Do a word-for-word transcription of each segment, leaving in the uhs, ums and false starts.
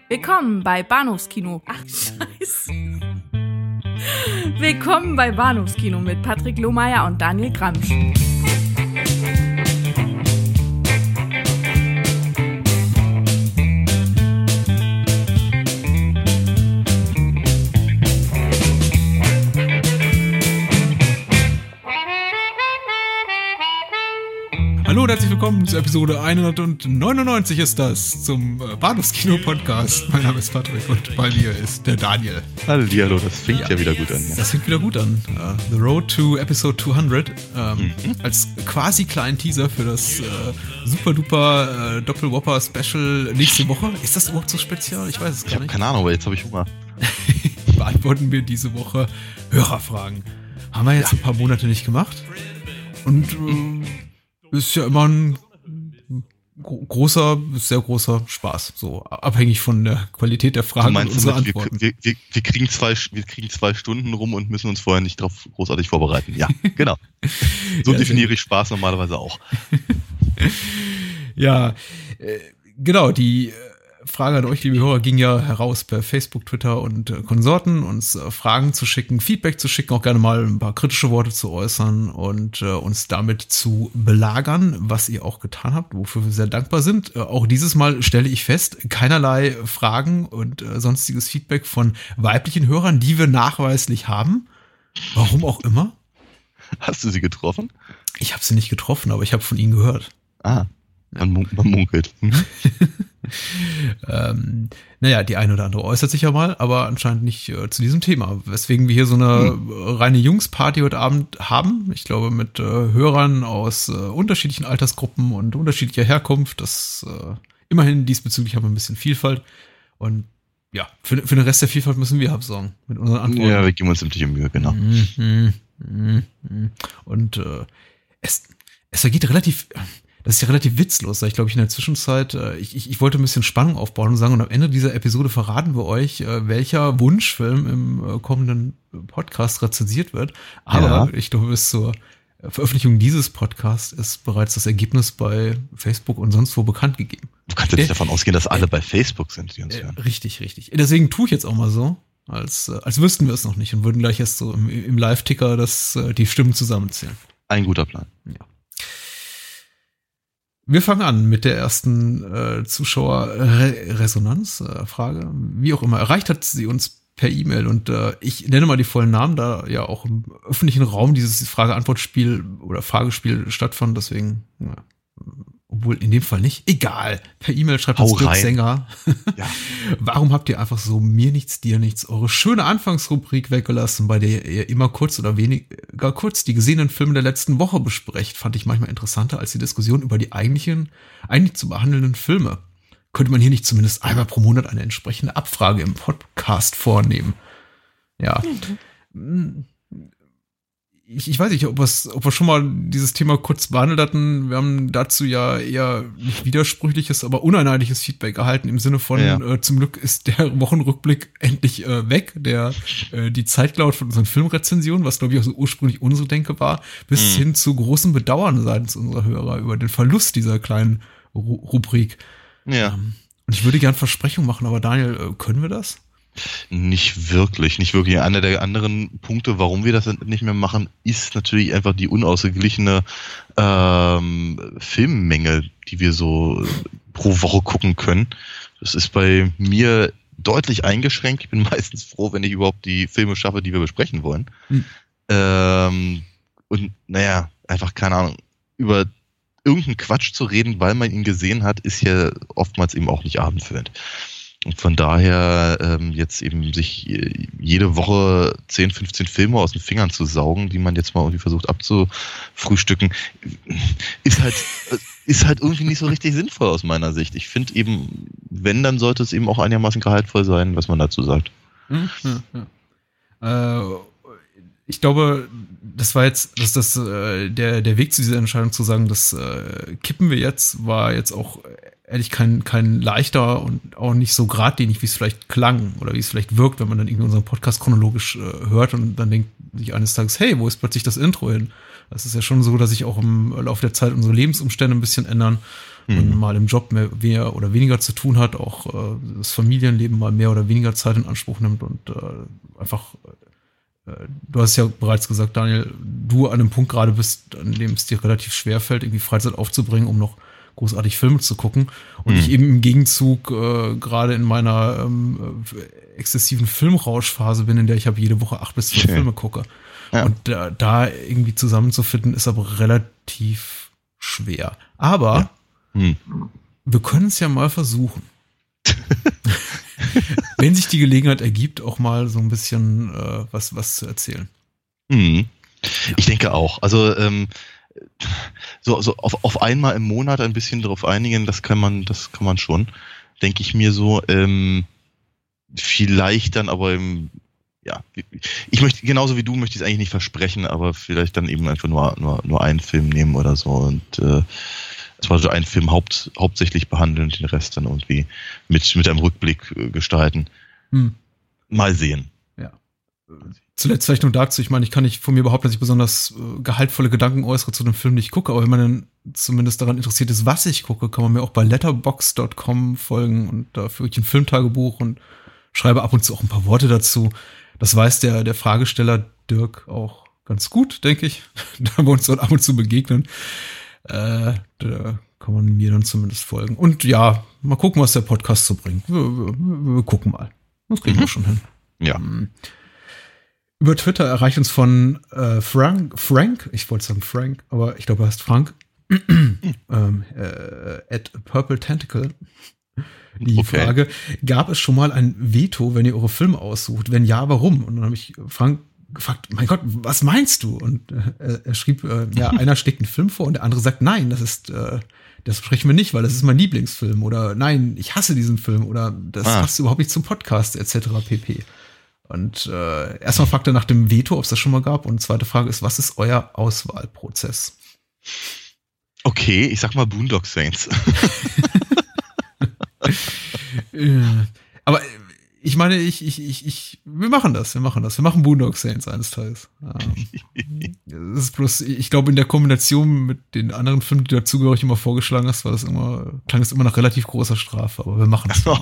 Willkommen bei Bahnhofskino. Ach, scheiße. Willkommen bei Bahnhofskino mit Patrick Lohmeier und Daniel Gramsch. Hallo und herzlich willkommen zur Episode hundertneunundneunzig ist das, zum Bahnhofskino-Podcast. Mein Name ist Patrick und bei mir ist der Daniel. Hallihallo, das fängt ja, ja wieder gut an. Ja. Das fängt wieder gut an. Uh, The Road to Episode zweihundert ähm, mhm. als quasi kleinen Teaser für das äh, super-duper äh, Doppel-Whopper-Special nächste Woche. Ist das überhaupt so spezial? Ich weiß es gar ich nicht. Ich habe keine Ahnung, aber jetzt habe ich Hunger. Beantworten wir diese Woche Hörerfragen. Haben wir jetzt ja. ein paar Monate nicht gemacht. Und äh, ist ja immer ein großer, sehr großer Spaß, so abhängig von der Qualität der Fragen meinst und unserer damit, Antworten. Wir, wir, wir, kriegen zwei, wir kriegen zwei Stunden rum und müssen uns vorher nicht darauf großartig vorbereiten. Ja, genau. So ja, definiere ich Spaß normalerweise auch. Ja, äh, genau, die Frage an euch, liebe Hörer, ging ja heraus per Facebook, Twitter und äh, Konsorten, uns äh, Fragen zu schicken, Feedback zu schicken, auch gerne mal ein paar kritische Worte zu äußern und äh, uns damit zu belagern, was ihr auch getan habt, wofür wir sehr dankbar sind. Äh, auch dieses Mal stelle ich fest, keinerlei Fragen und äh, sonstiges Feedback von weiblichen Hörern, die wir nachweislich haben. Warum auch immer. Hast du sie getroffen? Ich habe sie nicht getroffen, aber ich habe von ihnen gehört. Ah, man, mun- man munkelt. ähm, naja, die eine oder andere äußert sich ja mal, aber anscheinend nicht äh, zu diesem Thema. Weswegen wir hier so eine hm. reine Jungsparty heute Abend haben. Ich glaube, mit äh, Hörern aus äh, unterschiedlichen Altersgruppen und unterschiedlicher Herkunft. Das äh, immerhin diesbezüglich haben wir ein bisschen Vielfalt. Und ja, für, für den Rest der Vielfalt müssen wir absorgen mit unseren Antworten. Ja, wir geben uns ziemliche Mühe, genau. Mhm, mhm, mhm. Und äh, es, es vergeht relativ... Das ist ja relativ witzlos, da ich glaube ich in der Zwischenzeit, äh, ich, ich, ich wollte ein bisschen Spannung aufbauen und sagen, und am Ende dieser Episode verraten wir euch, äh, welcher Wunschfilm im äh, kommenden Podcast rezensiert wird. Aber ja. ich glaube, bis zur Veröffentlichung dieses Podcasts ist bereits das Ergebnis bei Facebook und sonst wo bekannt gegeben. Du kannst ja nicht davon ausgehen, dass alle äh, bei Facebook sind, die uns hören. Richtig, richtig. Deswegen tue ich jetzt auch mal so, als, als wüssten wir es noch nicht und würden gleich erst so im, im Live-Ticker das, die Stimmen zusammenzählen. Ein guter Plan. Ja. Wir fangen an mit der ersten äh, Zuschauer-Resonanz-Frage. Äh, Wie auch immer, erreicht hat sie uns per E-Mail und äh, ich nenne mal die vollen Namen, da ja auch im öffentlichen Raum dieses Frage-Antwort-Spiel oder Fragespiel stattfand, deswegen, ja, obwohl in dem Fall nicht. Egal, per E-Mail schreibt uns Dirk Sänger. Ja. Warum habt ihr einfach so mir nichts, dir nichts, eure schöne Anfangsrubrik weggelassen, bei der ihr immer kurz oder weniger kurz die gesehenen Filme der letzten Woche besprecht? Fand ich manchmal interessanter als die Diskussion über die eigentlichen, eigentlich zu behandelnden Filme. Könnte man hier nicht zumindest einmal pro Monat eine entsprechende Abfrage im Podcast vornehmen? Ja. Mhm. Ich, ich weiß nicht, ob, ob wir schon mal dieses Thema kurz behandelt hatten. Wir haben dazu ja eher nicht widersprüchliches, aber uneinheitliches Feedback erhalten im Sinne von, ja. äh, zum Glück ist der Wochenrückblick endlich äh, weg, der äh, die Zeit klaut von unseren Filmrezensionen, was glaube ich auch so ursprünglich unsere Denke war, bis mhm. hin zu großem Bedauern seitens unserer Hörer über den Verlust dieser kleinen Ru- Rubrik. Ja. Ähm, und ich würde gern Versprechungen machen, aber Daniel, äh, können wir das? Nicht wirklich, nicht wirklich. Einer der anderen Punkte, warum wir das nicht mehr machen, ist natürlich einfach die unausgeglichene ähm, Filmmenge, die wir so pro Woche gucken können. Das ist bei mir deutlich eingeschränkt. Ich bin meistens froh, wenn ich überhaupt die Filme schaffe, die wir besprechen wollen. Hm. Ähm, und naja, einfach keine Ahnung, über irgendeinen Quatsch zu reden, weil man ihn gesehen hat, ist ja oftmals eben auch nicht abendfüllend. Und von daher ähm, jetzt eben sich jede Woche zehn, fünfzehn Filme aus den Fingern zu saugen, die man jetzt mal irgendwie versucht abzufrühstücken, ist halt ist halt irgendwie nicht so richtig sinnvoll aus meiner Sicht. Ich finde eben, wenn, dann sollte es eben auch einigermaßen gehaltvoll sein, was man dazu sagt. Hm, hm, hm. Äh, ich glaube, das war jetzt, dass das äh, der der Weg zu dieser Entscheidung zu sagen, das äh, kippen wir jetzt, war jetzt auch ehrlich kein kein leichter und auch nicht so geradlinig, wie es vielleicht klang oder wie es vielleicht wirkt, wenn man dann irgendwie unseren Podcast chronologisch äh, hört und dann denkt sich eines Tages, hey, wo ist plötzlich das Intro hin? Das ist ja schon so, dass sich auch im Laufe der Zeit unsere Lebensumstände ein bisschen ändern. mhm. und mal im Job mehr, mehr oder weniger zu tun hat, auch äh, das Familienleben mal mehr oder weniger Zeit in Anspruch nimmt und äh, einfach, äh, du hast ja bereits gesagt, Daniel, du an einem Punkt gerade bist, an dem es dir relativ schwer fällt, irgendwie Freizeit aufzubringen, um noch großartig Filme zu gucken. Und mhm. ich eben im Gegenzug äh, gerade in meiner ähm, exzessiven Filmrauschphase bin, in der ich habe jede Woche acht bis zwölf Filme gucke. Ja. Und da, da irgendwie zusammenzufinden, ist aber relativ schwer. Aber ja. hm. wir können es ja mal versuchen. Wenn sich die Gelegenheit ergibt, auch mal so ein bisschen äh, was, was zu erzählen. Hm. Ja. Ich denke auch. Also ähm, so, so auf, auf einmal im Monat ein bisschen darauf einigen, das kann man, das kann man schon, denke ich mir so. Ähm, vielleicht dann aber im Ja, ich möchte, genauso wie du, möchte ich es eigentlich nicht versprechen, aber vielleicht dann eben einfach nur, nur, nur einen Film nehmen oder so und äh, zwar so einen Film haupt, hauptsächlich behandeln und den Rest dann irgendwie mit, mit einem Rückblick äh, gestalten. Hm. Mal sehen. Ja. Zuletzt vielleicht nur dazu, ich meine, ich kann nicht von mir behaupten, dass ich besonders äh, gehaltvolle Gedanken äußere zu dem Film, den ich gucke, aber wenn man dann zumindest daran interessiert ist, was ich gucke, kann man mir auch bei letterboxd Punkt com folgen und da führe ich ein Filmtagebuch und schreibe ab und zu auch ein paar Worte dazu. Das weiß der, der Fragesteller Dirk auch ganz gut, denke ich. Da wir uns dann ab und zu begegnen. Äh, da kann man mir dann zumindest folgen. Und ja, mal gucken, was der Podcast so bringt. Wir, wir, wir gucken mal. Das kriegen mhm. wir schon hin. Ja. Über Twitter erreicht uns von äh, Frank, Frank, ich wollte sagen Frank, aber ich glaube, er heißt Frank, ähm, äh, at Purple Tentacle. Die okay. Frage, gab es schon mal ein Veto, wenn ihr eure Filme aussucht? Wenn ja, warum? Und dann habe ich Frank gefragt, mein Gott, was meinst du? Und äh, er schrieb, äh, ja, einer schlägt einen Film vor und der andere sagt, nein, das ist, äh, das sprechen wir nicht, weil das ist mein Lieblingsfilm. Oder nein, ich hasse diesen Film. Oder das ah. passt überhaupt nicht zum Podcast, et cetera pp. Und äh, erstmal fragt er nach dem Veto, ob es das schon mal gab. Und zweite Frage ist, was ist euer Auswahlprozess? Okay, ich sag mal Boondock Saints. Aber ich meine, ich, ich, ich, ich, wir machen das, wir machen das. Wir machen Boondock Saints eines Tages. Ähm, das ist bloß, ich glaube, in der Kombination mit den anderen Filmen, die dazugehörig immer vorgeschlagen hast, war das immer, klang es immer nach relativ großer Strafe, aber wir machen es.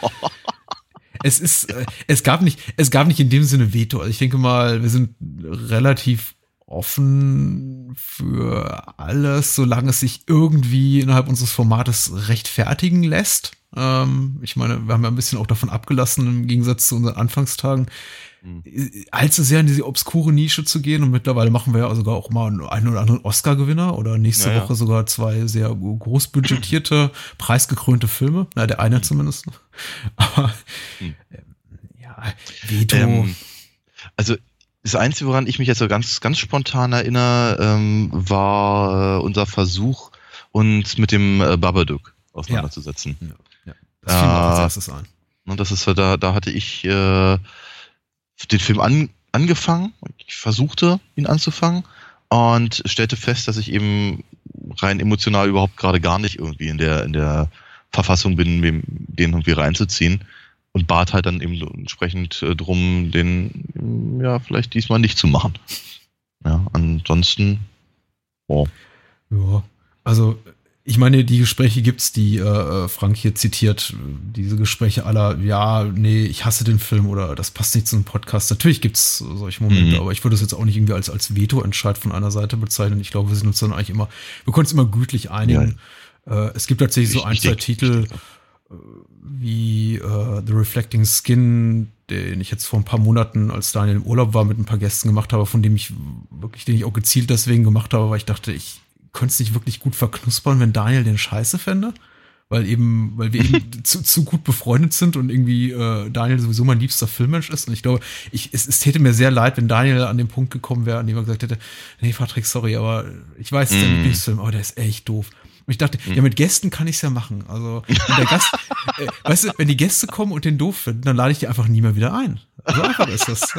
Es ist, es gab nicht, es gab nicht in dem Sinne Veto. Also ich denke mal, wir sind relativ offen für alles, solange es sich irgendwie innerhalb unseres Formates rechtfertigen lässt. Ähm, ich meine, wir haben ja ein bisschen auch davon abgelassen, im Gegensatz zu unseren Anfangstagen, mhm. allzu sehr in diese obskure Nische zu gehen. Und mittlerweile machen wir ja sogar auch mal einen oder anderen Oscar-Gewinner oder nächste ja, Woche ja. sogar zwei sehr großbudgetierte, preisgekrönte Filme. Na, der eine mhm. zumindest. Aber mhm. ja, Veto. Ähm, also das Einzige, woran ich mich jetzt so ganz, ganz spontan erinnere, ähm, war äh, unser Versuch, uns mit dem äh, Babadook auseinanderzusetzen. Ja. Ja. Ja. Das fiel mir auch als erstes ein. Und das ist da, da hatte ich äh, den Film an, angefangen. Ich versuchte, ihn anzufangen und stellte fest, dass ich eben rein emotional überhaupt gerade gar nicht irgendwie in der, in der Verfassung bin, den irgendwie reinzuziehen. Und bat halt dann eben entsprechend äh, drum, den ja vielleicht diesmal nicht zu machen. Ja, ansonsten, oh. Ja, also ich meine, die Gespräche gibt's, die äh, Frank hier zitiert, diese Gespräche aller, ja, nee, ich hasse den Film oder das passt nicht zu einem Podcast. Natürlich gibt's solche Momente, mhm. aber ich würde es jetzt auch nicht irgendwie als, als Veto-Entscheid von einer Seite bezeichnen. Ich glaube, wir sind uns dann eigentlich immer, wir konnten es immer gütlich einigen. Ja. Äh, es gibt tatsächlich so ein, zwei Titel, wie äh, The Reflecting Skin, den ich jetzt vor ein paar Monaten, als Daniel im Urlaub war, mit ein paar Gästen gemacht habe, von dem ich wirklich, den ich auch gezielt deswegen gemacht habe, weil ich dachte, ich könnte es nicht wirklich gut verknuspern, wenn Daniel den scheiße fände, weil eben, weil wir eben zu, zu gut befreundet sind und irgendwie äh, Daniel sowieso mein liebster Filmmensch ist und ich glaube, ich, es, es täte mir sehr leid, wenn Daniel an den Punkt gekommen wäre, an dem er gesagt hätte, nee, Patrick, sorry, aber ich weiß, es ist dein Lieblingsfilm, aber der ist echt doof. Und ich dachte, mhm. ja, mit Gästen kann ich es ja machen. Also, wenn der Gast, äh, weißt du, wenn die Gäste kommen und den doof finden, dann lade ich die einfach nie mehr wieder ein. So einfach ist das.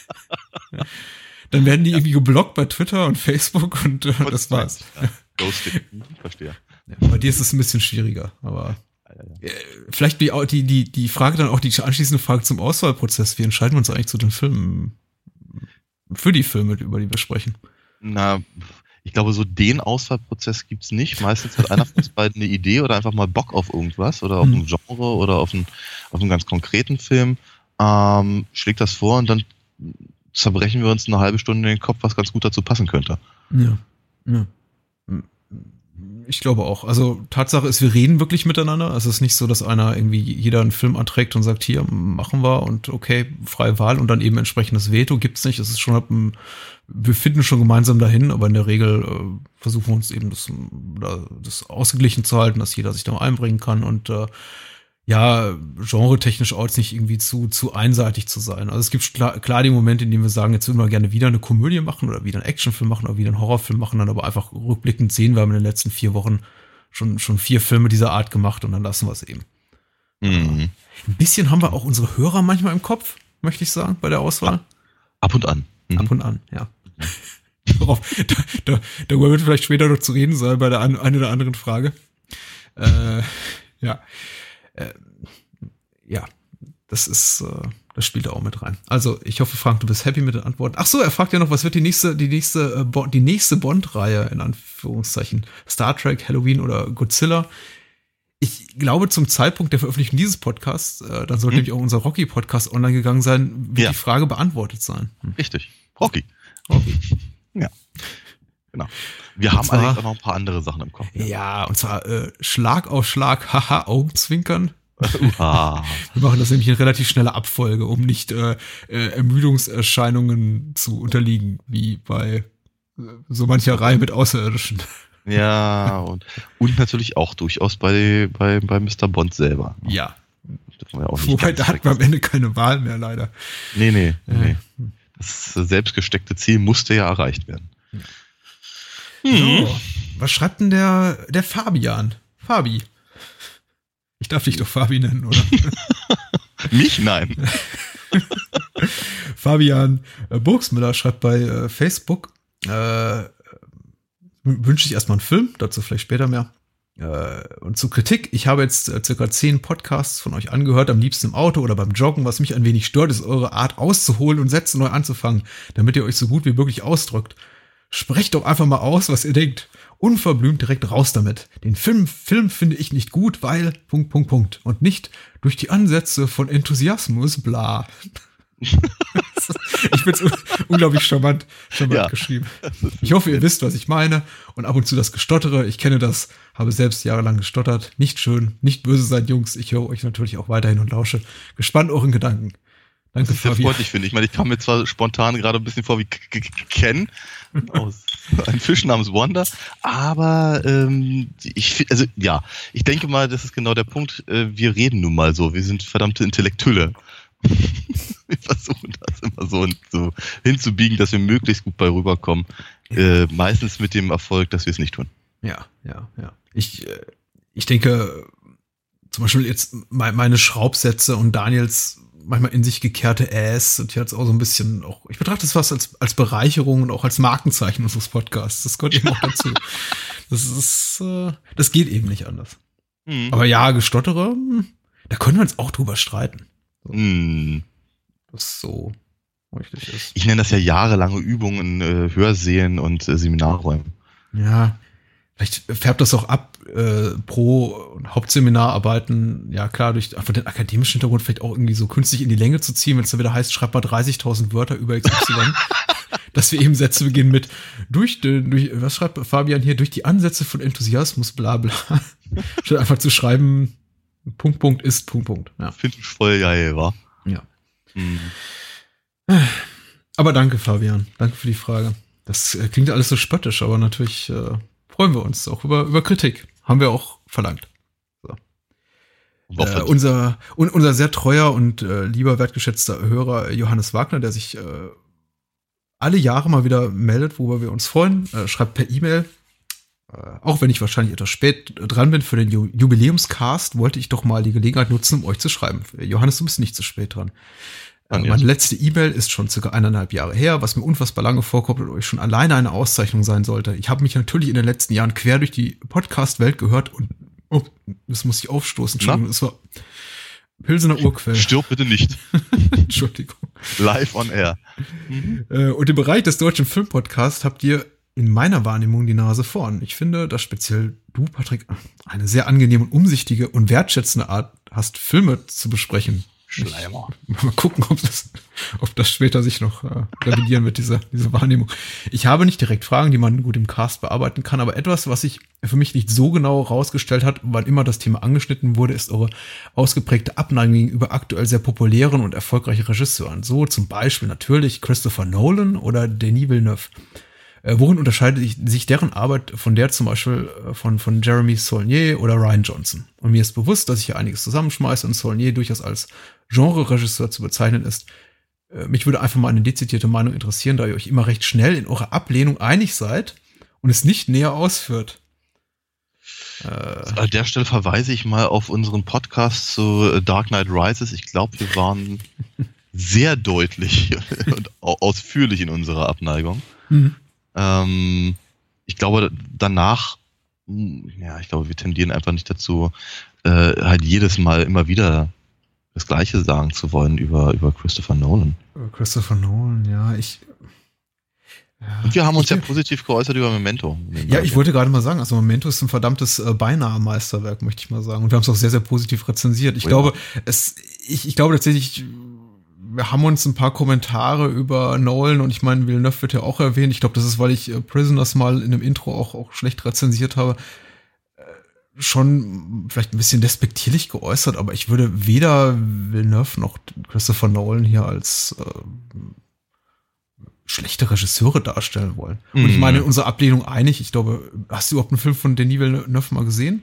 Dann werden die irgendwie geblockt bei Twitter und Facebook und äh, das war's. Ja. Ghosting. Verstehe. Ja, bei dir ist es ein bisschen schwieriger, aber äh, vielleicht die, die, die, die Frage dann auch, die anschließende Frage zum Auswahlprozess. Wie entscheiden wir uns eigentlich zu den Filmen? Für die Filme, über die wir sprechen? Na, ich glaube, so den Auswahlprozess gibt's nicht. Meistens hat einer von uns beiden eine Idee oder einfach mal Bock auf irgendwas oder auf ein Genre oder auf einen, auf einen ganz konkreten Film, ähm, schlägt das vor und dann zerbrechen wir uns eine halbe Stunde in den Kopf, was ganz gut dazu passen könnte. Ja, ja. Ich glaube auch. Also Tatsache ist, wir reden wirklich miteinander. Also es ist nicht so, dass einer irgendwie jeder einen Film anträgt und sagt, hier, machen wir und okay, freie Wahl und dann eben entsprechendes Veto gibt's nicht. Es ist schon, ein, wir finden schon gemeinsam dahin, aber in der Regel äh, versuchen wir uns eben das, das ausgeglichen zu halten, dass jeder sich da mal einbringen kann und äh, ja, genre-technisch auch jetzt nicht irgendwie zu, zu einseitig zu sein. Also es gibt klar, klar die Momente, in denen wir sagen, jetzt würden wir gerne wieder eine Komödie machen oder wieder einen Actionfilm machen oder wieder einen Horrorfilm machen, dann aber einfach rückblickend sehen, wir haben in den letzten vier Wochen schon, schon vier Filme dieser Art gemacht und dann lassen wir es eben. Mhm. Ein bisschen haben wir auch unsere Hörer manchmal im Kopf, möchte ich sagen, bei der Auswahl. Ab und an. Mhm. Ab und an, ja. Darauf, da, da, darüber wird vielleicht später noch zu reden sein bei der an, einen oder anderen Frage. Äh, ja. Äh, ja, das ist, äh, das spielt da auch mit rein. Also, ich hoffe, Frank, du bist happy mit den Antworten. Ach so, er fragt ja noch, was wird die nächste, die nächste, äh, Bo- die nächste Bond-Reihe, in Anführungszeichen, Star Trek, Halloween oder Godzilla? Ich glaube, zum Zeitpunkt der Veröffentlichung dieses Podcasts, äh, dann sollte hm. nämlich auch unser Rocky-Podcast online gegangen sein, wird ja. die Frage beantwortet sein. Hm. Richtig. Rocky. Rocky. Ja. Genau. Wir und haben zwar, allerdings auch noch ein paar andere Sachen im Kopf. Ja, ja und zwar äh, Schlag auf Schlag, haha, Augenzwinkern. Uh-ha. Wir machen das nämlich in relativ schneller Abfolge, um nicht äh, äh, Ermüdungserscheinungen zu unterliegen, wie bei äh, so mancher Reihe mit Außerirdischen. Ja, und, und natürlich auch durchaus bei, bei, bei Mister Bond selber. Ja. Ja auch Wobei, da hat man am Ende keine Wahl mehr, leider. Nee, nee, äh. nee. Das selbstgesteckte Ziel musste ja erreicht werden. Ja. So, was schreibt denn der, der Fabian? Fabi. Ich darf dich doch Fabi nennen, oder? Mich? Nein. Fabian äh, Burgsmüller schreibt bei äh, Facebook, äh, wünsche ich erstmal einen Film, dazu vielleicht später mehr. Äh, und zur Kritik, ich habe jetzt äh, circa zehn Podcasts von euch angehört, am liebsten im Auto oder beim Joggen. Was mich ein wenig stört, ist eure Art auszuholen und Sätze neu anzufangen, damit ihr euch so gut wie möglich ausdrückt. Sprecht doch einfach mal aus, was ihr denkt. Unverblümt direkt raus damit. Den Film, Film finde ich nicht gut, weil, Punkt, Punkt, Punkt. Und nicht durch die Ansätze von Enthusiasmus, bla. Ich find's un- unglaublich charmant, charmant ja. geschrieben. Ich hoffe, ihr wisst, was ich meine. Und ab und zu das Gestottere. Ich kenne das, habe selbst jahrelang gestottert. Nicht schön, nicht böse sein, Jungs. Ich höre euch natürlich auch weiterhin und lausche gespannt euren Gedanken. Danke, das ist sehr freundlich, finde ich. Ich meine, ich kam mir zwar spontan gerade ein bisschen vor wie Ken aus einem Fisch namens Wanda, aber ähm, ich, also ja, ich denke mal, das ist genau der Punkt. Äh, wir reden nun mal so. Wir sind verdammte Intellektuelle. Wir versuchen das immer so, so hinzubiegen, dass wir möglichst gut bei rüberkommen. Äh, meistens mit dem Erfolg, dass wir es nicht tun. Ja, ja, ja. Ich, äh, ich denke, zum Beispiel jetzt meine Schraubsätze und Daniels manchmal in sich gekehrte Ass und hier hat es auch so ein bisschen auch, ich betrachte das fast als, als Bereicherung und auch als Markenzeichen unseres Podcasts. Das gehört eben auch dazu. Das ist, äh, das geht eben nicht anders. Mhm. Aber ja, Gestottere, da können wir uns auch drüber streiten. So. Mhm. Was so richtig ist. Ich nenne das ja jahrelange Übungen in äh, Hörsälen und äh, Seminarräumen. Ja, vielleicht färbt das auch ab, äh, Pro- und Hauptseminararbeiten, ja klar, durch einfach den akademischen Hintergrund vielleicht auch irgendwie so künstlich in die Länge zu ziehen, wenn es dann wieder heißt, schreib mal dreißigtausend Wörter über X Y, dass wir eben Sätze beginnen mit, durch, durch, was schreibt Fabian hier, durch die Ansätze von Enthusiasmus, bla bla, statt einfach zu schreiben, Punkt, Punkt ist, Punkt, Punkt. Ja. Finde ich voll geil, wa? Ja. Hm. Aber danke, Fabian, danke für die Frage. Das äh, klingt alles so spöttisch, aber natürlich äh, freuen wir uns auch über, über Kritik. Haben wir auch verlangt. So. Äh, unser, un, unser sehr treuer und äh, lieber wertgeschätzter Hörer Johannes Wagner, der sich äh, alle Jahre mal wieder meldet, worüber wir uns freuen, äh, schreibt per E-Mail, äh, auch wenn ich wahrscheinlich etwas spät dran bin für den Ju- Jubiläumscast, wollte ich doch mal die Gelegenheit nutzen, um euch zu schreiben. Johannes, du bist nicht zu spät dran. Äh, meine letzte E-Mail ist schon circa eineinhalb Jahre her, was mir unfassbar lange vorkommt und euch schon alleine eine Auszeichnung sein sollte. Ich habe mich natürlich in den letzten Jahren quer durch die Podcast-Welt gehört und oh, das muss ich aufstoßen. Entschuldigung, das war Pilsener Urquell. Stirb bitte nicht. Entschuldigung. Live on air. Mhm. Äh, und im Bereich des deutschen Filmpodcasts habt ihr in meiner Wahrnehmung die Nase vorn. Ich finde, dass speziell du, Patrick, eine sehr angenehme und umsichtige und wertschätzende Art hast, Filme zu besprechen. Schleimer. Mal gucken, ob das, ob das später sich noch äh, revidieren wird, diese, diese Wahrnehmung. Ich habe nicht direkt Fragen, die man gut im Cast bearbeiten kann, aber etwas, was sich für mich nicht so genau rausgestellt hat, wann immer das Thema angeschnitten wurde, ist eure ausgeprägte Abneigung gegenüber aktuell sehr populären und erfolgreichen Regisseuren. So zum Beispiel natürlich Christopher Nolan oder Denis Villeneuve. Äh, worin unterscheidet sich deren Arbeit von der zum Beispiel von, von Jeremy Saulnier oder Rian Johnson? Und mir ist bewusst, dass ich hier einiges zusammenschmeiße und Saulnier durchaus als Genre-Regisseur zu bezeichnen ist. Äh, mich würde einfach mal eine dezidierte Meinung interessieren, da ihr euch immer recht schnell in eurer Ablehnung einig seid und es nicht näher ausführt. Äh, An der Stelle verweise ich mal auf unseren Podcast zu Dark Knight Rises. Ich glaube, wir waren sehr deutlich und ausführlich in unserer Abneigung. Mhm. Ähm, ich glaube, danach, ja, ich glaube, wir tendieren einfach nicht dazu, äh, halt jedes Mal immer wieder das Gleiche sagen zu wollen über, über Christopher Nolan. Christopher Nolan, ja, ich... Ja, und wir haben uns ich, ja positiv geäußert über Memento. Ja, ich wollte gerade mal sagen, also Memento ist ein verdammtes äh, beinahe Meisterwerk, möchte ich mal sagen. Und wir haben es auch sehr, sehr positiv rezensiert. Ich oh, glaube, ja. es, ich, ich glaube tatsächlich... Wir haben uns ein paar Kommentare über Nolan und ich meine, Villeneuve wird ja auch erwähnt. Ich glaube, das ist, weil ich äh, Prisoners mal in einem Intro auch, auch schlecht rezensiert habe, äh, schon vielleicht ein bisschen despektierlich geäußert, aber ich würde weder Villeneuve noch Christopher Nolan hier als äh, schlechte Regisseure darstellen wollen. Mhm. Und ich meine, in unserer Ablehnung einig. Ich glaube, hast du überhaupt einen Film von Denis Villeneuve mal gesehen?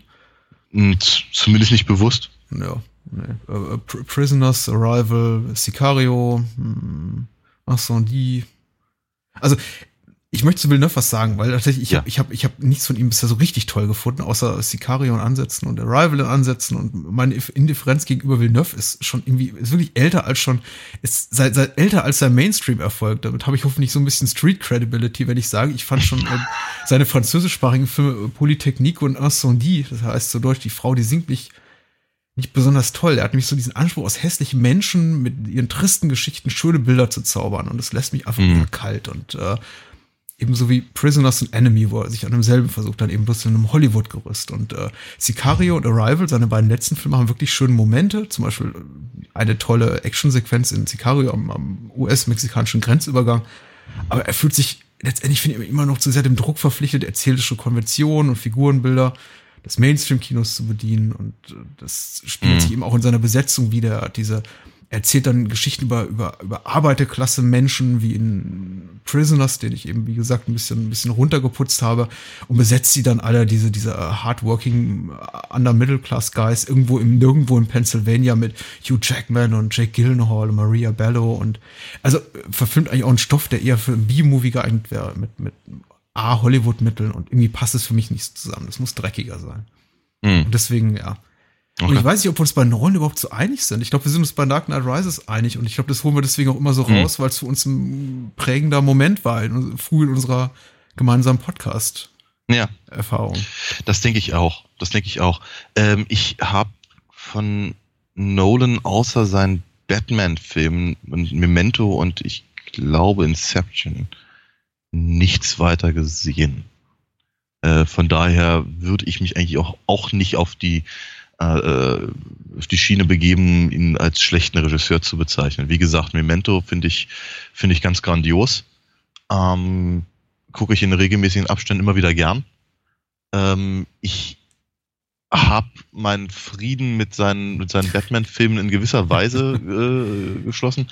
Zumindest nicht bewusst. Ja. Nee. Uh, Prisoners, Arrival, Sicario, hm, Incendie. Also, ich möchte zu Villeneuve was sagen, weil tatsächlich, ich ja. habe ich hab, ich hab nichts von ihm bisher so richtig toll gefunden, außer Sicario in Ansätzen und Arrival in Ansätzen, und meine Indifferenz gegenüber Villeneuve ist schon irgendwie, ist wirklich älter als schon, ist seit, seit älter als sein Mainstream-Erfolg. Damit habe ich hoffentlich so ein bisschen Street-Credibility, wenn ich sage, ich fand schon äh, seine französischsprachigen Filme Polytechnique und Incendie, das heißt so deutsch, die Frau, die singt nicht nicht besonders toll. Er hat nämlich so diesen Anspruch, aus hässlichen Menschen mit ihren tristen Geschichten schöne Bilder zu zaubern. Und das lässt mich einfach mhm. wieder kalt. Und äh, ebenso wie Prisoners and Enemy, wo er sich an demselben versucht hat, eben bloß in einem Hollywood-Gerüst. Und äh, Sicario und Arrival, seine beiden letzten Filme, haben wirklich schöne Momente. Zum Beispiel eine tolle Actionsequenz in Sicario am, am U S-mexikanischen Grenzübergang. Aber er fühlt sich letztendlich, finde ich, immer noch zu sehr dem Druck verpflichtet, erzählerische Konventionen und Figurenbilder des Mainstream-Kinos zu bedienen, und das spielt mhm. sich eben auch in seiner Besetzung wieder. Diese, er erzählt dann Geschichten über, über, über Arbeiterklasse-Menschen, wie in Prisoners, den ich eben, wie gesagt, ein bisschen, ein bisschen runtergeputzt habe, und besetzt sie dann alle, diese, diese hardworking Under-Middle-Class-Guys irgendwo im, nirgendwo in Pennsylvania mit Hugh Jackman und Jake Gyllenhaal und Maria Bello, und also verfilmt eigentlich auch einen Stoff, der eher für ein B-Movie geeignet wäre, mit, mit A, Hollywood-Mitteln, und irgendwie passt es für mich nicht zusammen. Das muss dreckiger sein. Mhm. Und deswegen, ja. Okay. Und ich weiß nicht, ob wir uns bei Nolan überhaupt so einig sind. Ich glaube, wir sind uns bei Dark Knight Rises einig, und ich glaube, das holen wir deswegen auch immer so mhm. raus, weil es für uns ein prägender Moment war, in, früh in unserer gemeinsamen Podcast-Erfahrung. Ja. Das denke ich auch. Das denke ich auch. Ähm, ich habe von Nolan außer seinen Batman-Filmen und Memento und ich glaube Inception nichts weiter gesehen. Äh, von daher würde ich mich eigentlich auch, auch nicht auf die, äh, auf die Schiene begeben, ihn als schlechten Regisseur zu bezeichnen. Wie gesagt, Memento finde ich, finde ich ganz grandios. Ähm, gucke ich in regelmäßigen Abständen immer wieder gern. Ähm, ich habe meinen Frieden mit seinen, mit seinen Batman-Filmen in gewisser Weise äh, geschlossen,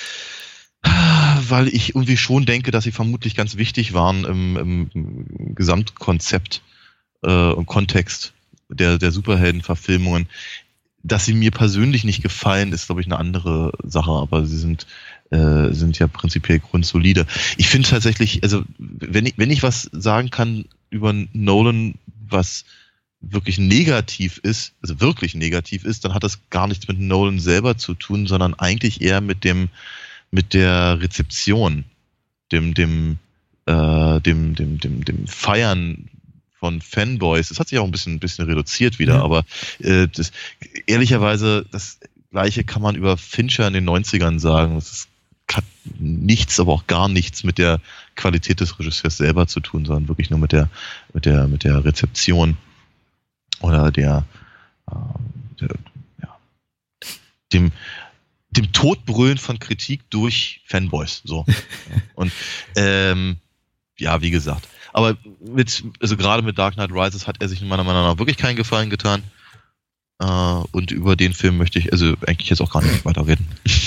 weil ich irgendwie schon denke, dass sie vermutlich ganz wichtig waren im, im Gesamtkonzept äh, und Kontext der, der Superhelden-Verfilmungen. Dass sie mir persönlich nicht gefallen, ist, glaube ich, eine andere Sache, aber sie sind, äh, sind ja prinzipiell grundsolide. Ich finde tatsächlich, also wenn ich, wenn ich was sagen kann über Nolan, was wirklich negativ ist, also wirklich negativ ist, dann hat das gar nichts mit Nolan selber zu tun, sondern eigentlich eher mit dem mit der Rezeption, dem, dem, äh, dem, dem, dem, dem Feiern von Fanboys. Das hat sich auch ein bisschen, ein bisschen reduziert wieder, ja. aber äh, das, ehrlicherweise, das Gleiche kann man über Fincher in den neunzigern sagen. Das ist hat nichts, aber auch gar nichts mit der Qualität des Regisseurs selber zu tun, sondern wirklich nur mit der, mit der, mit der Rezeption oder der, äh, der ja, dem, dem Todbrüllen von Kritik durch Fanboys. So. Und ähm, ja, wie gesagt. Aber mit, also gerade mit Dark Knight Rises hat er sich meiner Meinung nach wirklich keinen Gefallen getan. Äh, und über den Film möchte ich also eigentlich jetzt auch gar nicht weiter reden.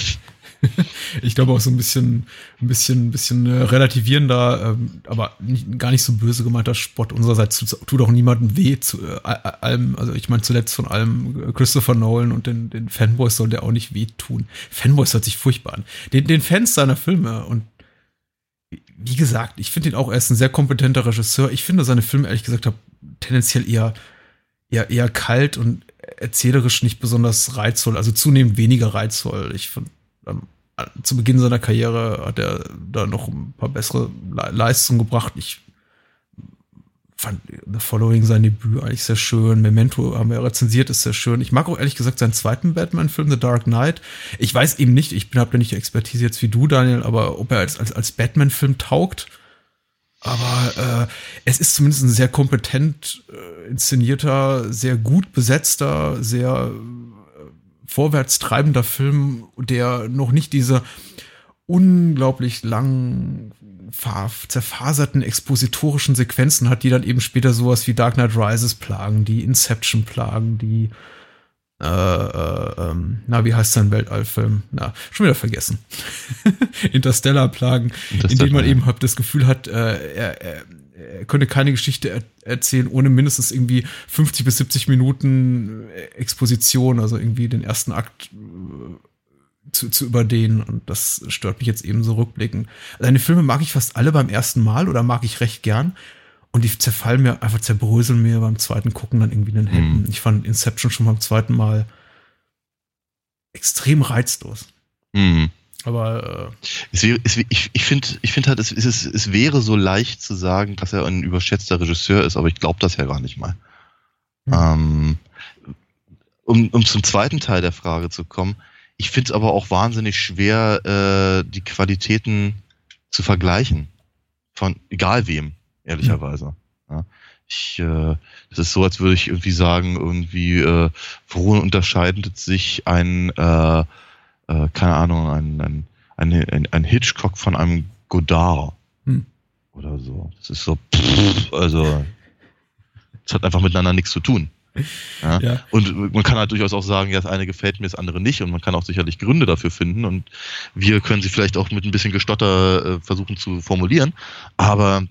Ich glaube auch so ein bisschen, ein bisschen, ein bisschen äh, relativierender, ähm, aber nicht, gar nicht so böse gemeinter Spott unsererseits tut, tut auch niemandem weh zu äh, allem, also ich meine zuletzt von allem Christopher Nolan und den, den Fanboys soll der auch nicht wehtun. Fanboys hört sich furchtbar an. Den, den Fans seiner Filme und wie gesagt, ich finde ihn auch, er ist ein sehr kompetenter Regisseur. Ich finde seine Filme, ehrlich gesagt, tendenziell eher, eher, eher kalt und erzählerisch nicht besonders reizvoll, also zunehmend weniger reizvoll. Ich finde, ähm, zu Beginn seiner Karriere hat er da noch ein paar bessere Le- Leistungen gebracht. Ich fand The Following, sein Debüt, eigentlich sehr schön. Memento haben wir rezensiert, ist sehr schön. Ich mag auch ehrlich gesagt seinen zweiten Batman-Film, The Dark Knight. Ich weiß eben nicht, ich habe da nicht die Expertise jetzt wie du, Daniel, aber ob er als, als, als Batman-Film taugt. Aber äh, es ist zumindest ein sehr kompetent äh, inszenierter, sehr gut besetzter, sehr vorwärtstreibender Film, der noch nicht diese unglaublich lang zerfaserten expositorischen Sequenzen hat, die dann eben später sowas wie Dark Knight Rises plagen, die Inception plagen, die äh, äh, ähm, na, wie heißt sein Weltallfilm? Na, schon wieder vergessen. Interstellar plagen, in dem man eben halt das Gefühl hat, äh, er, er er könnte keine Geschichte er- erzählen, ohne mindestens irgendwie fünfzig bis siebzig Minuten Exposition, also irgendwie den ersten Akt äh, zu, zu überdehnen. Und das stört mich jetzt eben so rückblickend. Seine Filme mag ich fast alle beim ersten Mal oder mag ich recht gern. Und die zerfallen mir, einfach zerbröseln mir beim zweiten Gucken dann irgendwie in den Händen. Mhm. Ich fand Inception schon beim zweiten Mal extrem reizlos. Mhm. Aber äh, es wäre, es, ich, ich finde ich find halt, es, es, es wäre so leicht zu sagen, dass er ein überschätzter Regisseur ist, aber ich glaube das ja gar nicht mal. Mhm. Ähm, um, um zum zweiten Teil der Frage zu kommen, ich finde es aber auch wahnsinnig schwer, äh, die Qualitäten zu vergleichen. Von egal wem, ehrlicherweise. Mhm. Ja, ich, äh, das ist so, als würde ich irgendwie sagen, irgendwie, äh, worin unterscheidet sich ein äh, Äh, keine Ahnung, ein, ein, ein, ein Hitchcock von einem Godard hm. oder so. Das ist so, pff, also, das hat einfach miteinander nichts zu tun. Ja? Ja. Und man kann halt durchaus auch sagen, ja, das eine gefällt mir, das andere nicht, und man kann auch sicherlich Gründe dafür finden, und wir können sie vielleicht auch mit ein bisschen Gestotter äh, versuchen zu formulieren, aber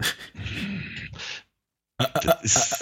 das ist,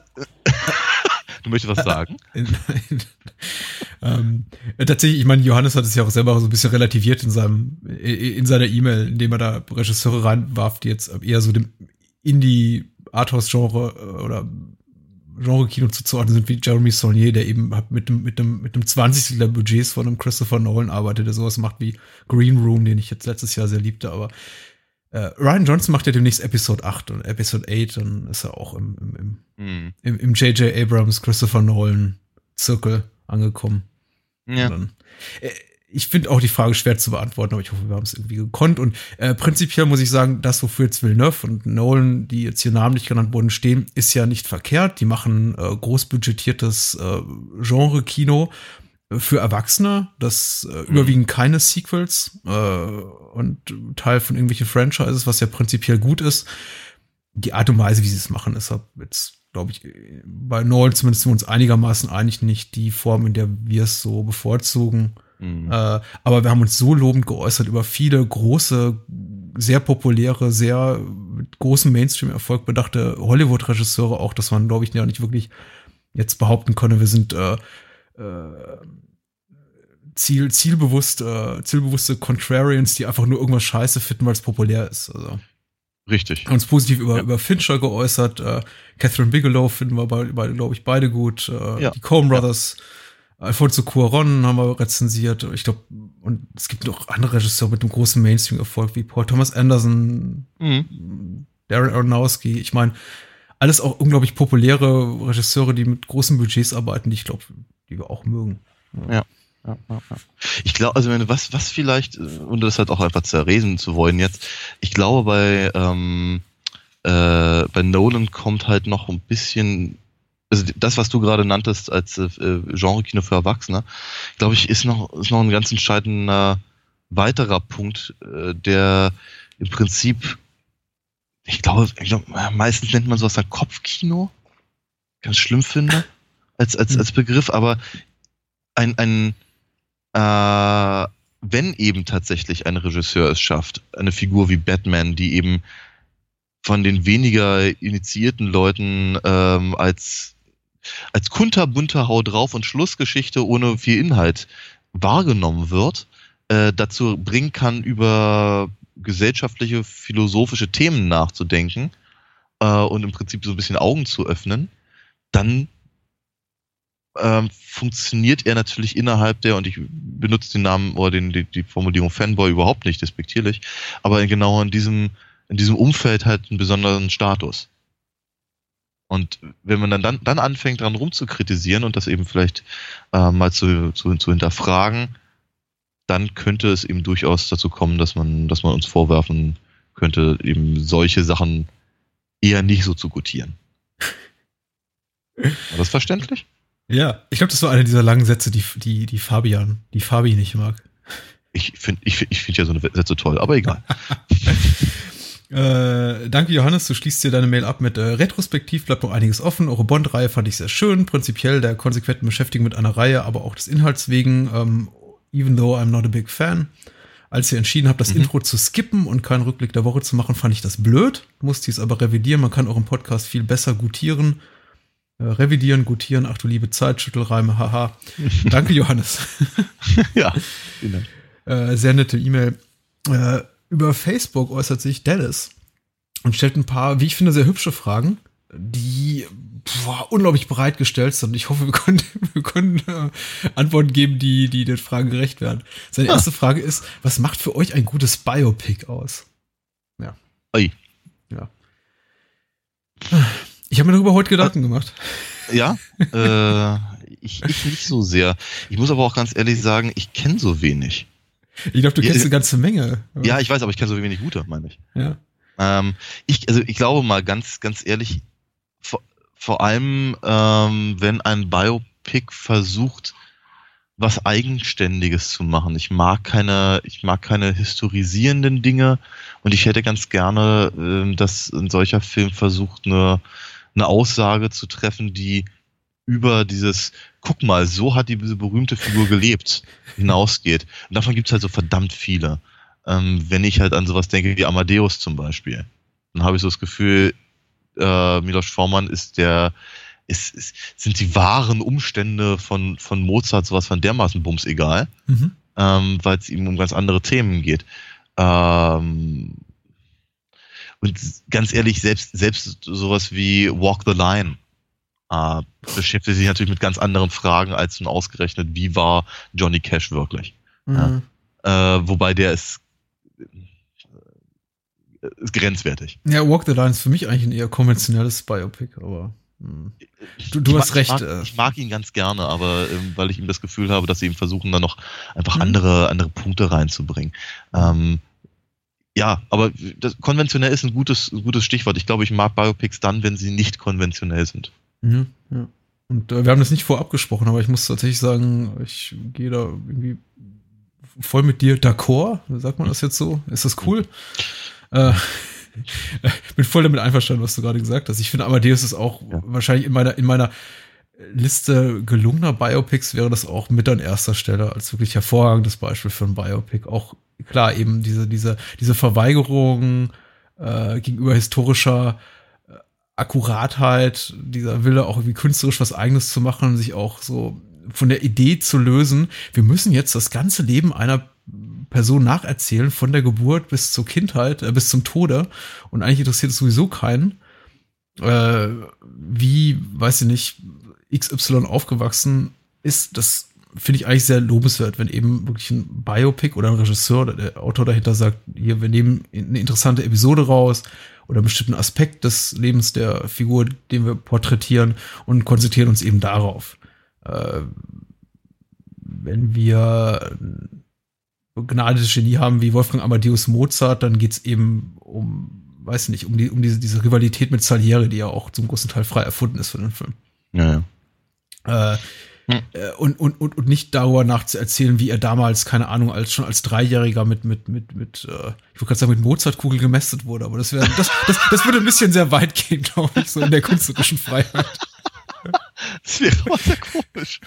du möchtest was sagen? Nein. ähm, tatsächlich, ich meine, Johannes hat es ja auch selber so ein bisschen relativiert in seinem, in seiner E-Mail, indem er da Regisseure reinwarf, die jetzt eher so dem Indie-Arthouse-Genre oder Genre-Kino zuzuordnen sind, wie Jeremy Saulnier, der eben mit dem, mit dem, mit dem zwanzigstel der Budgets von einem Christopher Nolan arbeitet, der sowas macht wie Green Room, den ich jetzt letztes Jahr sehr liebte, aber Uh, Rian Johnson macht ja demnächst Episode acht und Episode acht, dann ist er auch im, im, im, mm. im, im J J Abrams, Christopher Nolan Zirkel angekommen. Ja. Dann, äh, ich finde auch die Frage schwer zu beantworten, aber ich hoffe, wir haben es irgendwie gekonnt. Und äh, prinzipiell muss ich sagen, das, wofür jetzt Villeneuve und Nolan, die jetzt hier namentlich genannt wurden, stehen, ist ja nicht verkehrt. Die machen äh, großbudgetiertes äh, Genre-Kino für Erwachsene, das äh, mhm. überwiegend keine Sequels äh, und Teil von irgendwelchen Franchises, was ja prinzipiell gut ist. Die Art und Weise, wie sie es machen, ist halt jetzt, glaube ich, bei Nolan zumindest sind wir uns einigermaßen einig, nicht die Form, in der wir es so bevorzugen. Mhm. Äh, aber wir haben uns so lobend geäußert über viele große, sehr populäre, sehr mit großem Mainstream-Erfolg bedachte Hollywood-Regisseure auch, dass man, glaube ich, ja nicht wirklich jetzt behaupten könne, wir sind äh, Ziel, zielbewusste, zielbewusste Contrarians, die einfach nur irgendwas scheiße finden, weil es populär ist. Also. Richtig. Haben uns positiv über, ja. über Fincher geäußert. Äh, Catherine Bigelow finden wir, beide, beide, glaube ich, beide gut. Äh, ja. Die Coen Brothers, ja. Alfonso Cuarón haben wir rezensiert. Ich glaube, und es gibt noch andere Regisseure mit einem großen Mainstream-Erfolg wie Paul Thomas Anderson, mhm. Darren Aronofsky. Ich meine, alles auch unglaublich populäre Regisseure, die mit großen Budgets arbeiten, die ich glaube, die wir auch mögen. Ja. ja, ja. Ich glaube, also wenn, was, was vielleicht, und das halt auch einfach zerreden zu wollen jetzt, ich glaube bei, ähm, äh, bei Nolan kommt halt noch ein bisschen, also das, was du gerade nanntest als äh, Genre-Kino für Erwachsene, glaube ich, ist noch, ist noch ein ganz entscheidender weiterer Punkt, äh, der im Prinzip, ich glaube, ich glaube, meistens nennt man sowas dann Kopfkino, ganz schlimm finde, als, als, als Begriff, aber ein, ein äh, wenn eben tatsächlich ein Regisseur es schafft, eine Figur wie Batman, die eben von den weniger initiierten Leuten ähm, als, als kunterbunter Hau drauf und Schlussgeschichte ohne viel Inhalt wahrgenommen wird, äh, dazu bringen kann, über gesellschaftliche, philosophische Themen nachzudenken äh, und im Prinzip so ein bisschen Augen zu öffnen, dann ähm, funktioniert er natürlich innerhalb der, und ich benutze den Namen oder den, die, die Formulierung Fanboy überhaupt nicht despektierlich, aber genau in diesem, in diesem Umfeld halt einen besonderen Status. Und wenn man dann, dann, dann anfängt, dran rumzukritisieren und das eben vielleicht äh, mal zu, zu, zu hinterfragen, dann könnte es eben durchaus dazu kommen, dass man, dass man uns vorwerfen könnte, eben solche Sachen eher nicht so zu gutieren. War das verständlich? Ja, ich glaube, das war einer dieser langen Sätze, die, die, die Fabian, die Fabi nicht mag. Ich finde ich find, ich find ja so eine Sätze toll, aber egal. Äh, danke Johannes, du schließt dir deine Mail ab mit äh, retrospektiv bleibt noch einiges offen. Eure Bond-Reihe fand ich sehr schön, prinzipiell der konsequenten Beschäftigung mit einer Reihe, aber auch des Inhalts wegen, ähm, even though I'm not a big fan. Als ihr entschieden habt, das mhm. Intro zu skippen und keinen Rückblick der Woche zu machen, fand ich das blöd, musste ich es aber revidieren, man kann euren Podcast viel besser gutieren. Äh, revidieren, gutieren, ach du liebe Zeit, Schüttelreime, haha. Danke Johannes. Ja, vielen Dank. Äh, sehr nette E-Mail. Äh, Über Facebook äußert sich Dallas und stellt ein paar, wie ich finde, sehr hübsche Fragen, die boah, unglaublich bereitgestellt sind. Ich hoffe, wir können, wir können äh, Antworten geben, die, die den Fragen gerecht werden. Seine ah. erste Frage ist, was macht für euch ein gutes Biopic aus? Ja. Oi. Ja. Ich habe mir darüber heute Gedanken gemacht. Ja, äh, ich, ich nicht so sehr. Ich muss aber auch ganz ehrlich sagen, ich kenne so wenig. Ich glaube, du kennst ja, eine ganze Menge. Ja, ich weiß, aber ich kenne so wenig gute, meine ich. Ja. Ähm, ich, also ich glaube mal ganz, ganz ehrlich, vor, vor allem, ähm, wenn ein Biopic versucht, was Eigenständiges zu machen. Ich mag keine, ich mag keine historisierenden Dinge und ich hätte ganz gerne, äh, dass ein solcher Film versucht, eine, eine Aussage zu treffen, die über dieses, guck mal, so hat diese berühmte Figur gelebt, hinausgeht. Und davon gibt's halt so verdammt viele. Ähm, wenn ich halt an sowas denke wie Amadeus zum Beispiel, dann habe ich so das Gefühl, äh, Milos Forman ist der, ist, ist, sind die wahren Umstände von, von Mozart sowas von dermaßen bums egal, mhm. ähm, weil es ihm um ganz andere Themen geht. Ähm, und ganz ehrlich, selbst, selbst sowas wie Walk the Line Uh, beschäftigt sich natürlich mit ganz anderen Fragen als nun ausgerechnet, wie war Johnny Cash wirklich. Mhm. Ja? Uh, wobei der ist, ist grenzwertig. Ja, Walk the Line ist für mich eigentlich ein eher konventionelles Biopic, aber mh. du, du ich hast mag, recht. Ich mag, äh. ich mag ihn ganz gerne, aber ähm, weil ich ihm das Gefühl habe, dass sie ihm versuchen, dann noch einfach mhm. andere, andere Punkte reinzubringen. Ähm, ja, aber das, konventionell ist ein gutes, ein gutes Stichwort. Ich glaube, ich mag Biopics dann, wenn sie nicht konventionell sind. Ja, ja. Und äh, wir haben das nicht vorab gesprochen, aber ich muss tatsächlich sagen, ich gehe da irgendwie voll mit dir d'accord. Sagt man das jetzt so? Ist das cool? Äh, bin voll damit einverstanden, was du gerade gesagt hast. Ich finde, Amadeus ist auch ja. wahrscheinlich in meiner, in meiner Liste gelungener Biopics wäre das auch mit an erster Stelle als wirklich hervorragendes Beispiel für ein Biopic. Auch klar eben diese, diese, diese Verweigerung äh, gegenüber historischer Akkuratheit, dieser Wille auch irgendwie künstlerisch was Eigenes zu machen, sich auch so von der Idee zu lösen. Wir müssen jetzt das ganze Leben einer Person nacherzählen, von der Geburt bis zur Kindheit, äh, bis zum Tode. Und eigentlich interessiert es sowieso keinen, äh, wie, weiß ich nicht, X Y aufgewachsen ist. Das finde ich eigentlich sehr lobenswert, wenn eben wirklich ein Biopic oder ein Regisseur oder der Autor dahinter sagt, hier, wir nehmen eine interessante Episode raus oder einen bestimmten Aspekt des Lebens der Figur, den wir porträtieren und konzentrieren uns eben darauf. Äh, wenn wir ein begnadetes Genie haben wie Wolfgang Amadeus Mozart, dann geht's eben um, weiß nicht, um die, um diese, diese Rivalität mit Salieri, die ja auch zum großen Teil frei erfunden ist für den Film. Ja, ja. Äh, hm. und, und, und, und nicht darüber nachzuerzählen, wie er damals, keine Ahnung, als schon als Dreijähriger mit, mit, mit, mit, äh, ich wollte gerade sagen, mit Mozartkugel gemästet wurde, aber das wäre, das, das, das würde ein bisschen sehr weit gehen, glaube ich, so in der künstlerischen Freiheit. Das wäre aber sehr komisch.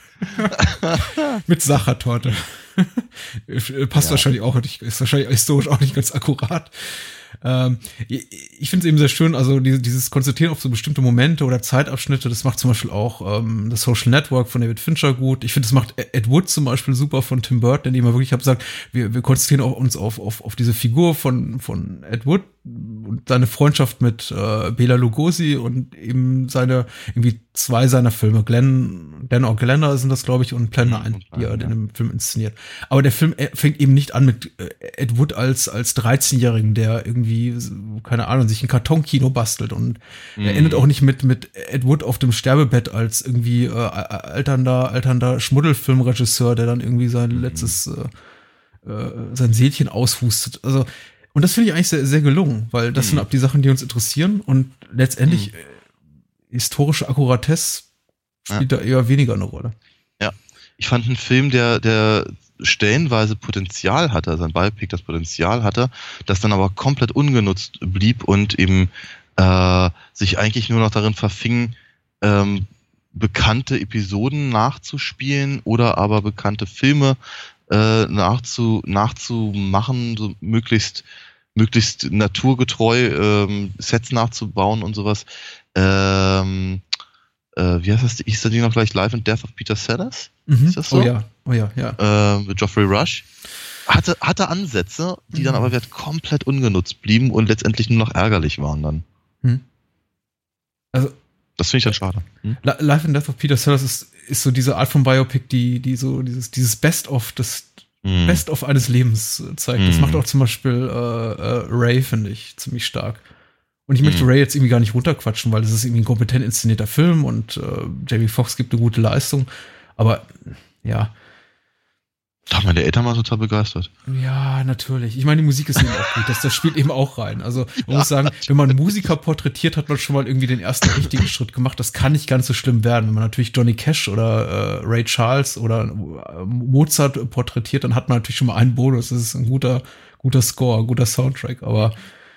Mit Sachertorte. Passt ja. wahrscheinlich auch nicht, ist wahrscheinlich historisch auch nicht ganz akkurat. Ähm, ich finde es eben sehr schön, also dieses Konzentrieren auf so bestimmte Momente oder Zeitabschnitte, das macht zum Beispiel auch ähm, das Social Network von David Fincher gut. Ich finde, das macht Ed Wood zum Beispiel super von Tim Burton, den ich mal wirklich habe gesagt, wir, wir konzentrieren auch uns auf, auf, auf diese Figur von, von Ed Wood und seine Freundschaft mit äh, Bela Lugosi und eben seine, irgendwie zwei seiner Filme, Glenn, Glenn or Glenda sind das, glaube ich, und Plan nine, die er in dem Film inszeniert. Aber der Film fängt eben nicht an mit Ed Wood als, als dreizehnjährigen, der irgendwie, keine Ahnung, sich ein Kartonkino bastelt, und mhm. er endet auch nicht mit, mit Ed Wood auf dem Sterbebett als irgendwie äh, alternder, alternder Schmuddelfilmregisseur, der dann irgendwie sein mhm. letztes, äh, äh, sein Seelchen aushustet. Also, und das finde ich eigentlich sehr, sehr gelungen, weil das mhm. sind ab die Sachen, die uns interessieren, und letztendlich mhm. äh, historische Akkuratesse spielt ja. da eher weniger eine Rolle. Ja, ich fand einen Film, der, der stellenweise Potenzial hatte, also ein Biopic, das Potenzial hatte, das dann aber komplett ungenutzt blieb und eben äh, sich eigentlich nur noch darin verfing, ähm, bekannte Episoden nachzuspielen oder aber bekannte Filme äh, nachzu, nachzumachen, so möglichst möglichst naturgetreu ähm, Sets nachzubauen und sowas. Ähm, äh, wie heißt das? Hieß das Ding noch gleich? Life and Death of Peter Sellers? Mhm. Ist das so? Oh ja, oh ja, ja. Äh, mit Geoffrey Rush. Hatte, hatte Ansätze, die mhm. dann aber wird komplett ungenutzt blieben und letztendlich nur noch ärgerlich waren dann. Mhm. Also, das finde ich dann schade. Hm? Life and Death of Peter Sellers ist, ist so diese Art von Biopic, die, die so dieses, dieses Best-of, das mm. Best-of eines Lebens zeigt. Mm. Das macht auch zum Beispiel äh, äh, Ray, finde ich, ziemlich stark. Und ich möchte mm. Ray jetzt irgendwie gar nicht runterquatschen, weil das ist irgendwie ein kompetent inszenierter Film und äh, Jamie Foxx gibt eine gute Leistung. Aber ja. Da hat meine Eltern mal total begeistert. Ja, natürlich. Ich meine, die Musik ist eben auch gut. Das, das spielt eben auch rein. Also man ja. muss sagen, wenn man Musiker porträtiert, hat man schon mal irgendwie den ersten richtigen Schritt gemacht. Das kann nicht ganz so schlimm werden. Wenn man natürlich Johnny Cash oder äh, Ray Charles oder äh, Mozart porträtiert, dann hat man natürlich schon mal einen Bonus. Das ist ein guter, guter Score, ein guter Soundtrack. Aber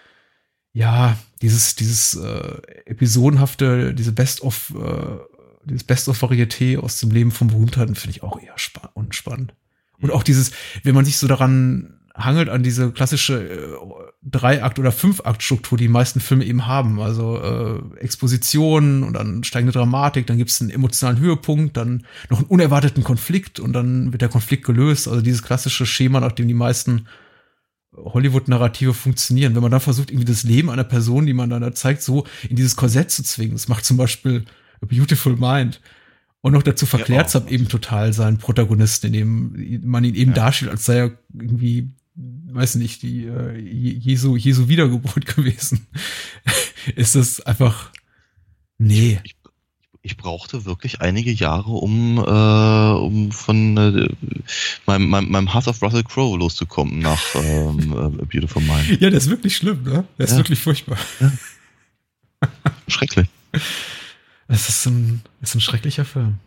ja, dieses, dieses äh, episodenhafte, diese Best-of, äh, dieses Best-of-Varieté aus dem Leben von Berühmtheiten finde ich auch eher spa- unspannend. Und auch dieses, wenn man sich so daran hangelt, an diese klassische äh, Dreiakt- oder Fünfakt-Struktur, die die meisten Filme eben haben. Also äh, Exposition und dann steigende Dramatik, dann gibt es einen emotionalen Höhepunkt, dann noch einen unerwarteten Konflikt und dann wird der Konflikt gelöst. Also dieses klassische Schema, nach dem die meisten Hollywood-Narrative funktionieren. Wenn man dann versucht, irgendwie das Leben einer Person, die man dann da zeigt, so in dieses Korsett zu zwingen. Das macht zum Beispiel A Beautiful Mind. Und noch dazu verklärt es eben total seinen Protagonisten, indem man ihn eben ja. darstellt, als sei er irgendwie, weiß nicht, die äh, Jesu, Jesu Wiedergeburt gewesen. Ist das einfach, nee. Ich, ich, ich brauchte wirklich einige Jahre, um, äh, um von äh, meinem, meinem, meinem Hass auf Russell Crowe loszukommen nach ähm, A Beautiful Mind. Ja, der ist wirklich schlimm, ne? Der ist ja. wirklich furchtbar. Ja. Schrecklich. Es ist ein, ist ein schrecklicher Film.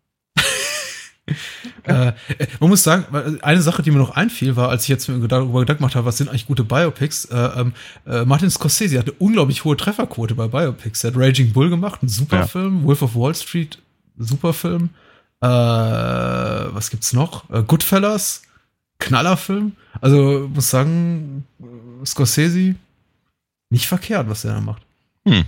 äh, man muss sagen, eine Sache, die mir noch einfiel, war, als ich jetzt mir darüber Gedanken gemacht habe, was sind eigentlich gute Biopics, äh, äh, Martin Scorsese hat eine unglaublich hohe Trefferquote bei Biopics. Er hat Raging Bull gemacht, ein super ja. Film, Wolf of Wall Street, super Film. Äh, was gibt's noch? Äh, Goodfellas, Knallerfilm. Also muss sagen, Scorsese nicht verkehrt, was er da macht. Hm.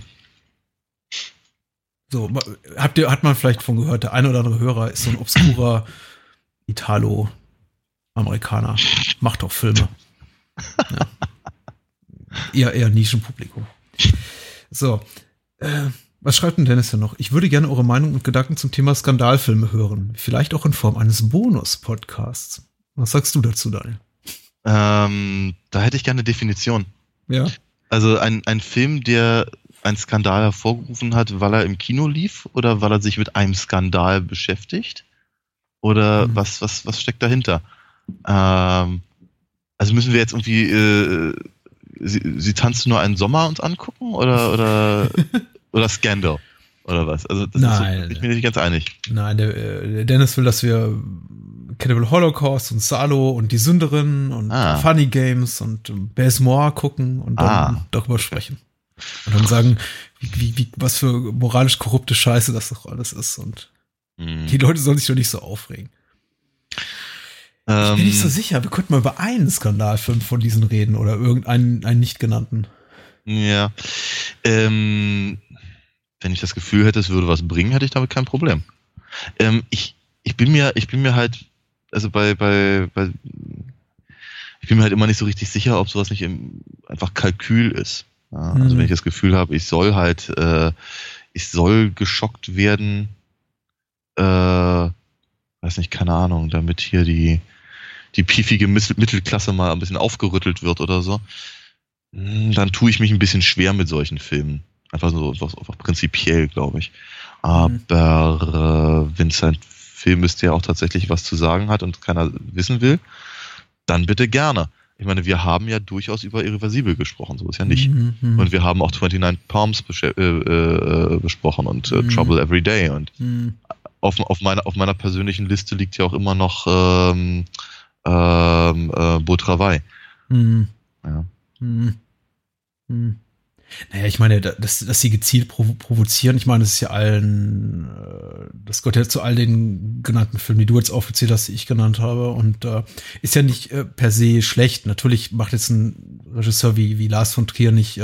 So, habt ihr, hat man vielleicht von gehört, der eine oder andere Hörer ist so ein obskurer Italo-Amerikaner. Macht auch Filme. Ja. Eher, eher Nischenpublikum. So, äh, was schreibt denn Dennis denn noch? Ich würde gerne eure Meinung und Gedanken zum Thema Skandalfilme hören. Vielleicht auch in Form eines Bonus-Podcasts. Was sagst du dazu, Daniel? Ähm, da hätte ich gerne eine Definition. Ja. Also ein, ein Film, der einen Skandal hervorgerufen hat, weil er im Kino lief oder weil er sich mit einem Skandal beschäftigt? Oder Mhm. was, was, was steckt dahinter? Ähm, also müssen wir jetzt irgendwie äh, sie, sie tanzt nur einen Sommer uns angucken oder oder oder Scandal oder was? Also das Nein. ist so, ich bin nicht ganz einig. Nein, der, äh, der Dennis will, dass wir Cannibal Holocaust und Salo und die Sünderin und Ah. Funny Games und ähm, Baz Moore gucken und dann Ah. darüber sprechen. Und dann sagen, wie, wie, wie, was für moralisch korrupte Scheiße das doch alles ist. Und Hm. die Leute sollen sich doch nicht so aufregen. Ich Ähm, bin nicht so sicher. Wir könnten mal über einen Skandalfilm von diesen reden oder irgendeinen einen nicht genannten. Ja. Ähm, wenn ich das Gefühl hätte, es würde was bringen, hätte ich damit kein Problem. Ähm, ich, ich bin mir, ich bin mir halt, also bei, bei, bei, ich bin mir halt immer nicht so richtig sicher, ob sowas nicht im, einfach Kalkül ist. Ja, also Mhm. wenn ich das Gefühl habe, ich soll halt, äh, ich soll geschockt werden, äh, weiß nicht, keine Ahnung, damit hier die, die piefige Mis- Mittelklasse mal ein bisschen aufgerüttelt wird oder so, hm, dann tue ich mich ein bisschen schwer mit solchen Filmen. Einfach so, einfach, einfach prinzipiell, glaube ich. Aber äh, wenn es ein Film ist, der auch tatsächlich was zu sagen hat und keiner wissen will, dann bitte gerne. Ich meine, wir haben ja durchaus über Irreversibel gesprochen, so ist ja nicht. Mhm, mhm. Und wir haben auch neunundzwanzig Palms besche- äh, äh, besprochen und äh, Mhm. Trouble Every Day. Und Mhm. auf, auf, meiner, auf meiner persönlichen Liste liegt ja auch immer noch ähm, ähm, äh, Beau Travail. Mhm. Ja. Hm. Hm. Naja, ich meine, da- dass, dass sie gezielt provo- provozieren, ich meine, das ist ja allen, äh, das gehört ja zu all den genannten Filmen, die du jetzt aufgezählt hast, die ich genannt habe, und äh, ist ja nicht äh, per se schlecht. Natürlich macht jetzt ein Regisseur wie, wie Lars von Trier nicht äh,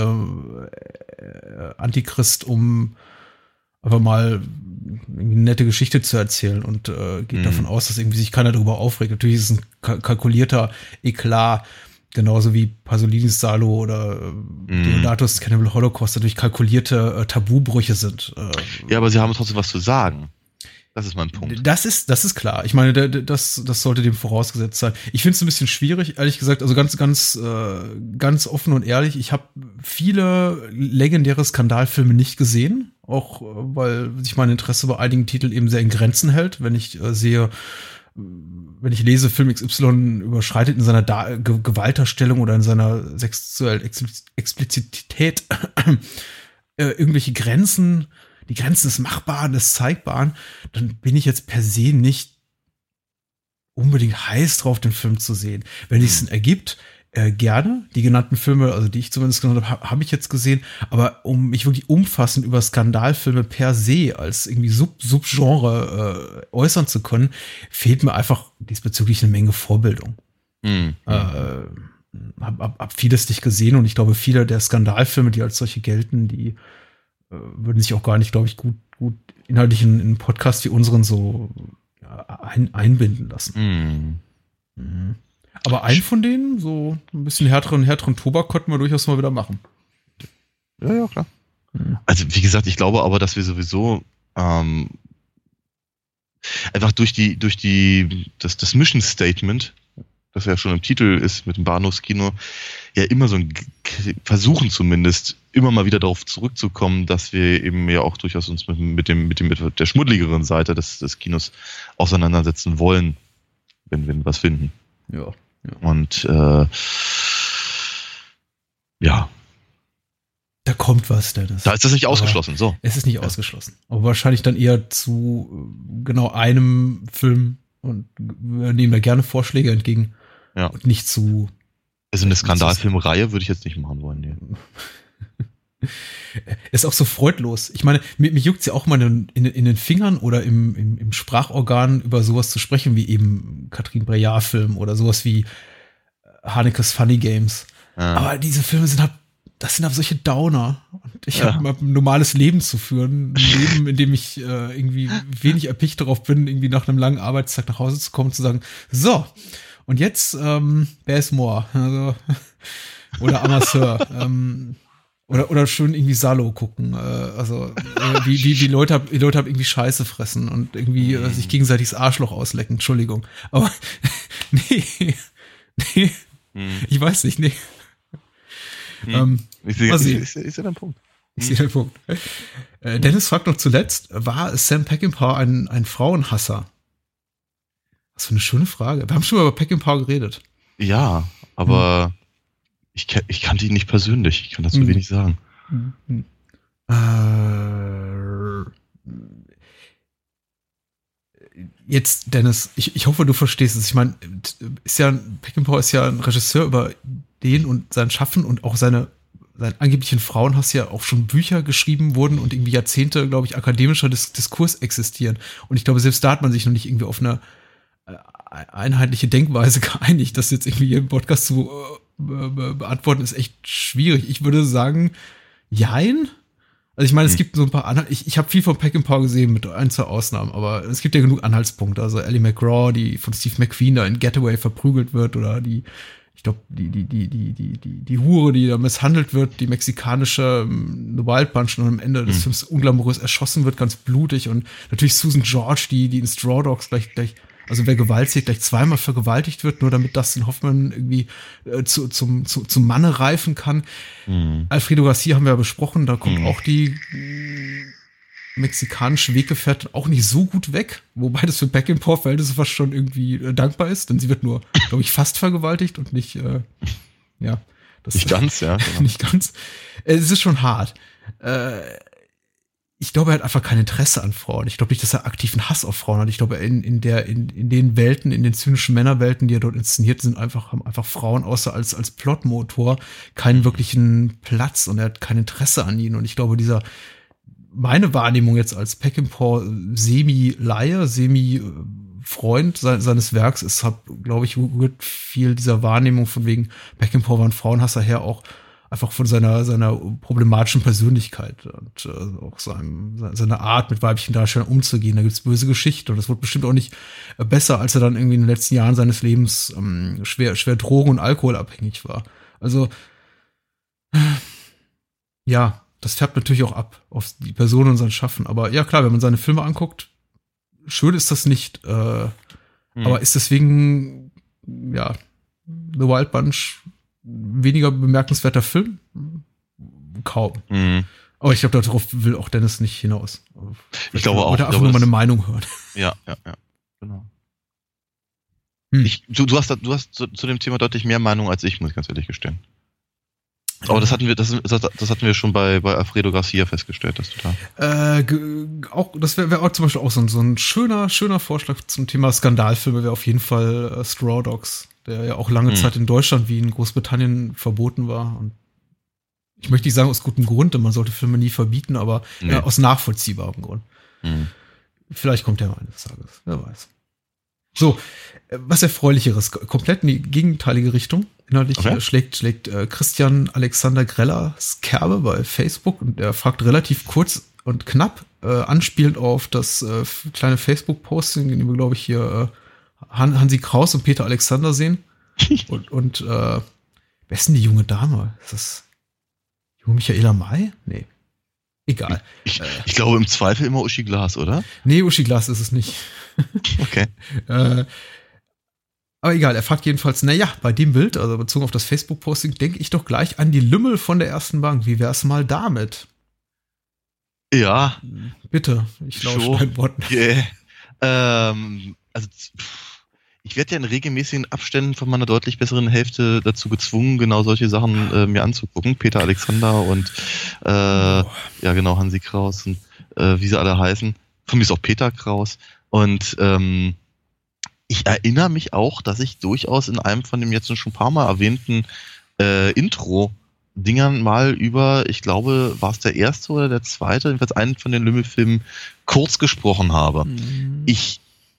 äh, Antichrist, um einfach mal eine nette Geschichte zu erzählen und äh, geht Mhm. davon aus, dass irgendwie sich keiner darüber aufregt. Natürlich ist es ein ka- kalkulierter Eklat, genauso wie Pasolinis Salo oder äh, Mhm. Deodatos Cannibal Holocaust natürlich kalkulierte äh, Tabubrüche sind. Äh, ja, aber sie haben trotzdem was zu sagen. Das ist mein Punkt. Das ist, das ist klar. Ich meine, der- der- das, das sollte dem vorausgesetzt sein. Ich finde es ein bisschen schwierig, ehrlich gesagt, also ganz, ganz, äh, ganz offen und ehrlich. Ich habe viele legendäre Skandalfilme nicht gesehen, auch äh, weil sich mein Interesse bei einigen Titeln eben sehr in Grenzen hält. Wenn ich äh, sehe, wenn ich lese, Film X Y überschreitet in seiner da Ge Gewaltdarstellung oder in seiner sexuellen Expliz Explizität äh, irgendwelche Grenzen, die Grenzen des Machbaren, des Zeigbaren, dann bin ich jetzt per se nicht unbedingt heiß drauf, den Film zu sehen. Wenn es Hm. ergibt, äh, gerne. Die genannten Filme, also die ich zumindest genannt habe, habe hab ich jetzt gesehen. Aber um mich wirklich umfassend über Skandalfilme per se als irgendwie Sub Subgenre äh, äußern zu können, fehlt mir einfach diesbezüglich eine Menge Vorbildung. Mhm. Äh, hab, hab, hab vieles nicht gesehen und ich glaube, viele der Skandalfilme, die als solche gelten, die äh, würden sich auch gar nicht, glaube ich, gut, gut inhaltlich in, in einen Podcast wie unseren so ja, ein, einbinden lassen. Mhm. Mhm. Aber einen von denen, so ein bisschen härteren, härteren Tobak, konnten wir durchaus mal wieder machen. Ja, ja, klar. Mhm. Also, wie gesagt, ich glaube aber, dass wir sowieso ähm, einfach durch die, durch die, das, das Mission Statement, das ja schon im Titel ist mit dem Bahnhofskino, ja immer so ein G- versuchen zumindest, immer mal wieder darauf zurückzukommen, dass wir eben ja auch durchaus uns mit, mit dem, mit dem, mit der schmuddligeren Seite des, des Kinos auseinandersetzen wollen, wenn wir was finden. Ja. Ja. Und äh, ja, Da kommt was, Dennis. da ist das nicht Aber ausgeschlossen. So. Es ist nicht ausgeschlossen. Aber wahrscheinlich dann eher zu äh, genau einem Film und wir nehmen da gerne Vorschläge entgegen. Ja. Und nicht zu. Also eine Skandalfilmreihe würde ich jetzt nicht machen wollen. Nee. Ist auch so freudlos. Ich meine, mir, mir juckt es ja auch mal in, in, in den Fingern oder im, im, im Sprachorgan über sowas zu sprechen, wie eben Katrin Breillat-Film oder sowas wie Hanekes Funny Games. Ja. Aber diese Filme sind halt, das sind halt solche Downer. Und ich Ja. habe ein normales Leben zu führen. Ein Leben, in dem ich äh, irgendwie wenig erpicht darauf bin, irgendwie nach einem langen Arbeitstag nach Hause zu kommen und zu sagen, so, und jetzt, ähm, Baz Moore, also, oder Amateur, ähm, oder, oder schön irgendwie Salo gucken, äh, also, äh, wie, wie, wie Leute, wie Leute haben irgendwie Scheiße fressen und irgendwie äh, sich gegenseitig das Arschloch auslecken, Entschuldigung. Aber, nee, nee, Hm. ich weiß nicht, nee. Hm. Ähm, Ich sehe mal ich, sehen. ich, ich seh deinen Punkt. Ich sehe den Punkt. Äh, Dennis fragt noch zuletzt, war Sam Peckinpah ein, ein Frauenhasser? Was für eine schöne Frage. Wir haben schon mal über Peckinpah geredet. Ja, aber hm. ich, ich kannte ihn nicht persönlich. Ich kann dazu hm. wenig sagen. Hm. Äh, jetzt, Dennis, ich, ich hoffe, du verstehst es. Ich meine, ist ja, Peckinpah ist ja ein Regisseur, über den und sein Schaffen und auch seine seinen angeblichen Frauenhass ja auch schon Bücher geschrieben wurden und irgendwie Jahrzehnte, glaube ich, akademischer Dis- Diskurs existieren. Und ich glaube, selbst da hat man sich noch nicht irgendwie auf eine äh, einheitliche Denkweise geeinigt. Das jetzt irgendwie hier im Podcast zu äh, be- beantworten, ist echt schwierig. Ich würde sagen, jein. Also ich meine, es hm. gibt so ein paar Anhalt. Ich, ich habe viel von Peckinpah gesehen, mit ein, zwei Ausnahmen, aber es gibt ja genug Anhaltspunkte. Also Ally McGraw, die von Steve McQueen da in Getaway verprügelt wird, oder die Ich glaube, die, die, die, die, die, die, die Hure, die da misshandelt wird, die mexikanische um, The Wild Bunch und am Ende des mhm. Films unglamourös erschossen wird, ganz blutig. Und natürlich Susan George, die, die in Straw Dogs gleich, gleich, also wer gewaltigt, gleich zweimal vergewaltigt wird, nur damit Dustin Hoffman irgendwie äh, zu, zum, zu, zum Manne reifen kann. Mhm. Alfredo Garcia haben wir ja besprochen, da kommt mhm. auch die mexikanische Weggefährtin auch nicht so gut weg, wobei das für Peckinpah-Verhältnisse fast schon irgendwie äh, dankbar ist, denn sie wird nur, glaube ich, fast vergewaltigt und nicht, äh, ja. Das, nicht ganz, ja. Genau. Nicht ganz. Äh, es ist schon hart. Äh, ich glaube, er hat einfach kein Interesse an Frauen. Ich glaube nicht, dass er aktiven Hass auf Frauen hat. Ich glaube, in, in der, in, in den Welten, in den zynischen Männerwelten, die er dort inszeniert, sind einfach, haben einfach Frauen außer als, als Plotmotor keinen wirklichen Platz und er hat kein Interesse an ihnen. Und ich glaube, dieser, meine Wahrnehmung jetzt als Peckinpah Semi-Laie, Semi-Freund se- seines Werks ist, hat, glaube ich, rührt viel dieser Wahrnehmung von wegen Peckinpah war ein Frauenhasser her auch einfach von seiner seiner problematischen Persönlichkeit und äh, auch seinem, seiner Art, mit weiblichen Darstellern umzugehen. Da gibt's böse Geschichten und das wird bestimmt auch nicht besser, als er dann irgendwie in den letzten Jahren seines Lebens ähm, schwer schwer drogen- und alkoholabhängig war. Also ja, das färbt natürlich auch ab auf die Person und sein Schaffen. Aber ja, klar, wenn man seine Filme anguckt, schön ist das nicht. Äh, mhm. Aber ist deswegen, ja, The Wild Bunch weniger bemerkenswerter Film? Kaum. Mhm. Aber ich glaube, darauf will auch Dennis nicht hinaus. Ich glaube auch. Oder einfach nur mal eine Meinung hören. Ja, ja, ja. Genau. Hm. Ich, du, du hast, du hast zu, zu dem Thema deutlich mehr Meinung als ich, muss ich ganz ehrlich gestehen. Aber das hatten wir, das, das, das hatten wir schon bei, bei Alfredo Garcia festgestellt, dass du da. Äh, g- auch, das wäre wär auch zum Beispiel auch so ein, so ein schöner, schöner Vorschlag zum Thema Skandalfilme, wäre auf jeden Fall äh, Straw Dogs, der ja auch lange hm. Zeit in Deutschland wie in Großbritannien verboten war. Und ich möchte nicht sagen aus gutem Grund, denn man sollte Filme nie verbieten, aber nee. äh, aus nachvollziehbarem Grund. Hm. Vielleicht kommt der mal eines Tages, wer weiß. So, was Erfreulicheres, komplett in die gegenteilige Richtung. Inhaltlich okay. schlägt, schlägt äh, Christian Alexander Grellers Kerbe bei Facebook und er fragt relativ kurz und knapp, äh, anspielend auf das äh, kleine Facebook-Posting, in dem wir, glaube ich, hier äh, Han- Hansi Kraus und Peter Alexander sehen. und und äh, wer ist denn die junge Dame? Ist das junge Michaela May? Nee. Egal. Ich, ich glaube im Zweifel immer Uschi Glas, oder? Nee, Uschi Glas ist es nicht. Okay. äh, aber egal, er fragt jedenfalls, naja, bei dem Bild, also bezogen auf das Facebook-Posting, denke ich doch gleich an die Lümmel von der ersten Bank. Wie wär's mal damit? Ja. Bitte, ich lausche deinen Worten. Yeah. Ähm, also ich werde ja in regelmäßigen Abständen von meiner deutlich besseren Hälfte dazu gezwungen, genau solche Sachen äh, mir anzugucken. Peter Alexander und äh, oh. ja genau, Hansi Kraus und äh, wie sie alle heißen. Von mir ist auch Peter Kraus. Und ähm, ich erinnere mich auch, dass ich durchaus in einem von dem jetzt schon ein paar Mal erwähnten äh, Intro-Dingern mal über, ich glaube, war es der erste oder der zweite, jedenfalls einen von den Lümmelfilmen kurz gesprochen habe. Mhm. Ich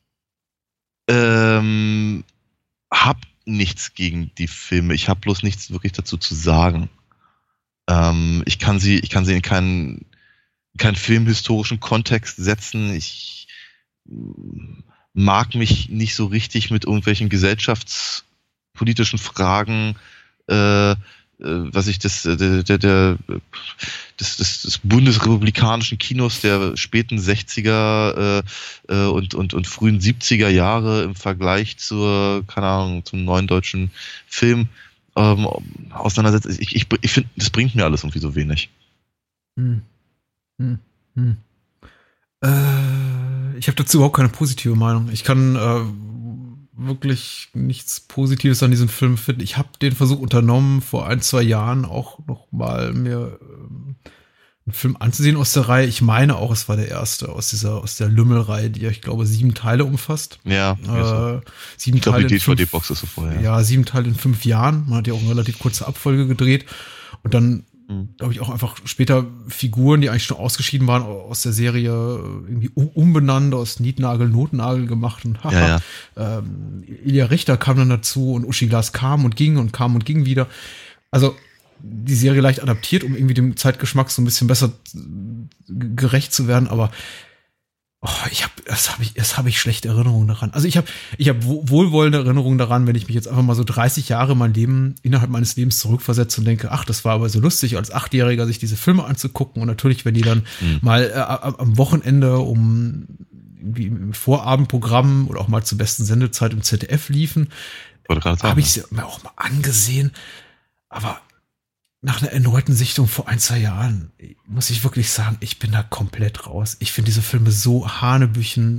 ähm, habe nichts gegen die Filme. Ich habe bloß nichts wirklich dazu zu sagen. Ähm, ich kann sie, ich kann sie in keinen, keinen filmhistorischen Kontext setzen. Ich mag mich nicht so richtig mit irgendwelchen gesellschaftspolitischen Fragen, äh, äh, was ich das, der, der, der, des, des, des bundesrepublikanischen Kinos der späten sechziger äh, äh, und, und, und frühen siebziger Jahre im Vergleich zur, keine Ahnung, zum neuen deutschen Film ähm, auseinandersetzt. Ich, ich, ich finde, das bringt mir alles irgendwie so wenig. Hm. Hm. Hm. Äh, ich habe dazu überhaupt keine positive Meinung. Ich kann, äh, wirklich nichts Positives an diesem Film finde. Ich habe den Versuch unternommen, vor ein, zwei Jahren auch noch mal mir ähm, einen Film anzusehen aus der Reihe. Ich meine auch, es war der erste aus dieser, aus der Lümmel-Reihe, die ja, ich glaube, sieben Teile umfasst. Ja. Äh, sieben ich glaube, Teile die in fünf, D V D-Box ist so vorher. Ja, sieben Teile in fünf Jahren. Man hat ja auch eine relativ kurze Abfolge gedreht. Und dann, Mhm. glaube ich, auch einfach später Figuren, die eigentlich schon ausgeschieden waren aus der Serie, irgendwie um- umbenannt, aus Nietnagel, Notnagel gemacht. Und haha, Ja, Ähm, Ilja Richter kam dann dazu und Uschi Glas kam und ging und kam und ging wieder. Also die Serie leicht adaptiert, um irgendwie dem Zeitgeschmack so ein bisschen besser g- gerecht zu werden, aber oh, ich habe, das habe ich, das habe ich schlechte Erinnerungen daran. Also ich habe, ich habe wohlwollende Erinnerungen daran, wenn ich mich jetzt einfach mal so dreißig Jahre mein Leben innerhalb meines Lebens zurückversetze und denke, ach, das war aber so lustig, als Achtjähriger sich diese Filme anzugucken. Und natürlich, wenn die dann Mhm. mal äh, am Wochenende um irgendwie im Vorabendprogramm oder auch mal zur besten Sendezeit im Z D F liefen, Wollte gerade sagen. habe ich sie mir auch mal angesehen. Aber nach einer erneuten Sichtung vor ein, zwei Jahren muss ich wirklich sagen, ich bin da komplett raus. Ich finde diese Filme so hanebüchen,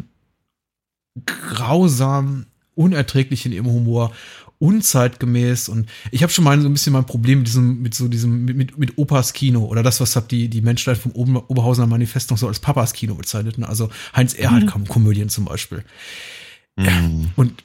grausam, unerträglich in ihrem Humor, unzeitgemäß. Und ich habe schon mal so ein bisschen mein Problem mit diesem, mit so diesem, mit, mit, mit Opas Kino oder das, was hab die, die Menschheit vom Ober- Oberhausener Manifest noch so als Papas Kino bezeichneten. Also Heinz Erhardt-Komödien zum Beispiel. Mhm. Und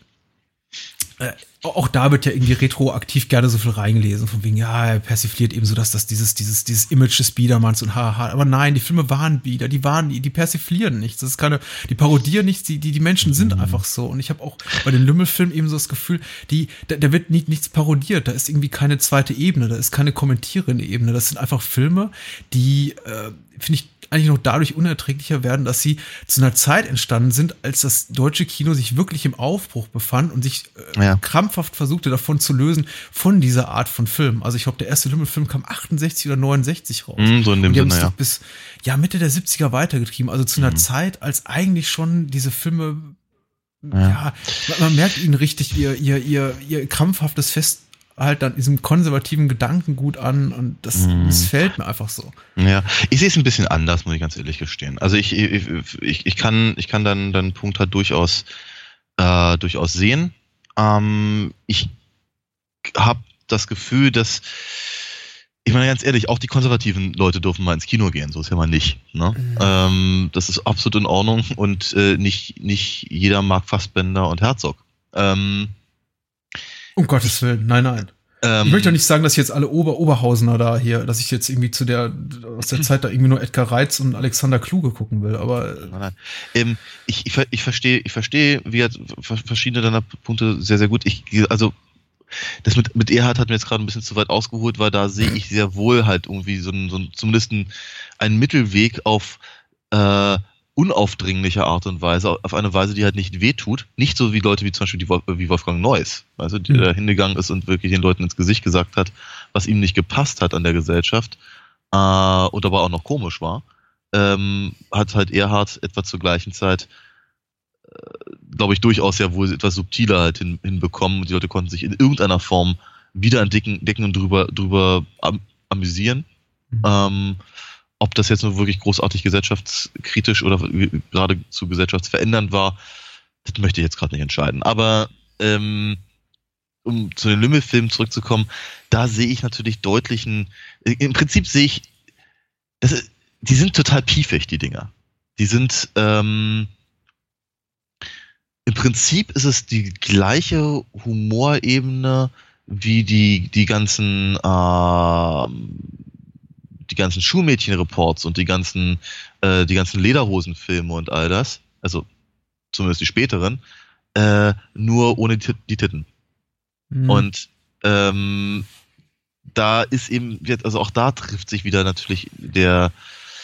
äh, auch da wird ja irgendwie retroaktiv gerne so viel reingelesen, von wegen, ja, er persifliert eben so, dass das dieses, dieses, dieses Image des Biedermanns und haha, aber nein, die Filme waren Bieder, die waren, die, die persiflieren nichts, das ist keine, die parodieren nichts, die, die, die Menschen sind einfach so. Und ich habe auch bei den Lümmelfilmen eben so das Gefühl, die, da, da wird nicht, nichts parodiert, da ist irgendwie keine zweite Ebene, da ist keine kommentierende Ebene, das sind einfach Filme, die, äh, finde ich, eigentlich noch dadurch unerträglicher werden, dass sie zu einer Zeit entstanden sind, als das deutsche Kino sich wirklich im Aufbruch befand und sich äh, Ja. krampfhaft versuchte, davon zu lösen, von dieser Art von Film. Also ich glaube, der erste Lümmelfilm kam achtundsechzig oder neunundsechzig raus. Mhm, so in dem und die haben Sinne, es ja. doch bis ja, Mitte der siebziger weitergetrieben. Also zu einer Zeit, als eigentlich schon diese Filme, ja, Ja. man, man merkt ihnen richtig ihr, ihr, ihr, ihr krampfhaftes Fest halt an diesem konservativen Gedankengut an und das, Mhm. das fällt mir einfach so. Ja, ich sehe es ein bisschen anders, muss ich ganz ehrlich gestehen. Also ich, ich, ich, ich kann, ich kann dann, dann Punkt halt durchaus, äh, durchaus sehen. Ähm, ich habe das Gefühl, dass, ich meine ganz ehrlich, auch die konservativen Leute dürfen mal ins Kino gehen, so ist ja mal nicht. Ne? Mhm. Ähm, das ist absolut in Ordnung und äh, nicht, nicht jeder mag Fassbender und Herzog. Ähm, Um Gottes Willen, nein, nein. ähm, Ich möchte doch nicht sagen, dass ich jetzt alle Ober Oberhausener da hier, dass ich jetzt irgendwie zu der, aus der Zeit da irgendwie nur Edgar Reitz und Alexander Kluge gucken will, aber Nein, nein. Ähm, ich, ich, ver- ich verstehe, ich verstehe, wie gesagt, ver- verschiedene deiner Punkte sehr, sehr gut. Ich, also, das mit, mit Erhard hat mir jetzt gerade ein bisschen zu weit ausgeholt, weil da sehe ich sehr wohl halt irgendwie so ein, so ein zumindest ein, einen Mittelweg auf, äh, unaufdringliche Art und Weise, auf eine Weise, die halt nicht wehtut. Nicht so wie Leute wie zum Beispiel die, Wolf- wie Wolfgang Neuss, also die Mhm. da hingegangen ist und wirklich den Leuten ins Gesicht gesagt hat, was ihm nicht gepasst hat an der Gesellschaft, äh, und aber auch noch komisch war. Ähm, hat halt Erhard etwa zur gleichen Zeit, äh, glaube ich, durchaus ja wohl etwas subtiler halt hin, hinbekommen und die Leute konnten sich in irgendeiner Form wieder entdecken decken und drüber, drüber am, amüsieren. Mhm. Ähm, ob das jetzt nur wirklich großartig gesellschaftskritisch oder geradezu gesellschaftsverändernd war, das möchte ich jetzt gerade nicht entscheiden. Aber ähm, um zu den Lümmelfilmen zurückzukommen, da sehe ich natürlich deutlichen, im Prinzip sehe ich, das ist, die sind total piefig, die Dinger. Die sind, ähm, im Prinzip ist es die gleiche Humorebene wie die, die ganzen, ähm, die ganzen Schulmädchen-Reports und die ganzen, äh, die ganzen Lederhosen-Filme und all das, also zumindest die späteren, äh, nur ohne die, die Titten. Mhm. Und ähm, da ist eben, also auch da trifft sich wieder natürlich der,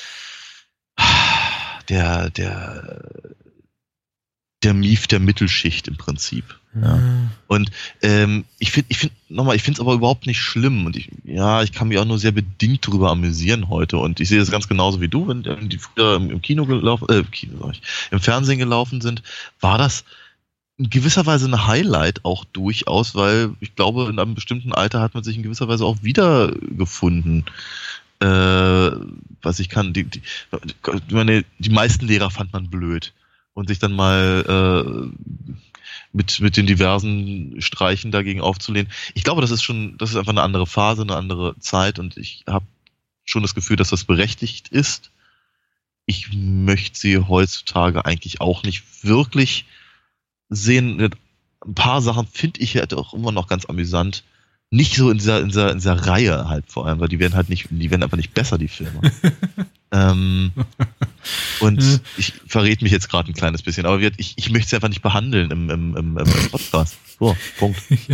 der, der, der Mief der Mittelschicht im Prinzip. Ja. Und ähm, ich finde, ich finde, nochmal, ich finde es aber überhaupt nicht schlimm. Und ich, ja, ich kann mich auch nur sehr bedingt drüber amüsieren heute. Und ich sehe das ganz genauso wie du, wenn die früher im Kino gelaufen, äh, Kino, sag ich, im Fernsehen gelaufen sind, war das in gewisser Weise ein Highlight auch durchaus, weil ich glaube, in einem bestimmten Alter hat man sich in gewisser Weise auch wiedergefunden. Äh, was ich kann, die, die, meine, die meisten Lehrer fand man blöd. Und sich dann mal, mit, mit den diversen Streichen dagegen aufzulehnen. Ich glaube, das ist schon, das ist einfach eine andere Phase, eine andere Zeit und ich habe schon das Gefühl, dass das berechtigt ist. Ich möchte sie heutzutage eigentlich auch nicht wirklich sehen. Ein paar Sachen finde ich halt auch immer noch ganz amüsant. Nicht so in dieser, in dieser, in dieser Reihe halt vor allem, weil die werden halt nicht, die werden einfach nicht besser, die Filme. ähm, und ich verrät mich jetzt gerade ein kleines bisschen, aber ich, ich möchte sie einfach nicht behandeln im, im, im, im Podcast. So, Punkt. Ja.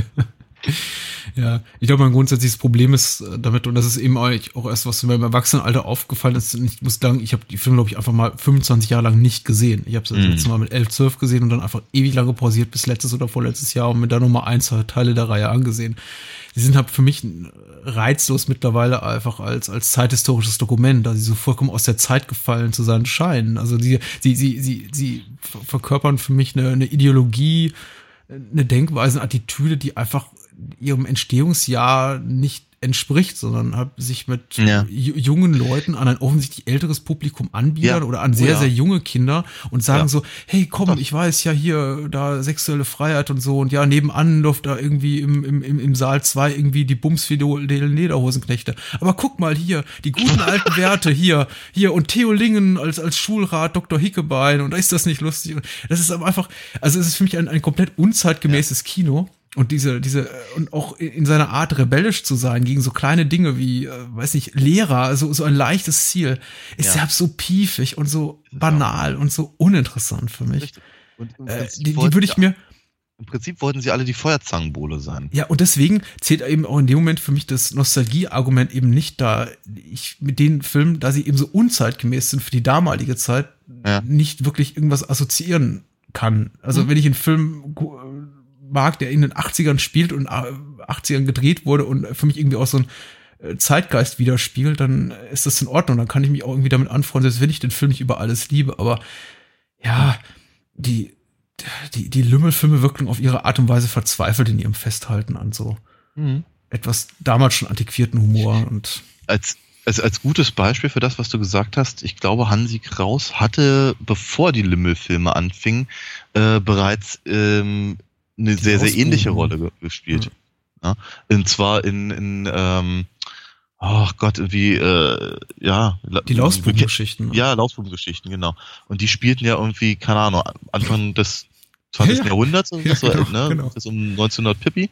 Ja, ich glaube, mein grundsätzliches Problem ist damit, und das ist eben auch erst, was mir im Erwachsenenalter aufgefallen ist, ich muss sagen, ich habe die Filme, glaube ich, einfach mal fünfundzwanzig Jahre lang nicht gesehen. Ich habe sie das letzte Mal mit elf, zwölf gesehen und dann einfach ewig lange pausiert bis letztes oder vorletztes Jahr und mir dann nochmal ein, zwei Teile der Reihe angesehen. Die sind halt für mich reizlos mittlerweile einfach als, als zeithistorisches Dokument, da sie so vollkommen aus der Zeit gefallen zu sein scheinen. Also sie, sie, sie, sie, sie verkörpern für mich eine, eine Ideologie, eine Denkweise, eine Attitüde, die einfach ihrem Entstehungsjahr nicht entspricht, sondern halt sich mit ja. jungen Leuten an ein offensichtlich älteres Publikum anbiedern ja. oder an sehr, oh, ja. sehr junge Kinder und sagen ja. so, hey, komm, Ach. ich weiß ja hier, da sexuelle Freiheit und so und ja, nebenan läuft da irgendwie im, im, im Saal zwei irgendwie die bumsfidelen Lederhosenknechte. Aber guck mal hier, die guten alten Werte hier, hier und Theo Lingen als, als Schulrat, Doktor Hickebein und da ist das nicht lustig. Das ist aber einfach, also es ist für mich ein, ein komplett unzeitgemäßes ja. Kino. Und diese, diese, und auch in seiner Art rebellisch zu sein gegen so kleine Dinge wie, äh, weiß nicht, Lehrer, so, so ein leichtes Ziel, ist ja so piefig und so banal ja. und so uninteressant für mich. Und im äh, die, die würde ich mir. Im Prinzip wollten sie alle die Feuerzangenbowle sein. Ja, und deswegen zählt eben auch in dem Moment für mich das Nostalgie-Argument eben nicht da. Ich mit den Filmen, da sie eben so unzeitgemäß sind für die damalige Zeit, ja. nicht wirklich irgendwas assoziieren kann. Also hm. wenn ich einen Film mag, der in den achtzigern spielt und achtzigern gedreht wurde und für mich irgendwie auch so ein Zeitgeist widerspiegelt, dann ist das in Ordnung. Dann kann ich mich auch irgendwie damit anfreunden, selbst wenn ich den Film nicht über alles liebe. Aber ja, die, die, die Lümmelfilme wirken auf ihre Art und Weise verzweifelt in ihrem Festhalten an so mhm. etwas damals schon antiquierten Humor. Und als, als, als gutes Beispiel für das, was du gesagt hast, ich glaube, Hansi Kraus hatte, bevor die Lümmelfilme anfingen, äh, bereits ähm, eine sehr, sehr ähnliche Rolle ge- gespielt. Ja. Ja. Und zwar in, in ähm, ach Gott, irgendwie, äh, ja. Die Lausbubengeschichten. Ja, Lausbubengeschichten, genau. Und die spielten ja irgendwie, keine Ahnung, Anfang des zwanzigsten Ja. Jahrhunderts, oder ja, so, genau, ne? Genau. Das ist um neunzehnhundert Pippi.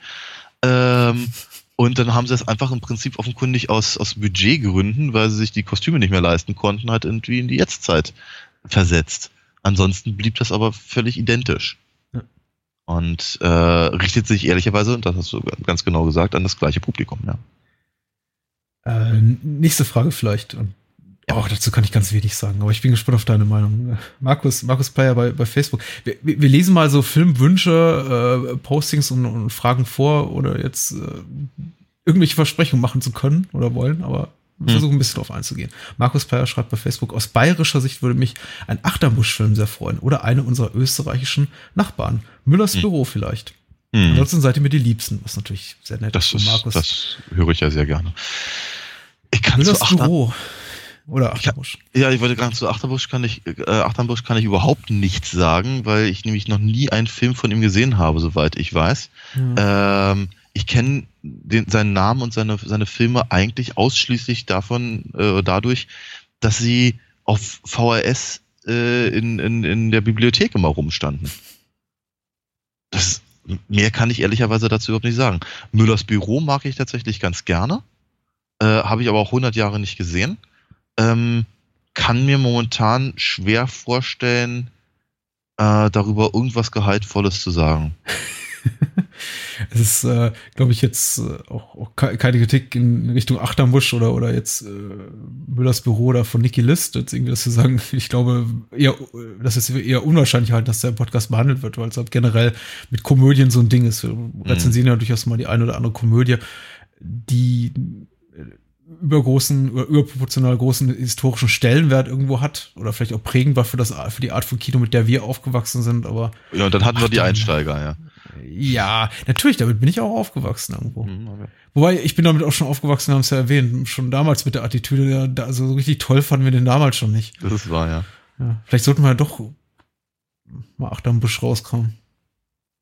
Ähm, und dann haben sie es einfach im Prinzip offenkundig aus, aus Budgetgründen, weil sie sich die Kostüme nicht mehr leisten konnten, halt irgendwie in die Jetztzeit versetzt. Ansonsten blieb das aber völlig identisch. Und äh, richtet sich ehrlicherweise, und das hast du ganz genau gesagt, an das gleiche Publikum, ja. Äh, nächste Frage vielleicht. Oh, dazu kann ich ganz wenig sagen, aber ich bin gespannt auf deine Meinung. Markus, Markus Player bei, bei Facebook. Wir, wir lesen mal so Filmwünsche, äh, Postings und, und Fragen vor, oder jetzt äh, irgendwelche Versprechungen machen zu können oder wollen, aber wir versuchen ein bisschen drauf einzugehen. Markus Player schreibt bei Facebook, aus bayerischer Sicht würde mich ein Achterbusch-Film sehr freuen oder eine unserer österreichischen Nachbarn. Müllers hm. Büro vielleicht. Hm. Ansonsten seid ihr mir die Liebsten, was natürlich sehr nett das ist. Ist, Markus. Das höre ich ja sehr gerne. Ich kann Müllers zu Achter- Büro oder Achterbusch. Ich kann, ja, ich wollte gerade zu Achterbusch kann ich, äh, Achterbusch kann ich überhaupt nichts sagen, weil ich nämlich noch nie einen Film von ihm gesehen habe, soweit ich weiß. Hm. Ähm, Ich kenne seinen Namen und seine, seine Filme eigentlich ausschließlich davon, äh, dadurch, dass sie auf V H S äh, in, in, in der Bibliothek immer rumstanden. Das, mehr kann ich ehrlicherweise dazu überhaupt nicht sagen. Müllers Büro mag ich tatsächlich ganz gerne. Äh, habe ich aber auch hundert Jahre nicht gesehen. Ähm, kann mir momentan schwer vorstellen, äh, darüber irgendwas Gehaltvolles zu sagen. Es ist, äh, glaube ich, jetzt äh, auch, auch keine Kritik in Richtung Achterbusch oder oder jetzt äh, Müllers Büro oder von Niki List, jetzt irgendwie das zu sagen. Ich glaube, eher, das ist eher unwahrscheinlich halt, dass der Podcast behandelt wird, weil es halt generell mit Komödien so ein Ding ist. Wir rezensieren mhm. ja durchaus mal die eine oder andere Komödie, die übergroßen oder überproportional großen historischen Stellenwert irgendwo hat oder vielleicht auch prägend war für das für die Art von Kino, mit der wir aufgewachsen sind. Aber ja, und dann hatten wir die Einsteiger, ja. Ja, natürlich, damit bin ich auch aufgewachsen irgendwo. Mhm, okay. Wobei, ich bin damit auch schon aufgewachsen, haben es ja erwähnt, schon damals mit der Attitüde, ja, da, also so richtig toll fanden wir den damals schon nicht. Das ist wahr, ja. Ja, vielleicht sollten wir ja doch mal Achterbusch rauskommen.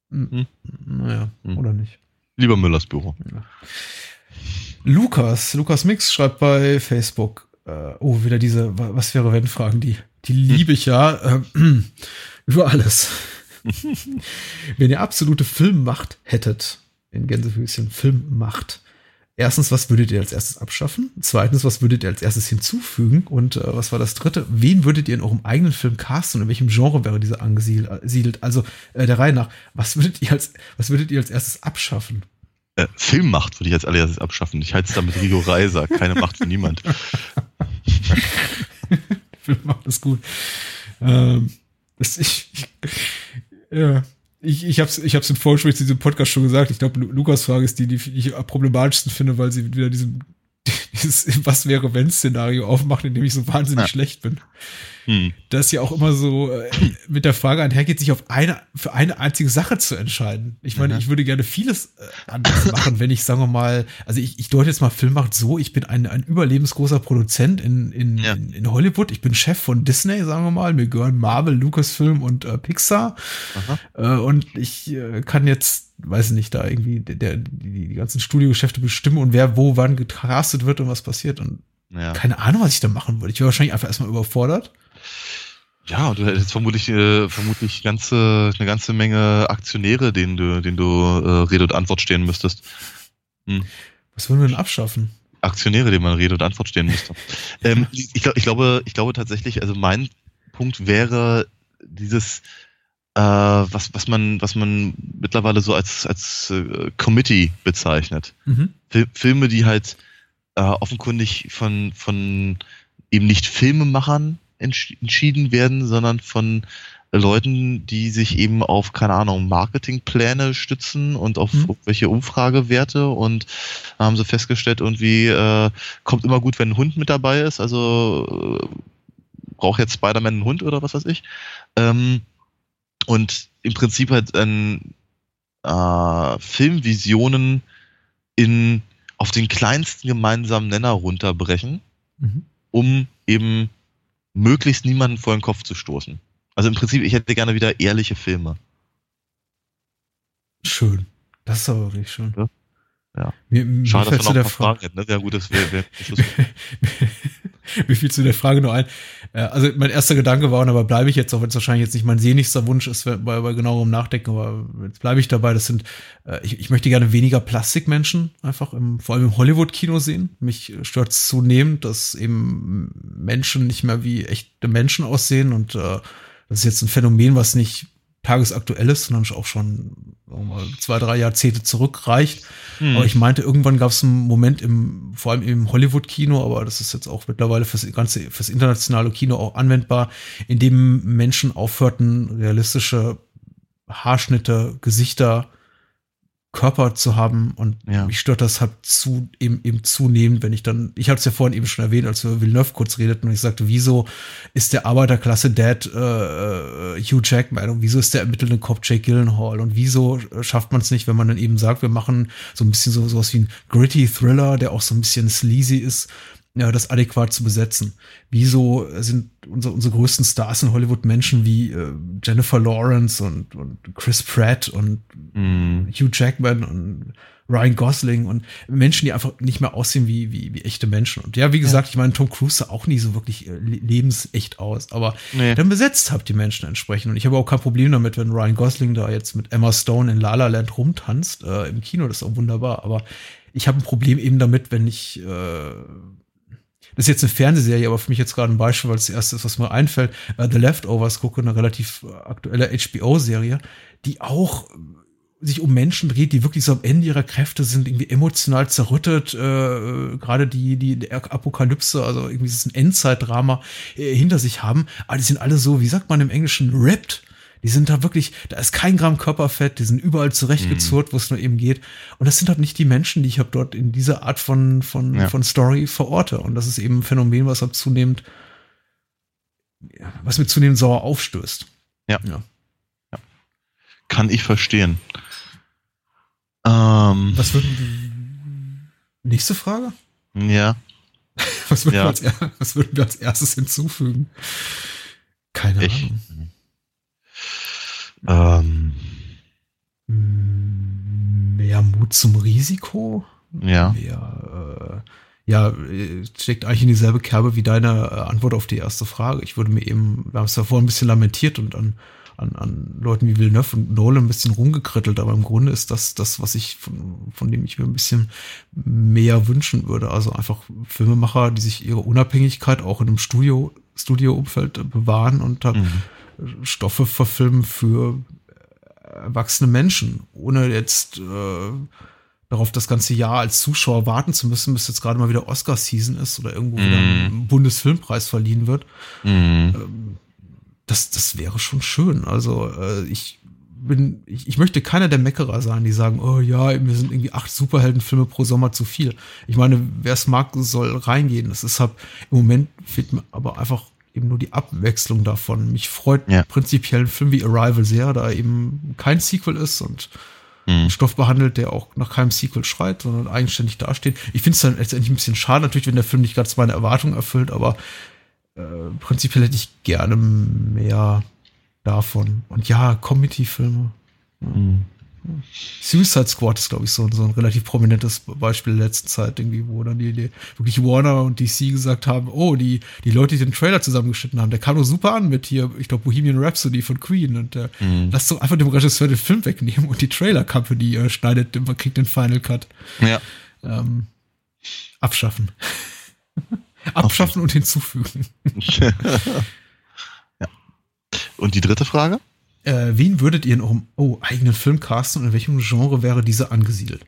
Hm. Naja, hm. oder nicht. Lieber Müllers Büro. Ja. Lukas, Lukas Mix schreibt bei Facebook, äh, oh, wieder diese Was wäre wenn Fragen, die, die liebe ich ja, äh, über alles. Wenn ihr absolute Filmmacht hättet, in Gänsefüßchen, Filmmacht, erstens, was würdet ihr als erstes abschaffen? Zweitens, was würdet ihr als erstes hinzufügen? Und äh, was war das dritte? Wen würdet ihr in eurem eigenen Film casten und in welchem Genre wäre dieser angesiedelt? Also äh, der Reihe nach, was würdet ihr als, was würdet ihr als erstes abschaffen? Äh, Filmmacht würde ich als allererstes abschaffen. Ich halte es da mit Rigo Reiser. Keine Macht für niemand. Filmmacht ist gut. Ähm, das, ich, ich, ja, ich, ich habe es ich hab's im Vorgespräch zu diesem Podcast schon gesagt. Ich glaube, Lukas Frage ist die, die ich am problematischsten finde, weil sie wieder diesem, dieses Was-wäre-wenn-Szenario aufmacht, in dem ich so wahnsinnig ja. schlecht bin. Hm. Das ja auch immer so äh, mit der Frage einhergeht, sich auf eine, für eine einzige Sache zu entscheiden. Ich meine, mhm. ich würde gerne vieles äh, anders machen, wenn ich, sagen wir mal, also ich, ich deute jetzt mal Filmmacht so, ich bin ein, ein überlebensgroßer Produzent in, in, ja. in, in Hollywood, ich bin Chef von Disney, sagen wir mal, mir gehören Marvel, Lucasfilm und äh, Pixar äh, und ich äh, kann jetzt, weiß nicht, da irgendwie der, die, die ganzen Studiogeschäfte bestimmen und wer wo wann gecastet wird und was passiert und ja. keine Ahnung, was ich da machen würde. Ich wäre wahrscheinlich einfach erstmal überfordert. Ja, du hättest vermutlich, äh, vermutlich ganze, eine ganze Menge Aktionäre, denen du, denen du äh, Rede und Antwort stehen müsstest. Hm. Was würden wir denn abschaffen? Aktionäre, denen man Rede und Antwort stehen müsste. ähm, ich, ich, glaub, ich glaube, ich glaube tatsächlich, also mein Punkt wäre dieses, äh, was, was man, was man mittlerweile so als, als äh, Committee bezeichnet. Mhm. Fil- Filme, die halt äh, offenkundig von, von eben nicht Filmemachern entschieden werden, sondern von Leuten, die sich eben auf, keine Ahnung, Marketingpläne stützen und auf mhm. welche Umfragewerte und haben sie festgestellt, irgendwie äh, kommt immer gut, wenn ein Hund mit dabei ist, also äh, braucht jetzt Spider-Man einen Hund oder was weiß ich. Ähm, und im Prinzip halt ein äh, Filmvisionen in auf den kleinsten gemeinsamen Nenner runterbrechen, mhm. um eben möglichst niemanden vor den Kopf zu stoßen. Also im Prinzip, ich hätte gerne wieder ehrliche Filme. Schön. Das ist aber wirklich schön. Ja. ja. Mir, mir Schade, dass wir noch ein paar Fra- Fragen hätten. Ne? Ja gut, das wäre wär Mir fiel zu der Frage nur ein. Also mein erster Gedanke war, und dabei bleibe ich jetzt, auch wenn es wahrscheinlich jetzt nicht mein sehnlichster Wunsch ist, bei, bei genauerem Nachdenken, aber jetzt bleibe ich dabei, das sind, ich, ich möchte gerne weniger Plastikmenschen einfach im, vor allem im Hollywood-Kino sehen. Mich stört es zunehmend, dass eben Menschen nicht mehr wie echte Menschen aussehen und äh, das ist jetzt ein Phänomen, was nicht tagesaktuell ist, sondern auch schon sagen wir mal, zwei, drei Jahrzehnte zurückreicht. Hm. Aber ich meinte, irgendwann gab es einen Moment im, vor allem im Hollywood-Kino, aber das ist jetzt auch mittlerweile fürs ganze, fürs internationale Kino auch anwendbar, in dem Menschen aufhörten, realistische Haarschnitte, Gesichter, Körper zu haben und ja. mich stört das halt zu, eben, eben zunehmend, wenn ich dann, ich hatte es ja vorhin eben schon erwähnt, als wir über Villeneuve kurz redeten und ich sagte, wieso ist der Arbeiterklasse-Dad äh, Hugh Jackman und wieso ist der ermittelnde Cop Jake Gyllenhaal und wieso schafft man es nicht, wenn man dann eben sagt, wir machen so ein bisschen so sowas wie ein gritty Thriller, der auch so ein bisschen sleazy ist, ja, das adäquat zu besetzen. Wieso sind unsere, unsere größten Stars in Hollywood Menschen wie äh, Jennifer Lawrence und, und Chris Pratt und mm. Hugh Jackman und Ryan Gosling und Menschen, die einfach nicht mehr aussehen wie, wie, wie echte Menschen. Und ja, wie gesagt, ja. ich meine, Tom Cruise sah auch nie so wirklich äh, lebensecht aus, aber nee. dann besetzt habt die Menschen entsprechend. Und ich habe auch kein Problem damit, wenn Ryan Gosling da jetzt mit Emma Stone in La La Land rumtanzt, äh, im Kino, das ist auch wunderbar. Aber ich habe ein Problem eben damit, wenn ich äh, das ist jetzt eine Fernsehserie, aber für mich jetzt gerade ein Beispiel, weil es das erste ist, was mir einfällt. Uh, The Leftovers gucke, eine relativ aktuelle H B O-Serie, die auch sich um Menschen dreht, die wirklich so am Ende ihrer Kräfte sind, irgendwie emotional zerrüttet, äh, gerade die, die, die Apokalypse, also irgendwie ist es ein Endzeitdrama äh, hinter sich haben, aber die sind alle so, wie sagt man im Englischen, ripped. Die sind da wirklich, da ist kein Gramm Körperfett, die sind überall zurechtgezurrt, mm. wo es nur eben geht. Und das sind halt nicht die Menschen, die ich habe dort in dieser Art von, von, ja. von Story verorte. Und das ist eben ein Phänomen, was halt zunehmend, was mir zunehmend sauer aufstößt. Ja. ja. ja. Kann ich verstehen. Ähm. Was würden die, nächste Frage? Ja. Was würden, ja. Wir, als, was würden wir als erstes hinzufügen? Keine ich. Ahnung. Ähm, Mehr Mut zum Risiko. Ja. Mehr, äh, ja, steckt eigentlich in dieselbe Kerbe wie deine Antwort auf die erste Frage. Ich würde mir eben, wir haben es ja vorhin ein bisschen lamentiert und an, an, an Leuten wie Villeneuve und Nolan ein bisschen rumgekrittelt, aber im Grunde ist das das, was ich, von, von dem ich mir ein bisschen mehr wünschen würde. Also einfach Filmemacher, die sich ihre Unabhängigkeit auch in einem Studio, Studio-Umfeld bewahren und da mhm. Stoffe verfilmen für erwachsene Menschen, ohne jetzt äh, darauf das ganze Jahr als Zuschauer warten zu müssen, bis jetzt gerade mal wieder Oscar-Season ist oder irgendwo mm. wieder ein Bundesfilmpreis verliehen wird. Mm. Ähm, das, das wäre schon schön. Also äh, ich bin, ich, ich möchte keiner der Meckerer sein, die sagen, oh ja, mir sind irgendwie acht Superheldenfilme pro Sommer zu viel. Ich meine, wer es mag, soll reingehen. Das ist halt, im Moment fehlt mir aber einfach eben nur die Abwechslung davon. Mich freut ja. prinzipiell ein Film wie Arrival sehr, da eben kein Sequel ist und einen Stoff behandelt, der auch nach keinem Sequel schreit, sondern eigenständig dasteht. Ich finde es dann letztendlich ein bisschen schade, natürlich, wenn der Film nicht ganz meine Erwartungen erfüllt, aber äh, prinzipiell hätte ich gerne mehr davon. Und ja, Comedy-Filme. Ja. Mhm. Suicide Squad ist, glaube ich, so, so ein relativ prominentes Beispiel der letzten Zeit, irgendwie, wo dann die, die wirklich Warner und D C gesagt haben, oh, die, die Leute, die den Trailer zusammengeschnitten haben, der kam doch super an mit hier, ich glaube, Bohemian Rhapsody von Queen und äh, mhm. lasst doch einfach dem Regisseur den Film wegnehmen und die Trailer Company äh, schneidet, kriegt den Final Cut. Ja. Ähm, abschaffen. Abschaffen und hinzufügen. Ja. Und die dritte Frage? Äh, wen würdet ihr in eurem oh, eigenen Film casten und in welchem Genre wäre dieser angesiedelt?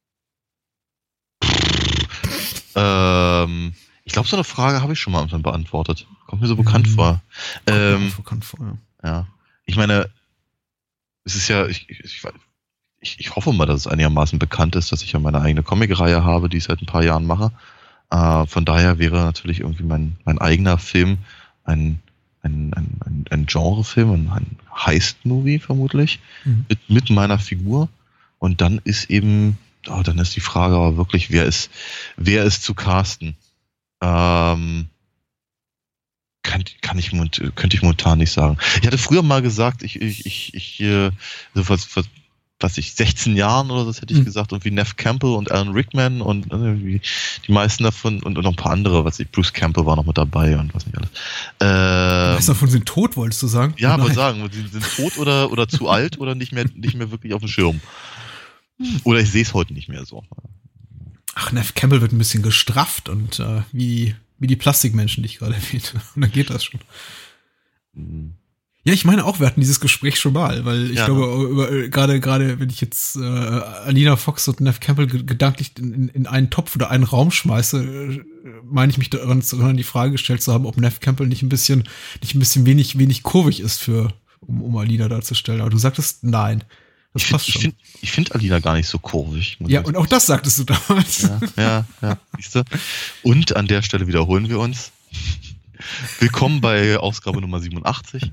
Ähm, ich glaube, so eine Frage habe ich schon mal beantwortet. Kommt mir so bekannt mhm. vor. Ähm, bekannt vor, ja. ja. Ich meine, es ist ja, ich, ich, ich, ich hoffe mal, dass es einigermaßen bekannt ist, dass ich ja meine eigene Comic-Reihe habe, die ich seit ein paar Jahren mache. Äh, von daher wäre natürlich irgendwie mein, mein eigener Film ein Ein, ein, ein, ein Genrefilm, ein, ein Heist-Movie vermutlich, mhm. mit, mit meiner Figur. Und dann ist eben, oh, dann ist die Frage aber wirklich, wer ist, wer ist zu casten? Ähm, kann, kann ich, könnte ich momentan nicht sagen. Ich hatte früher mal gesagt, ich, ich, ich, ich so was, was, was ich, sechzehn Jahren oder so hätte ich mhm. gesagt, und wie Neve Campbell und Alan Rickman und irgendwie die meisten davon und, und noch ein paar andere, was ich, Bruce Campbell war noch mit dabei und was nicht alles. Ähm, die meisten davon sind tot, wolltest du sagen? Ja, aber sagen, sie sind tot oder, oder zu alt oder nicht mehr, nicht mehr wirklich auf dem Schirm. Oder ich sehe es heute nicht mehr so. Ach, Neve Campbell wird ein bisschen gestrafft und äh, wie, wie die Plastikmenschen, die ich gerade erwähnte. Und dann geht das schon. Mhm. Ja, ich meine auch, wir hatten dieses Gespräch schon mal, weil ich ja. glaube, über, gerade gerade wenn ich jetzt äh, Alina Fox und Neve Campbell gedanklich in, in einen Topf oder einen Raum schmeiße, äh, meine ich mich daran zu erinnern, die Frage gestellt zu haben, ob Neve Campbell nicht ein bisschen nicht ein bisschen wenig wenig kurvig ist für um, um Alina darzustellen. Aber du sagtest nein. Das ich passt find, schon. Ich finde ich find Alina gar nicht so kurvig. Ja, und auch das sagtest du damals. Ja, ja, ja, siehst du. Und an der Stelle wiederholen wir uns. Willkommen bei Ausgabe Nummer siebenundachtzig.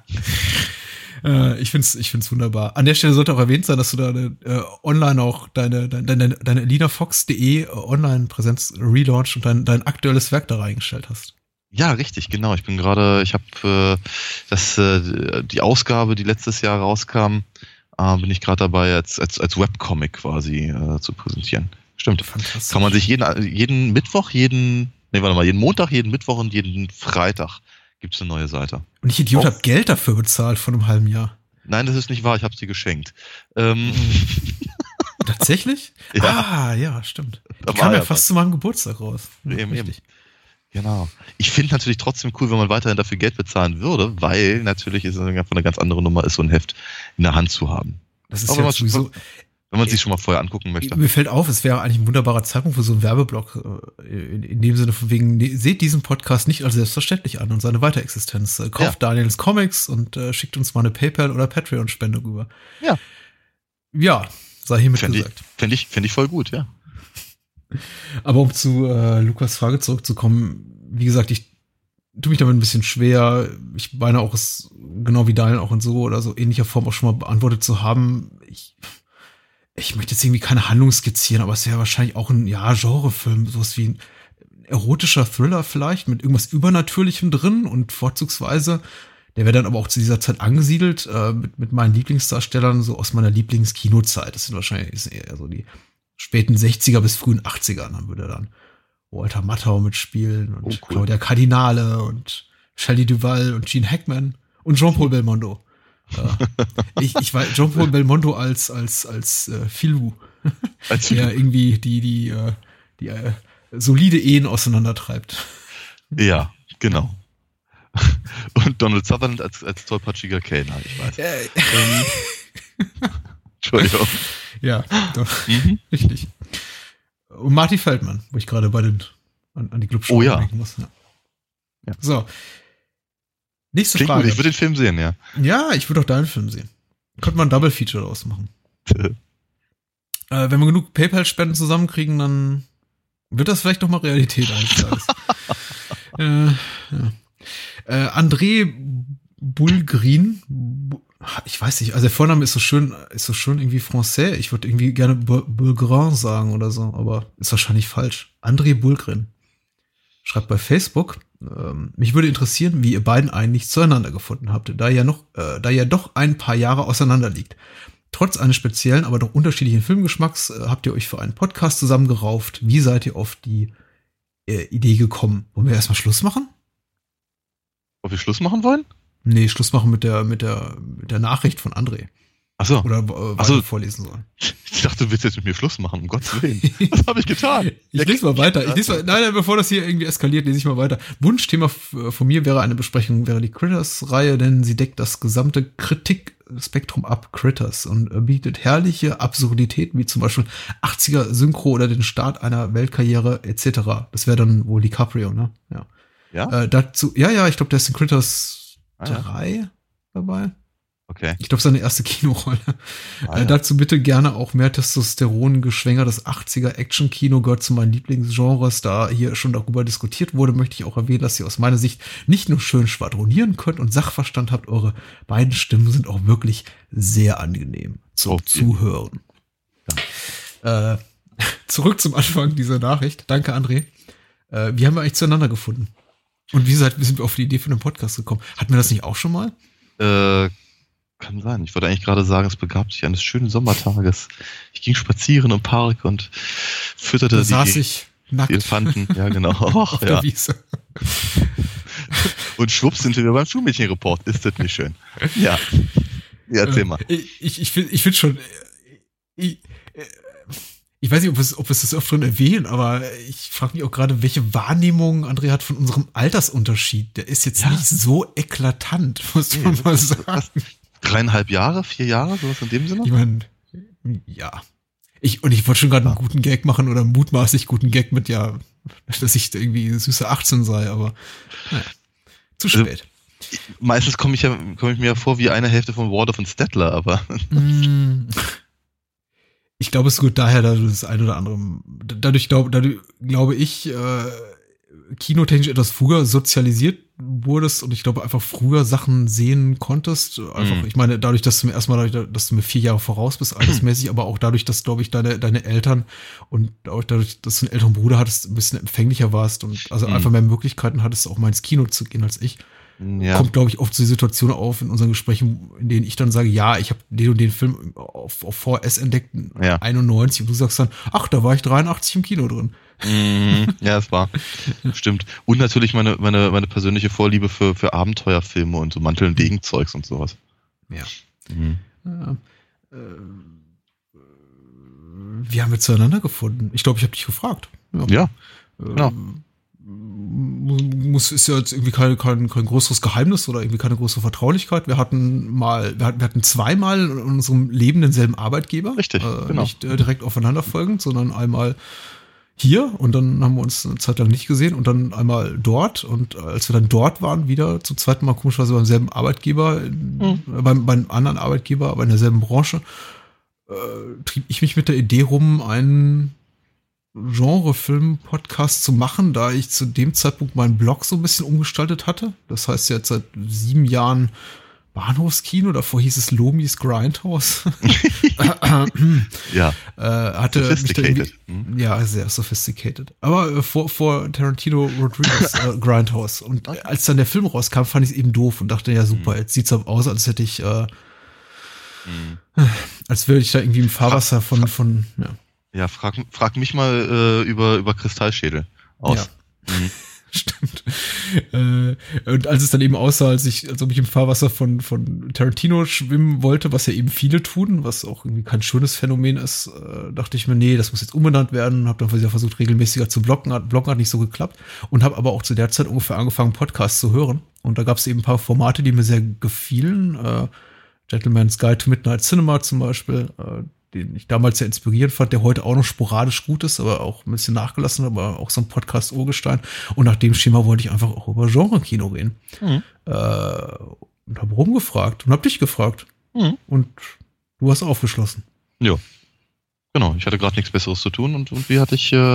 äh, ich find's, ich find's wunderbar. An der Stelle sollte auch erwähnt sein, dass du da äh, online auch deine, deine, deine, deine alinafox.de Online-Präsenz relaunch und dein, dein aktuelles Werk da reingestellt hast. Ja, richtig, genau. Ich bin gerade, ich habe äh, das äh, die Ausgabe, die letztes Jahr rauskam, äh, bin ich gerade dabei, als, als, als Webcomic quasi äh, zu präsentieren. Stimmt. Fantastisch. Kann man sich jeden, jeden Mittwoch, jeden Nee, warte mal, jeden Montag, jeden Mittwoch und jeden Freitag gibt's eine neue Seite. Und ich Idiot, hab Geld dafür bezahlt vor einem halben Jahr. Nein, das ist nicht wahr, ich habe sie geschenkt. Ähm. Tatsächlich? Ja. Ah, ja, stimmt. Die kam ja, ja fast was. zu meinem Geburtstag raus. Ja, eben, eben. Genau. Ich finde natürlich trotzdem cool, wenn man weiterhin dafür Geld bezahlen würde, weil natürlich ist es eine ganz andere Nummer, ist so ein Heft in der Hand zu haben. Das ist aber ja sowieso... Wenn man sich schon mal vorher angucken möchte. Mir fällt auf, es wäre eigentlich ein wunderbarer Zeitpunkt für so einen Werbeblock. In, in dem Sinne von wegen, seht diesen Podcast nicht als selbstverständlich an und seine Weiterexistenz. Kauft ja. Daniels Comics und äh, schickt uns mal eine PayPal- oder Patreon-Spende rüber. Ja. Ja, sei hiermit fänd gesagt. Ich, Fände ich, fänd ich voll gut, ja. Aber um zu äh, Lukas Frage zurückzukommen, wie gesagt, ich tue mich damit ein bisschen schwer. Ich meine auch, es genau wie Daniel auch in so oder so ähnlicher Form auch schon mal beantwortet zu haben. Ich Ich möchte jetzt irgendwie keine Handlung skizzieren, aber es wäre wahrscheinlich auch ein, ja, Genrefilm, sowas wie ein erotischer Thriller vielleicht, mit irgendwas Übernatürlichem drin und vorzugsweise Der wäre dann aber auch zu dieser Zeit angesiedelt, äh, mit, mit meinen Lieblingsdarstellern, so aus meiner Lieblingskinozeit. Das sind wahrscheinlich eher so die späten sechziger bis frühen achtziger. Dann würde dann Walter Matthau mitspielen und oh, cool. Claudia Cardinale und Shelley Duvall und Gene Hackman und Jean-Paul Belmondo. äh, ich, ich weiß, Jean-Paul Belmondo als, als, als äh, Philou. Als der Philou. irgendwie die, die, äh, die äh, solide Ehen auseinandertreibt. Ja, genau. Und Donald Sutherland als, als tollpatschiger Kellner, ich weiß. Äh, ähm, Entschuldigung. Ja, doch. Mhm. Richtig. Und Marty Feldman, wo ich gerade bei den an, an die Clubshow oh, ja. denken muss. Ja. Ja. So. Nächste Klingt Frage. Gut, ich würde den Film sehen, ja. Ja, ich würde auch deinen Film sehen. Könnte man ein Double Feature daraus machen. äh, wenn wir genug PayPal-Spenden zusammenkriegen, dann wird das vielleicht noch mal Realität eines Tages. äh, ja. Äh, André Bulgrin, ich weiß nicht, also der Vorname ist so schön, ist so schön irgendwie Français. Ich würde irgendwie gerne Bulgrin sagen oder so, aber ist wahrscheinlich falsch. André Bulgrin schreibt bei Facebook, ähm, mich würde interessieren, wie ihr beiden eigentlich zueinander gefunden habt, da ihr noch, äh, da ihr doch ein paar Jahre auseinander liegt. Trotz eines speziellen, aber doch unterschiedlichen Filmgeschmacks äh, habt ihr euch für einen Podcast zusammengerauft. Wie seid ihr auf die äh, Idee gekommen? Wollen wir erstmal Schluss machen? Ob wir Schluss machen wollen? Nee, Schluss machen mit der, mit der, mit der Nachricht von André. Ach so. Oder äh, weiter Ach so. vorlesen sollen. Ich dachte, du willst jetzt mit mir Schluss machen, um Gottes Willen. Was habe ich getan? Ich lese mal weiter. Ich lese mal, nein, nein, bevor das hier irgendwie eskaliert, lese ich mal weiter. Wunschthema von mir wäre eine Besprechung, wäre die Critters-Reihe, denn sie deckt das gesamte Kritikspektrum ab, Critters, und bietet herrliche Absurditäten, wie zum Beispiel achtziger Synchro oder den Start einer Weltkarriere et cetera. Das wäre dann wohl DiCaprio, ne? Ja. Ja? Äh, dazu, ja, ja, ich glaube, der ist in Critters ah, ja. drei dabei. Okay. Ich glaube, seine erste Kinorolle. Ah, ja. äh, dazu bitte gerne auch mehr Testosteron geschwängertes achtziger Action-Kino, gehört zu meinen Lieblingsgenres. Da hier schon darüber diskutiert wurde, möchte ich auch erwähnen, dass ihr aus meiner Sicht nicht nur schön schwadronieren könnt und Sachverstand habt, eure beiden Stimmen sind auch wirklich sehr angenehm zum okay. Zuhören. Ja. Äh, zurück zum Anfang dieser Nachricht. Danke, André. Äh, wie haben wir eigentlich zueinander gefunden? Und wie seid, wie sind wir auf die Idee für den Podcast gekommen? Hatten wir das nicht auch schon mal? Äh, kann sein. Ich wollte eigentlich gerade sagen, es begab sich eines schönen Sommertages. Ich ging spazieren im Park und fütterte da die, saß ich nackt. die Elefanten. Ja, genau. Och, auf ja. der Wiese. Und schwupps sind wir beim Schulmädchenreport. Ist das nicht schön? Ja. Ja, erzähl mal. Ich, ich, ich finde ich find schon, ich, ich weiß nicht, ob es, ob es das öfteren erwähnen, aber ich frage mich auch gerade, welche Wahrnehmung André hat von unserem Altersunterschied. Der ist jetzt ja. nicht so eklatant, muss man nee, mal sagen. Dreieinhalb Jahre, vier Jahre, sowas in dem Sinne? Ich meine, ja. Ich, und ich wollte schon gerade einen guten Gag machen oder einen mutmaßlich guten Gag mit, ja, dass ich irgendwie süße achtzehn sei, aber naja, zu spät. Also, meistens komme ich, ja, komm ich mir ja vor wie eine Hälfte von Waldorf und Stettler, aber mm. Ich glaube, es rührt daher, dass du das ein oder andere, dadurch glaube, dadurch glaube ich, äh, kinotechnisch etwas früher sozialisiert wurdest und ich glaube einfach früher Sachen sehen konntest. Einfach, mm. ich meine, dadurch, dass du mir erstmal, dadurch, dass du mir vier Jahre voraus bist, altersmäßig, aber auch dadurch, dass, glaube ich, deine, deine Eltern und auch dadurch, dass du einen älteren Bruder hattest, ein bisschen empfänglicher warst und also mm. einfach mehr Möglichkeiten hattest, auch mal ins Kino zu gehen als ich. Ja. Kommt, glaube ich, oft so die Situation auf in unseren Gesprächen, in denen ich dann sage, ja, ich habe den und den Film auf, auf V H S entdeckt, ja. einundneunzig, und du sagst dann, ach, da war ich dreiundachtzig im Kino drin. Mm, ja, das war. Stimmt. Und natürlich meine, meine, meine persönliche Vorliebe für, für Abenteuerfilme und so Mantel- und Degenzeugs und sowas. Ja. Mhm. ja äh, wie haben wir zueinander gefunden? Ich glaube, ich habe dich gefragt. Ja, ja. Genau. Ähm, muss, ist ja jetzt irgendwie kein, kein, kein größeres Geheimnis oder irgendwie keine größere Vertraulichkeit. Wir hatten mal, wir hatten, wir hatten zweimal in unserem Leben denselben Arbeitgeber. Richtig, äh, genau. Nicht äh, direkt aufeinanderfolgend, sondern einmal hier und dann haben wir uns eine Zeit lang nicht gesehen und dann einmal dort und als wir dann dort waren, wieder zum zweiten Mal komischerweise beim selben Arbeitgeber, mhm. äh, beim, beim anderen Arbeitgeber, aber in derselben Branche, äh, trieb ich mich mit der Idee rum, einen Genre-Film-Podcast zu machen, da ich zu dem Zeitpunkt meinen Blog so ein bisschen umgestaltet hatte. Das heißt, jetzt seit sieben Jahren Bahnhofskino, davor hieß es Lomis Grindhouse. Ja. Äh, hatte Sophisticated. Mich ja, sehr sophisticated. Aber äh, vor, vor Tarantino Rodriguez äh, Grindhouse. Und Okay. als dann der Film rauskam, fand ich es eben doof und dachte, ja super, jetzt sieht's aber aus, als hätte ich, äh, Mhm. als würde ich da irgendwie im Fahrwasser von, von, ja. Ja, frag, frag mich mal äh, über, über Kristallschädel aus. Ja. Mhm. Stimmt. Äh, und als es dann eben aussah, als ich, als ob ich im Fahrwasser von, von Tarantino schwimmen wollte, was ja eben viele tun, was auch irgendwie kein schönes Phänomen ist, äh, dachte ich mir, nee, das muss jetzt umbenannt werden. Habe dann wieder versucht, regelmäßiger zu blocken. Hat, blocken hat nicht so geklappt. Und habe aber auch zu der Zeit ungefähr angefangen, Podcasts zu hören. Und da gab es eben ein paar Formate, die mir sehr gefielen. Äh, Gentleman's Guide to Midnight Cinema zum Beispiel, äh, den ich damals sehr inspirierend fand, der heute auch noch sporadisch gut ist, aber auch ein bisschen nachgelassen, aber auch so ein Podcast-Urgestein. Und nach dem Schema wollte ich einfach auch über Genre-Kino reden. Mhm. Äh, und habe rumgefragt und habe dich gefragt. Mhm. Und du hast aufgeschlossen. Ja. Genau, ich hatte gerade nichts Besseres zu tun und, und wie hatte ich, äh,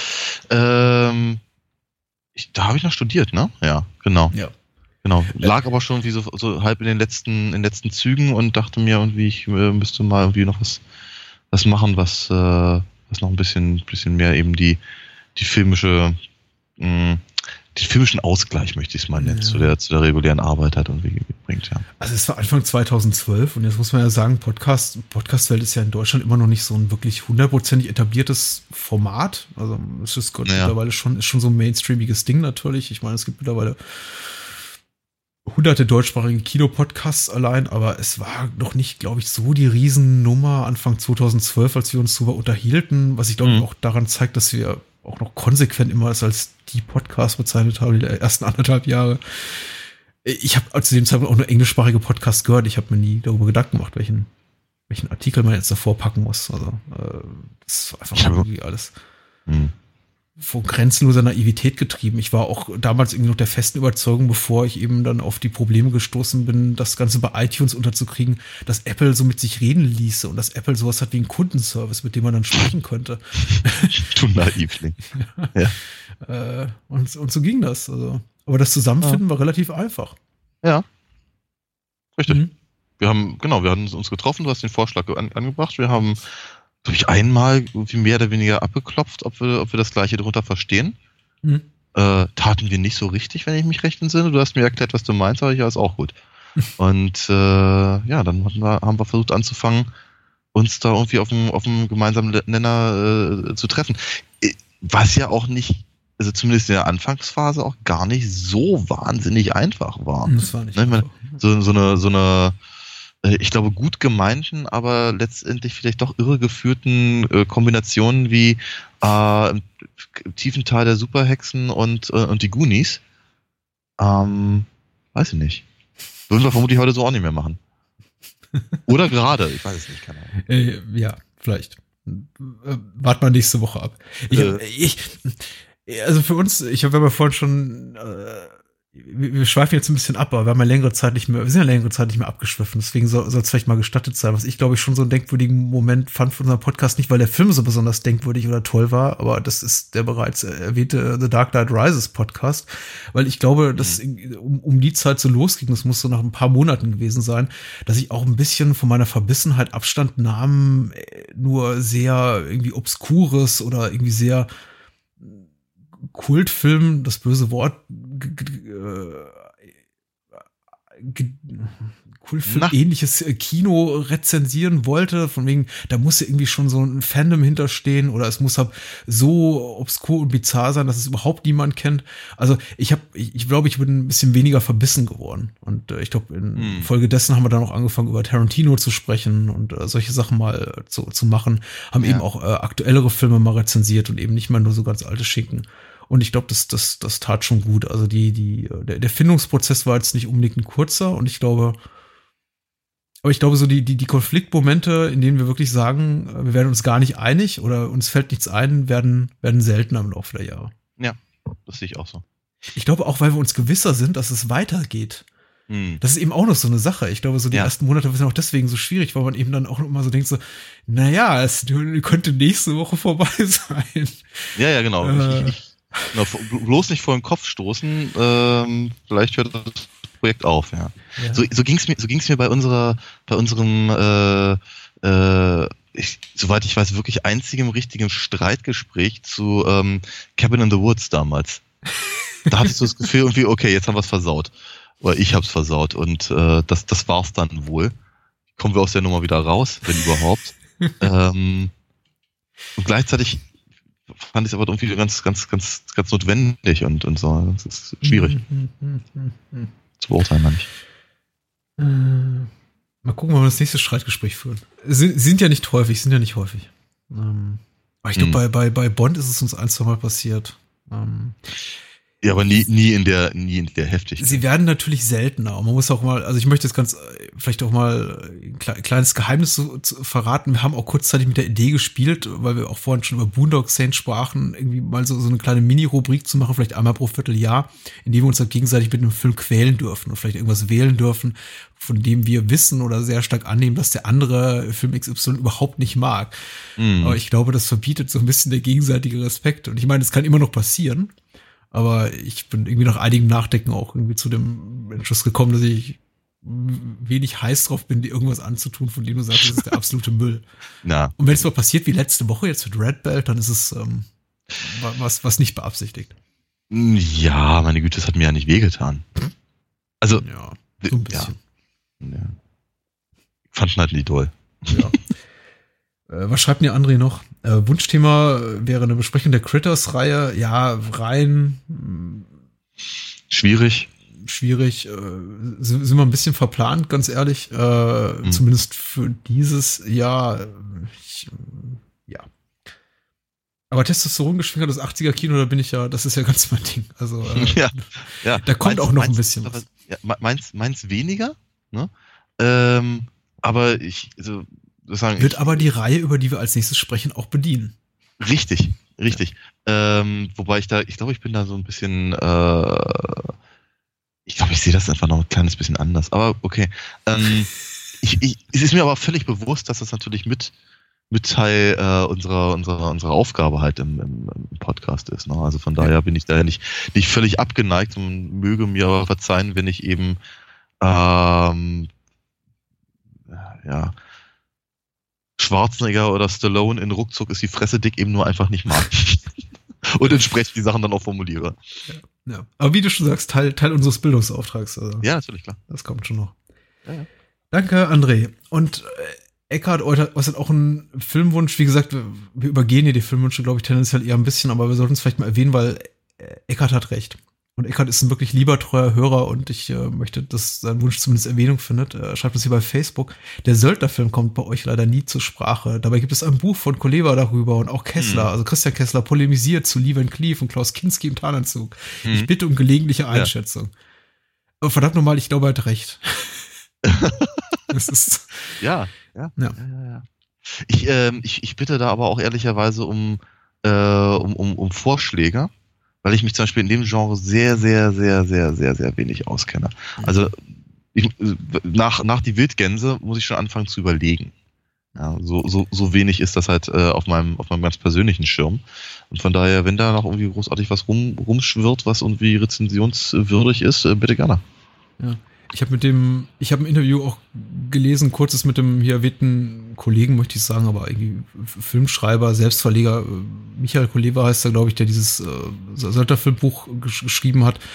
ähm, ich, da habe ich noch studiert, ne? Ja, genau. Ja. Genau, lag aber schon wie so, so halb in den letzten, in den letzten Zügen und dachte mir irgendwie, ich äh, müsste mal irgendwie noch was, was machen, was, äh, was noch ein bisschen, bisschen mehr eben die, die filmische, mh, den filmischen Ausgleich, möchte ich es mal nennen, ja. zu der, zu der regulären Arbeit hat und wie bringt, ja. Also es war Anfang zweitausendzwölf und jetzt muss man ja sagen, Podcast, Podcast-Welt ist ja in Deutschland immer noch nicht so ein wirklich hundertprozentig etabliertes Format. Also es ist Gott, ja. mittlerweile schon, ist schon so ein mainstreamiges Ding natürlich. Ich meine, es gibt mittlerweile hunderte deutschsprachige Kinopodcasts allein, aber es war noch nicht, glaube ich, so die Riesennummer Anfang zweitausendzwölf, als wir uns darüber unterhielten, was ich glaube mhm. auch daran zeigt, dass wir auch noch konsequent immer das als die Podcasts bezeichnet haben, die ersten anderthalb Jahre. Ich habe zu dem Zeitpunkt auch nur englischsprachige Podcasts gehört. Ich habe mir nie darüber Gedanken gemacht, welchen, welchen Artikel man jetzt davor packen muss. Also äh, das ist einfach irgendwie alles. Mhm. Von grenzenloser Naivität getrieben. Ich war auch damals irgendwie noch der festen Überzeugung, bevor ich eben dann auf die Probleme gestoßen bin, das Ganze bei iTunes unterzukriegen, dass Apple so mit sich reden ließe und dass Apple sowas hat wie einen Kundenservice, mit dem man dann sprechen könnte. Du Naivling. Ja. Ja. äh, und, und so ging das. Also. Aber das Zusammenfinden ja. war relativ einfach. Ja. Richtig. Mhm. Wir haben, genau, wir haben uns getroffen, du hast den Vorschlag an, angebracht, wir haben glaube ich, einmal irgendwie mehr oder weniger abgeklopft, ob wir, ob wir das Gleiche darunter verstehen. Mhm. Äh, taten wir nicht so richtig, wenn ich mich recht entsinne. Du hast mir erklärt, was du meinst, aber ja, ist auch gut. Und äh, ja, dann hatten wir, haben wir versucht anzufangen, uns da irgendwie auf dem, auf dem gemeinsamen Nenner äh, zu treffen. Was ja auch nicht, also zumindest in der Anfangsphase auch gar nicht so wahnsinnig einfach war. Das war nicht ne? einfach. So, so eine, so eine ich glaube, gut gemeinten, aber letztendlich vielleicht doch irregeführten äh, Kombinationen wie äh, im, im tiefen Teil der Superhexen und, äh, und die Goonies. Ähm, weiß ich nicht. Würden wir vermutlich heute so auch nicht mehr machen. Oder gerade, ich weiß es nicht, keine Ahnung. Äh, ja, vielleicht. Äh, Wart mal nächste Woche ab. Ich, äh. ich, also für uns, ich habe ja vorhin schon äh, Wir, wir schweifen jetzt ein bisschen ab, aber wir haben ja längere Zeit nicht mehr, wir sind ja längere Zeit nicht mehr abgeschwiffen, deswegen soll es vielleicht mal gestattet sein, was ich glaube ich schon so einen denkwürdigen Moment fand für unseren Podcast, nicht weil der Film so besonders denkwürdig oder toll war, aber das ist der bereits erwähnte The Dark Knight Rises Podcast, weil ich glaube, dass um, um die Zeit so losging, das muss so nach ein paar Monaten gewesen sein, dass ich auch ein bisschen von meiner Verbissenheit Abstand nahm, nur sehr irgendwie Obskures oder irgendwie sehr Kultfilm, das böse Wort, Kultfilm ähnliches Kino rezensieren wollte, von wegen, da muss ja irgendwie schon so ein Fandom hinterstehen oder es muss halt so obskur und bizarr sein, dass es überhaupt niemand kennt. Also ich habe, ich, ich glaube, ich bin ein bisschen weniger verbissen geworden und äh, ich glaube, in hm. Folge dessen haben wir dann auch angefangen, über Tarantino zu sprechen und äh, solche Sachen mal zu, zu machen, haben ja. eben auch äh, aktuellere Filme mal rezensiert und eben nicht mal nur so ganz alte Schinken. Und ich glaube, das, das, das tat schon gut. Also die, die, der, der Findungsprozess war jetzt nicht unbedingt ein kurzer und ich glaube, aber ich glaube, so die, die, die Konfliktmomente, in denen wir wirklich sagen, wir werden uns gar nicht einig oder uns fällt nichts ein, werden, werden seltener im Laufe der Jahre. Ja, das sehe ich auch so. Ich glaube auch, weil wir uns gewisser sind, dass es weitergeht. Hm. Das ist eben auch noch so eine Sache. Ich glaube, so die ja. ersten Monate sind auch deswegen so schwierig, weil man eben dann auch immer so denkt so, naja, es könnte nächste Woche vorbei sein. Ja, ja, genau. Äh, ich, ich, Genau, bloß nicht vor den Kopf stoßen. Ähm, vielleicht hört das Projekt auf, ja. Ja. So, so ging's mir, so ging's mir bei unserer, bei unserem, äh, äh, ich, soweit ich weiß, wirklich einzigem richtigen Streitgespräch zu ähm, Cabin in the Woods damals. Da hatte ich so das Gefühl irgendwie, okay, jetzt haben wir es versaut. Oder ich hab's versaut. Und äh, das, das war's dann wohl. Kommen wir aus der Nummer wieder raus, wenn überhaupt. ähm, und gleichzeitig fand ich es aber irgendwie ganz, ganz, ganz, ganz notwendig und, und so. Das ist schwierig. Zu beurteilen, meine ich. Äh, mal gucken, wann wir das nächste Streitgespräch führen. Sie sind ja nicht häufig, sind ja nicht häufig. Ähm, aber ich glaube, Mhm. bei, bei, bei Bond ist es uns ein, zwei Mal passiert. Ähm, Ja, aber nie, nie in der, nie in der Heftigkeit. Sie werden natürlich seltener. Und man muss auch mal, also ich möchte jetzt ganz, vielleicht auch mal ein kle- kleines Geheimnis zu, zu verraten. Wir haben auch kurzzeitig mit der Idee gespielt, weil wir auch vorhin schon über Boondock Saints sprachen, irgendwie mal so, so eine kleine Mini-Rubrik zu machen, vielleicht einmal pro Vierteljahr, in dem wir uns dann gegenseitig mit einem Film quälen dürfen und vielleicht irgendwas wählen dürfen, von dem wir wissen oder sehr stark annehmen, dass der andere Film X Y überhaupt nicht mag. Mhm. Aber ich glaube, das verbietet so ein bisschen der gegenseitige Respekt. Und ich meine, es kann immer noch passieren. Aber ich bin irgendwie nach einigem Nachdenken auch irgendwie zu dem Entschluss gekommen, dass ich wenig heiß drauf bin, dir irgendwas anzutun, von dem du sagst, das ist der absolute Müll. Na. Und wenn es mal passiert wie letzte Woche jetzt mit Red Belt, dann ist es ähm, was, was nicht beabsichtigt. Ja, meine Güte, das hat mir ja nicht wehgetan. Also, Ja, so ein bisschen. Ja. Ja. Ich fand ihn halt nicht doll. Ja. Äh, was schreibt denn ihr André noch? Äh, Wunschthema wäre eine Besprechung der Critters-Reihe. Ja, rein mh, Schwierig. schwierig. Äh, sind, sind wir ein bisschen verplant, ganz ehrlich. Äh, Mhm. Zumindest für dieses Jahr. Ich, ja. Aber Testosteron-geschwingertes achtziger-Kino, da bin ich ja, das ist ja ganz mein Ding. Also, äh, Ja, ja. da kommt Meins- auch noch ein meins- bisschen was. Ja, meins, meins weniger, ne? Ähm, aber ich, also, sozusagen. Wird ich, aber die Reihe, über die wir als nächstes sprechen, auch bedienen. Richtig, richtig. Ähm, wobei ich da, ich glaube, ich bin da so ein bisschen, äh, ich glaube, ich sehe das einfach noch ein kleines bisschen anders. Aber okay. Ähm, ich, ich, es ist mir aber völlig bewusst, dass das natürlich mit, mit Teil äh, unserer, unserer, unserer Aufgabe halt im, im, im Podcast ist. Ne? Also von daher bin ich daher nicht, nicht völlig abgeneigt und möge mir aber verzeihen, wenn ich eben ähm, ja, Schwarzenegger oder Stallone in Ruckzuck ist die Fresse dick eben nur einfach nicht mag. Und entsprechend die Sachen dann auch formuliere. Ja. Aber wie du schon sagst, Teil, Teil unseres Bildungsauftrags. Also, Ja, natürlich, klar. das kommt schon noch. Ja, ja. Danke, André. Und äh, Eckhard äußert auch einen Filmwunsch. Wie gesagt, wir, wir übergehen hier die Filmwünsche, glaube ich, tendenziell eher ein bisschen, aber wir sollten es vielleicht mal erwähnen, weil äh, Eckhard hat recht. Und Eckhard ist ein wirklich lieber, treuer Hörer und ich äh, möchte, dass sein Wunsch zumindest Erwähnung findet. Er schreibt uns hier bei Facebook. Der Söldnerfilm kommt bei euch leider nie zur Sprache. Dabei gibt es ein Buch von Kuleva darüber und auch Kessler, Hm. also Christian Kessler, polemisiert zu Lee Van Cleef und Klaus Kinski im Tarnanzug. Hm. Ich bitte um gelegentliche Einschätzung. Aber verdammt nochmal, ich glaube, er hat recht. Es ist, Ja, ja, Ja. ja, ja, ja. Ich, ähm, ich, ich bitte da aber auch ehrlicherweise um, äh, um, um, um Vorschläge, weil ich mich zum Beispiel in dem Genre sehr, sehr, sehr, sehr, sehr, sehr wenig auskenne. Also ich, nach, nach die Wildgänse muss ich schon anfangen zu überlegen. Ja, so, so, so wenig ist das halt äh, auf meinem, auf meinem ganz persönlichen Schirm. Und von daher, wenn da noch irgendwie großartig was rum, rumschwirrt, was irgendwie rezensionswürdig ist, äh, bitte gerne. ja. Ich habe mit dem, ich habe ein Interview auch gelesen, kurzes mit dem hier erwähnten Kollegen, möchte ich sagen, aber irgendwie Filmschreiber, Selbstverleger, äh, Michael Kuleva heißt er, glaube ich, der dieses äh, Söldnerfilmbuch gesch geschrieben hat,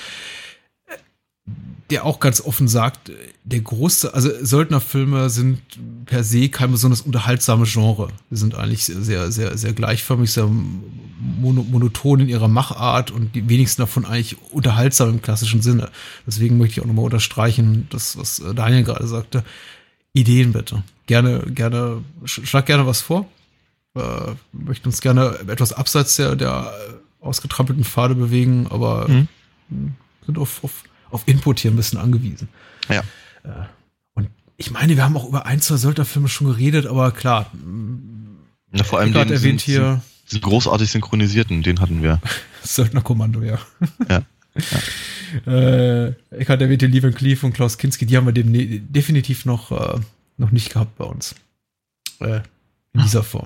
der auch ganz offen sagt, der große, also Söldnerfilme sind per se kein besonders unterhaltsames Genre. Sie sind eigentlich sehr, sehr, sehr, sehr gleichförmig, sehr mono, monoton in ihrer Machart und die wenigsten davon eigentlich unterhaltsam im klassischen Sinne. Deswegen möchte ich auch nochmal unterstreichen, das, was Daniel gerade sagte. Ideen bitte. Gerne, gerne, schlag gerne was vor. Wir möchten uns gerne etwas abseits der, der ausgetrampelten Pfade bewegen, aber mhm. sind auf, auf auf Input hier ein bisschen angewiesen. Ja. Und ich meine, wir haben auch über ein, zwei Söldnerfilme schon geredet, aber klar. Na, vor allem den erwähnt sind, hier sind großartig synchronisierten, den hatten wir. Söldnerkommando, ja. Ja. ja. äh, Eckhard erwähnte Lee Van Cleef und Klaus Kinski, die haben wir dem ne- definitiv noch, äh, noch nicht gehabt bei uns. Äh, in dieser Form.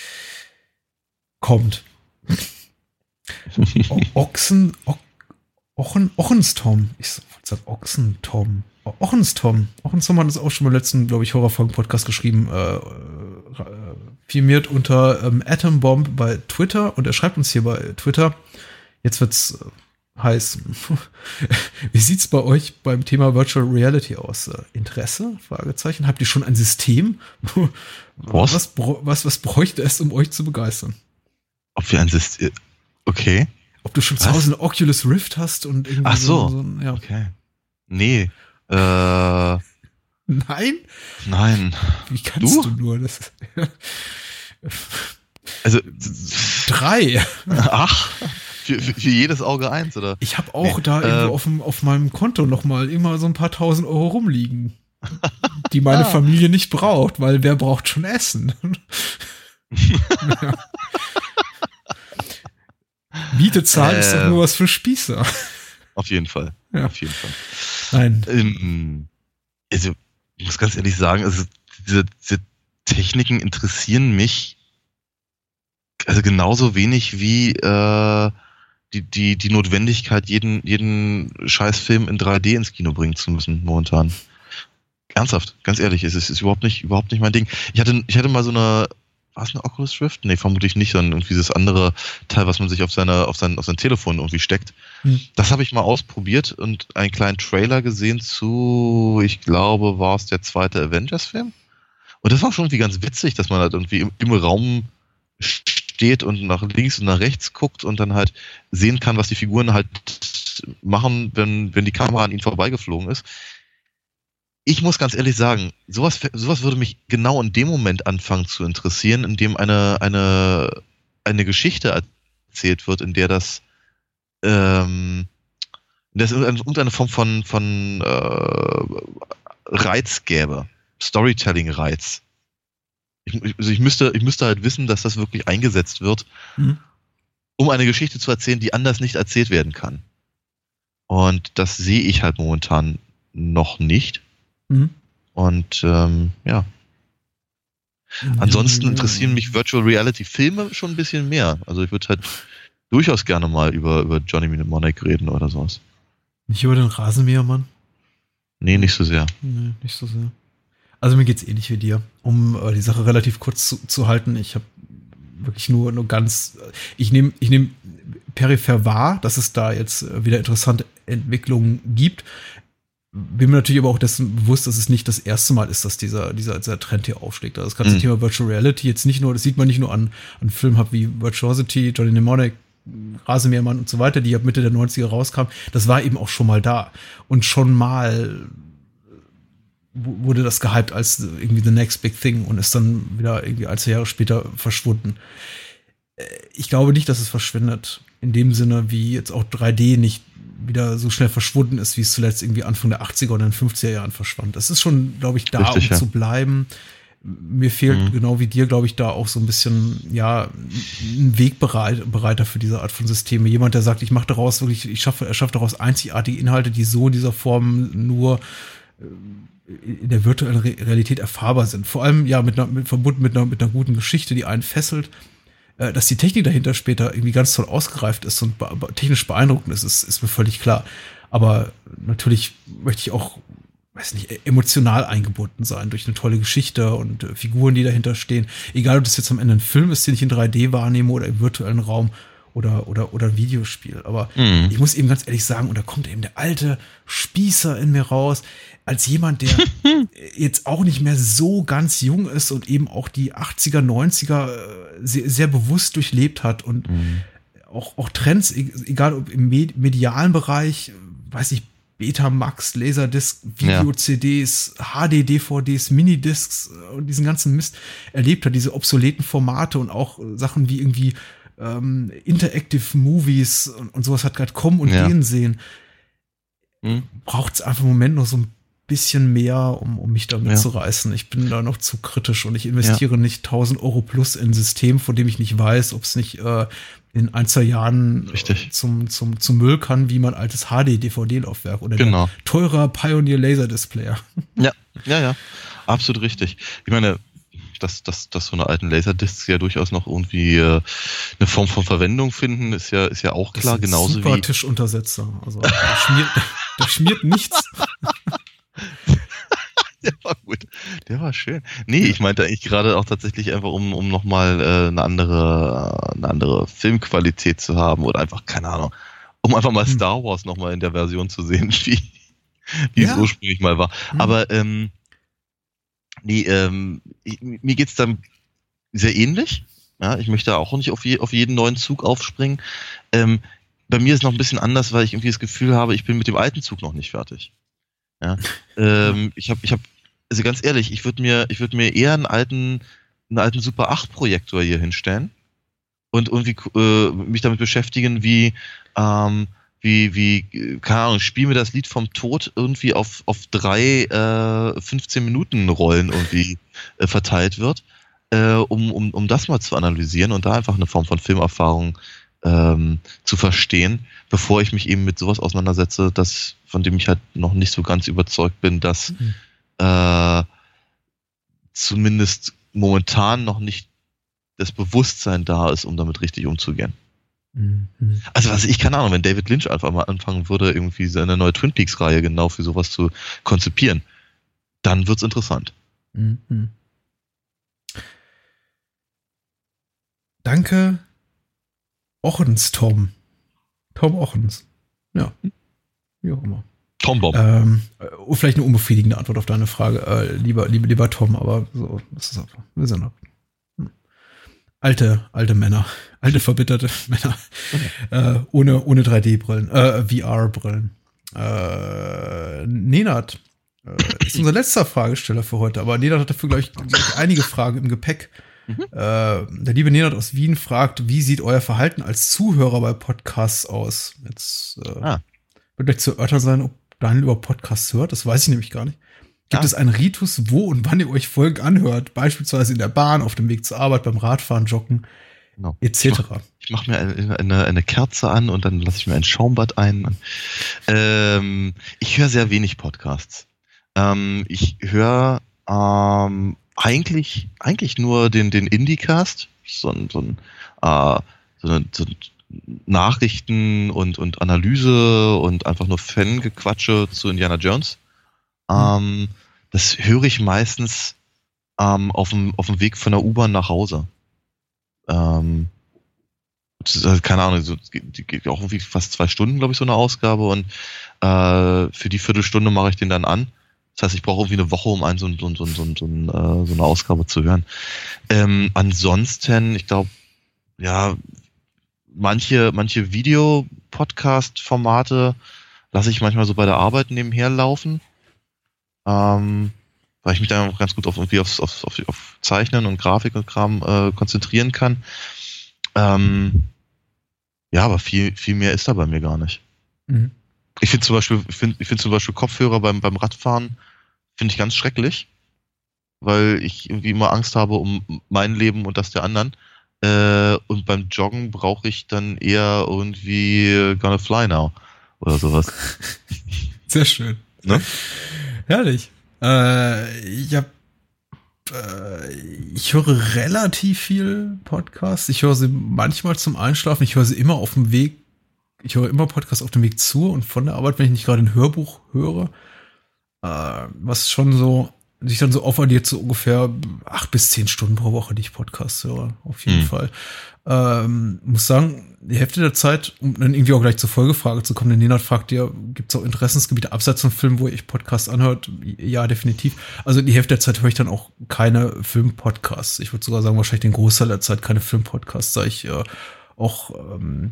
Kommt. O- Ochsen, o- Ochen, Ochenstom. Ich sag Ochsentom. Ochenstom. Ochenstom hat uns auch schon mal im letzten, glaube ich, Horrorfolgen-Podcast geschrieben. Äh, äh, firmiert unter ähm, Atombomb bei Twitter. Und er schreibt uns hier bei Twitter. Jetzt wird's äh, heiß. Wie sieht's bei euch beim Thema Virtual Reality aus? Äh, Interesse? Fragezeichen. Habt ihr schon ein System? Was? Was, was, was bräuchte es, um euch zu begeistern? Ob wir ein System... Okay. Ob du schon zu Hause eine Oculus Rift hast und irgendwie Ach so. so, so ja. Okay. Nee. Äh, Nein? nein. Wie kannst Du? du, nur? Das Also Drei. Ach, für, für, für jedes Auge eins, oder? Ich habe auch Nee, da äh, irgendwo auf, dem, auf meinem Konto noch mal immer so ein paar tausend Euro rumliegen, die meine Ah. Familie nicht braucht, weil wer braucht schon Essen? Ja. Miete zahlen ist doch Äh. nur was für Spießer. Auf jeden Fall. Ja. Auf jeden Fall. Nein. Ähm, also, ich muss ganz ehrlich sagen, also diese, diese Techniken interessieren mich also genauso wenig wie äh, die, die, die Notwendigkeit, jeden, jeden Scheißfilm in drei D ins Kino bringen zu müssen, momentan. Ernsthaft, ganz ehrlich, es ist, ist überhaupt nicht, überhaupt nicht mein Ding. Ich hatte, ich hatte mal so eine, war es eine Oculus Rift? Nee, vermutlich nicht, sondern irgendwie das andere Teil, was man sich auf seine, auf sein, auf sein Telefon irgendwie steckt. Hm. Das habe ich mal ausprobiert und einen kleinen Trailer gesehen zu, ich glaube, war es der zweite Avengers-Film. Und das war schon irgendwie ganz witzig, dass man halt irgendwie im, im Raum steht und nach links und nach rechts guckt und dann halt sehen kann, was die Figuren halt machen, wenn, wenn die Kamera an ihnen vorbeigeflogen ist. Ich muss ganz ehrlich sagen, sowas, sowas würde mich genau in dem Moment anfangen zu interessieren, in dem eine, eine, eine Geschichte erzählt wird, in der das, ähm, in der es irgendeine Form von, von äh, Reiz gäbe. Storytelling-Reiz. Ich, also ich, müsste, ich müsste halt wissen, dass das wirklich eingesetzt wird, Mhm. um eine Geschichte zu erzählen, die anders nicht erzählt werden kann. Und das sehe ich halt momentan noch nicht. Mhm. Und ähm, ja. Ansonsten interessieren mich Virtual Reality Filme schon ein bisschen mehr. Also ich würde halt durchaus gerne mal über, über Johnny Mnemonic reden oder sowas. Nicht über den Rasenmähermann? Nee, nicht so sehr. Nee, nicht so sehr. Also mir geht's ähnlich wie dir. Um äh, die Sache relativ kurz zu, zu halten, ich habe wirklich nur, nur ganz, ich nehme ich nehm peripher wahr, dass es da jetzt äh, wieder interessante Entwicklungen gibt. Bin mir natürlich aber auch dessen bewusst, dass es nicht das erste Mal ist, dass dieser, dieser, dieser Trend hier aufschlägt. Also das ganze Mhm. Thema Virtual Reality jetzt nicht nur, das sieht man nicht nur an, an Filmen hab wie Virtuosity, Johnny Mnemonic, Rasenmähermann und so weiter, die ab Mitte der neunziger rauskamen. Das war eben auch schon mal da. Und schon mal wurde das gehypt als irgendwie the next big thing und ist dann wieder irgendwie ein, zwei Jahre später verschwunden. Ich glaube nicht, dass es verschwindet. In dem Sinne, wie jetzt auch drei D nicht wieder so schnell verschwunden ist, wie es zuletzt irgendwie Anfang der achtziger oder in den fünfziger Jahren verschwand. Das ist schon, glaube ich, da, Richtig, um ja. zu bleiben. Mir fehlt, Mhm. genau wie dir, glaube ich, da auch so ein bisschen, ja, ein Wegbereiter für diese Art von Systeme. Jemand, der sagt, ich mache daraus wirklich, ich schaffe, er schafft daraus einzigartige Inhalte, die so in dieser Form nur in der virtuellen Re- Realität erfahrbar sind. Vor allem, ja, mit einer, mit, verbunden mit einer, mit einer guten Geschichte, die einen fesselt. Äh, dass die Technik dahinter später irgendwie ganz toll ausgereift ist und be- be- technisch beeindruckend ist, ist, ist mir völlig klar. Aber natürlich möchte ich auch, weiß nicht, e- emotional eingebunden sein durch eine tolle Geschichte und äh, Figuren, die dahinter stehen. Egal, ob das jetzt am Ende ein Film ist, den ich in drei D wahrnehme oder im virtuellen Raum oder, oder, oder ein Videospiel. Aber Mhm. ich muss eben ganz ehrlich sagen, und da kommt eben der alte Spießer in mir raus, als jemand, der jetzt auch nicht mehr so ganz jung ist und eben auch die achtziger, neunziger äh, sehr, sehr bewusst durchlebt hat und Mhm. auch, auch Trends, e- egal ob im med- medialen Bereich, weiß ich, Betamax, Laserdisc, Video-C Ds, H D-D V Ds, Minidiscs äh, und diesen ganzen Mist erlebt hat, diese obsoleten Formate und auch äh, Sachen wie irgendwie ähm, Interactive Movies und, und sowas hat gerade kommen und Ja. gehen sehen, Mhm. braucht es einfach im Moment noch so ein bisschen mehr, um, um mich da Ja. mitzureißen. Ich bin da noch zu kritisch und ich investiere nicht tausend Euro plus in ein System, von dem ich nicht weiß, ob es nicht äh, in ein, zwei Jahren Richtig. äh, zum, zum, zum Müll kann, wie mein altes H D-D V D-Laufwerk oder Genau. der teurer Pioneer Laserdisc-Player. Ja, ja, ja. Absolut richtig. Ich meine, dass, dass, dass so eine alten Laserdiscs ja durchaus noch irgendwie äh, eine Form von Verwendung finden, ist ja, ist ja auch klar. Das ist genauso super wie Tischuntersetzer. Also da schmiert, da schmiert nichts. Der war gut. Der war schön. Nee, ich meinte eigentlich gerade auch tatsächlich einfach, um, um nochmal äh, eine andere, eine andere Filmqualität zu haben oder einfach, keine Ahnung, um einfach mal Star Wars nochmal in der Version zu sehen, wie, wie ja. es ursprünglich mal war. Mhm. Aber ähm, nee, ähm, ich, mir geht's dann sehr ähnlich. Ja, ich möchte auch nicht auf, je, auf jeden neuen Zug aufspringen. Ähm, bei mir ist noch ein bisschen anders, weil ich irgendwie das Gefühl habe, ich bin mit dem alten Zug noch nicht fertig. Ja, ähm, ich habe, ich habe, also ganz ehrlich, ich würde mir, ich würde mir eher einen alten, einen alten Super acht Projektor hier hinstellen und irgendwie äh, mich damit beschäftigen, wie, ähm, wie, wie, keine Ahnung, spiel mir das Lied vom Tod irgendwie auf auf drei äh, fünfzehn Minuten Rollen irgendwie äh, verteilt wird, äh, um um um das mal zu analysieren und da einfach eine Form von Filmerfahrung ähm, zu verstehen, bevor ich mich eben mit sowas auseinandersetze, das von dem ich halt noch nicht so ganz überzeugt bin, dass mhm. äh, zumindest momentan noch nicht das Bewusstsein da ist, um damit richtig umzugehen. Mhm. Also was ich, keine Ahnung, wenn David Lynch einfach mal anfangen würde, irgendwie seine neue Twin Peaks-Reihe genau für sowas zu konzipieren, dann wird's interessant. Mhm. Danke, Ochens, Tom. Tom Ochens. Ja. Wie auch immer. Tom Bob. Ähm, vielleicht eine unbefriedigende Antwort auf deine Frage. Äh, lieber, lieber, lieber Tom, aber so, das ist einfach. Wir sind noch. Hm. Alte, alte Männer. Alte, verbitterte Männer. Okay. Äh, ohne, ohne drei D-Brillen. Äh, V R-Brillen. Äh, Nenad äh, ist unser letzter Fragesteller für heute, aber Nenad hat dafür, glaube ich, gleich einige Fragen im Gepäck. Mhm. Äh, der liebe Nenad aus Wien fragt, wie sieht euer Verhalten als Zuhörer bei Podcasts aus? Jetzt äh, ah. wird gleich zu erörtern sein, ob Daniel über Podcasts hört. Das weiß ich nämlich gar nicht. Gibt ah. es einen Ritus, wo und wann ihr euch Folgen anhört? Beispielsweise in der Bahn, auf dem Weg zur Arbeit, beim Radfahren, Joggen, genau. et cetera. Ich mache mach mir eine, eine, eine Kerze an und dann lasse ich mir ein Schaumbad ein. Ähm, ich höre sehr wenig Podcasts. Ähm, ich höre ähm, eigentlich eigentlich nur den den Indiecast, so ein so ein, äh, so ein, so ein Nachrichten und und Analyse und einfach nur Fangequatsche zu Indiana Jones. Mhm. Ähm, das höre ich meistens ähm, auf dem auf dem Weg von der U-Bahn nach Hause. Ähm, das ist, keine Ahnung, so, die geht auch irgendwie fast zwei Stunden, glaube ich, so eine Ausgabe und äh, für die Viertelstunde mache ich den dann an. Das heißt, ich brauche irgendwie eine Woche, um einen so, so, so, so, so, so eine Ausgabe zu hören. Ähm, ansonsten, ich glaube, ja, manche, manche Video-Podcast-Formate lasse ich manchmal so bei der Arbeit nebenher laufen, ähm, weil ich mich dann ganz gut auf irgendwie aufs, auf, auf, auf Zeichnen und Grafik und Kram äh, konzentrieren kann. Ähm, ja, aber viel, viel mehr ist da bei mir gar nicht. Mhm. Ich finde zum Beispiel, ich finde, ich finde zum Beispiel Kopfhörer beim, beim Radfahren finde ich ganz schrecklich, weil ich irgendwie immer Angst habe um mein Leben und das der anderen. Äh, und beim Joggen brauche ich dann eher irgendwie Gonna Fly Now oder sowas. Sehr schön. Ne? Herrlich. Äh, ich habe Ich höre relativ viel Podcasts. Ich höre sie manchmal zum Einschlafen. Ich höre sie immer auf dem Weg. Ich höre immer Podcasts auf dem Weg zur und von der Arbeit, wenn ich nicht gerade ein Hörbuch höre. Äh, was schon so, sich dann so aufaddiert, so ungefähr acht bis zehn Stunden pro Woche, die ich Podcasts höre. Auf jeden mhm. Fall. Ähm, muss sagen, die Hälfte der Zeit, um dann irgendwie auch gleich zur Folgefrage zu kommen, denn Nenad fragt ja, gibt es auch Interessensgebiete abseits von Filmen, wo ich Podcasts anhört? Ja, definitiv. Also die Hälfte der Zeit höre ich dann auch keine Filmpodcasts. Ich würde sogar sagen, wahrscheinlich den Großteil der Zeit keine Filmpodcasts, da ich äh, auch ähm,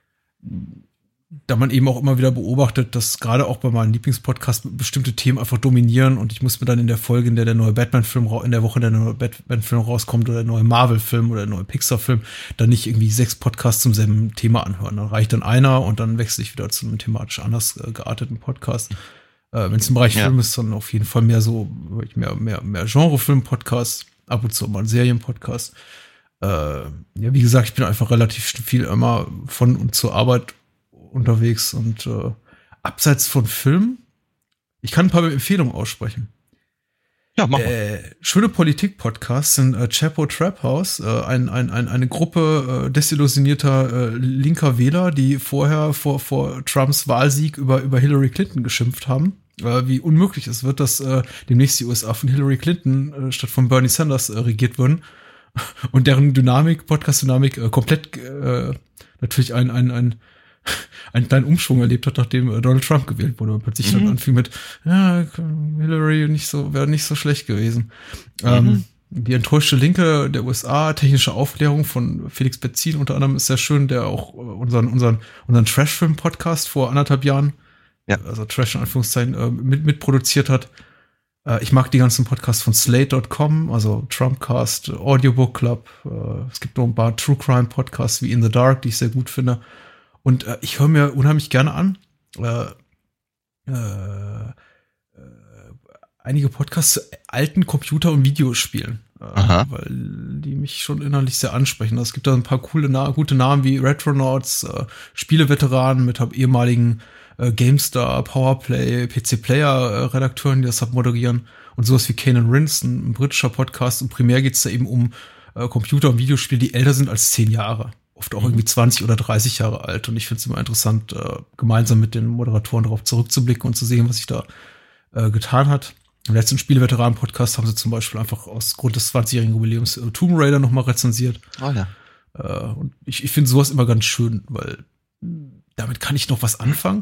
da man eben auch immer wieder beobachtet, dass gerade auch bei meinen Lieblingspodcasts bestimmte Themen einfach dominieren und ich muss mir dann in der Folge, in der der neue Batman-Film, in der Woche, in der neue Batman-Film rauskommt oder der neue Marvel-Film oder der neue Pixar-Film, dann nicht irgendwie sechs Podcasts zum selben Thema anhören. Dann reicht dann einer und dann wechsle ich wieder zu einem thematisch anders äh, gearteten Podcast. Äh, wenn es im Bereich ja. Film ist, dann auf jeden Fall mehr so, mehr, mehr, mehr Genre-Film-Podcasts, ab und zu mal ein Serien-Podcast. Äh, ja, wie gesagt, ich bin einfach relativ viel immer von und zur Arbeit unterwegs und äh, abseits von Filmen, ich kann ein paar Empfehlungen aussprechen. Ja, mach mal. Äh, schöne Politik-Podcasts sind äh, Chapo Trap House, äh, ein, ein, ein, eine Gruppe äh, desillusionierter äh, linker Wähler, die vorher vor, vor Trumps Wahlsieg über, über Hillary Clinton geschimpft haben. Äh, wie unmöglich es wird, dass äh, demnächst die U S A von Hillary Clinton äh, statt von Bernie Sanders äh, regiert würden. Und deren Dynamik, Podcast-Dynamik, äh, komplett äh, natürlich ein, ein, ein einen kleinen Umschwung erlebt hat, nachdem äh, Donald Trump gewählt wurde. Und plötzlich mhm. dann anfing mit, ja, Hillary nicht so, wäre nicht so schlecht gewesen. Mhm. Ähm, die enttäuschte Linke der U S A, technische Aufklärung von Felix Betzin unter anderem ist sehr schön, der auch äh, unseren, unseren, unseren Trash-Film-Podcast vor anderthalb Jahren, ja. also Trash in Anführungszeichen, äh, mit, mitproduziert hat. Äh, ich mag die ganzen Podcasts von Slate Punkt com, also Trumpcast, Audiobook Club. Äh, es gibt noch ein paar True Crime Podcasts wie In the Dark, die ich sehr gut finde. Und äh, ich höre mir unheimlich gerne an äh, äh, äh, einige Podcasts zu alten Computer- und Videospielen, äh, weil die mich schon innerlich sehr ansprechen. Es gibt da ein paar coole, Na- gute Namen wie Retronauts, äh, Spieleveteranen mit hab, ehemaligen äh, GameStar, Powerplay, P C-Player-Redakteuren, die das moderieren und sowas wie Kanan Rins, ein, ein britischer Podcast. Und primär geht's da eben um äh, Computer- und Videospiele, die älter sind als zehn Jahre. Oft auch irgendwie zwanzig oder dreißig Jahre alt. Und ich finde es immer interessant, äh, gemeinsam mit den Moderatoren darauf zurückzublicken und zu sehen, was sich da äh, getan hat. Im letzten Spieleveteranen-Podcast haben sie zum Beispiel einfach aus Grund des zwanzigjährigen Jubiläums äh, Tomb Raider nochmal rezensiert. Oh ja. Äh, und ich, ich finde sowas immer ganz schön, weil damit kann ich noch was anfangen.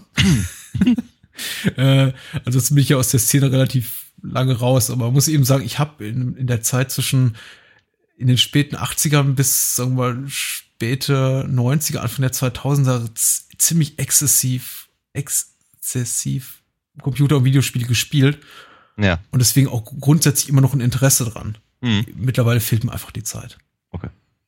äh, ansonsten bin ich ja aus der Szene relativ lange raus. Aber man muss eben sagen, ich habe in, in der Zeit zwischen in den späten achtzigern bis, sagen wir mal, späte neunziger, Anfang der zweitausender z- ziemlich exzessiv, exzessiv Computer- und Videospiele gespielt. Ja. Und deswegen auch grundsätzlich immer noch ein Interesse dran. Mhm. Mittlerweile fehlt mir einfach die Zeit. Okay.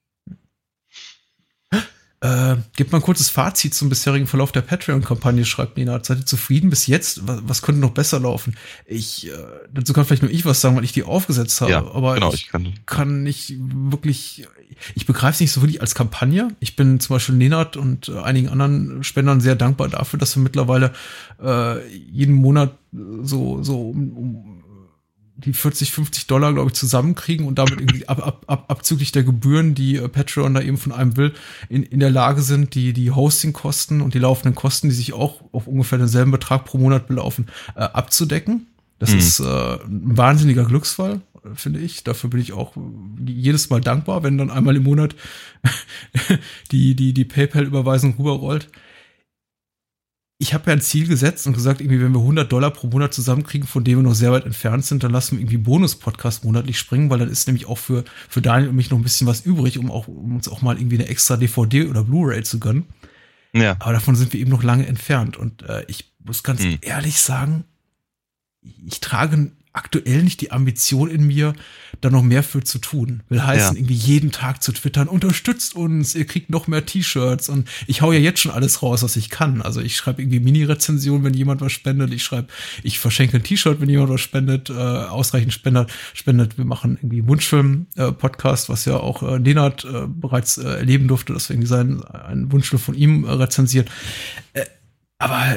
Äh, gibt mal ein kurzes Fazit zum bisherigen Verlauf der Patreon-Kampagne, schreibt Nina. Seid ihr zufrieden bis jetzt? Was, was könnte noch besser laufen? Ich, äh, dazu kann vielleicht nur ich was sagen, weil ich die aufgesetzt habe. Ja, aber genau, ich, ich kann, kann nicht wirklich, ich begreife es nicht so wirklich als Kampagne. Ich bin zum Beispiel Nenad und äh, einigen anderen Spendern sehr dankbar dafür, dass wir mittlerweile äh, jeden Monat so, so um, um die vierzig, fünfzig Dollar, glaube ich, zusammenkriegen und damit irgendwie ab, ab, ab, abzüglich der Gebühren, die äh, Patreon da eben von einem will, in, in der Lage sind, die, die Hostingkosten und die laufenden Kosten, die sich auch auf ungefähr denselben Betrag pro Monat belaufen, äh, abzudecken. Das mhm. ist äh, ein wahnsinniger Glücksfall, finde ich. Dafür bin ich auch jedes Mal dankbar, wenn dann einmal im Monat die, die, die PayPal-Überweisung rüberrollt. Ich habe ja ein Ziel gesetzt und gesagt, irgendwie, wenn wir hundert Dollar pro Monat zusammenkriegen, von dem wir noch sehr weit entfernt sind, dann lassen wir irgendwie Bonus-Podcast monatlich springen, weil dann ist nämlich auch für, für Daniel und mich noch ein bisschen was übrig, um auch, um uns auch mal irgendwie eine extra D V D oder Blu-ray zu gönnen. Ja. Aber davon sind wir eben noch lange entfernt. Und äh, ich muss ganz hm. ehrlich sagen, ich trage aktuell nicht die Ambition in mir, da noch mehr für zu tun. Will heißen, ja. irgendwie jeden Tag zu twittern, unterstützt uns, ihr kriegt noch mehr T-Shirts und ich hau ja jetzt schon alles raus, was ich kann. Also ich schreibe irgendwie Mini-Rezensionen, wenn jemand was spendet, ich schreibe, ich verschenke ein T-Shirt, wenn jemand was spendet, äh, ausreichend spendet, spendet. Wir machen irgendwie Wunschfilm-Podcast, was ja auch äh, Nenad äh, bereits äh, erleben durfte, dass wir irgendwie seinen, einen Wunschfilm von ihm äh, rezensiert. Äh, aber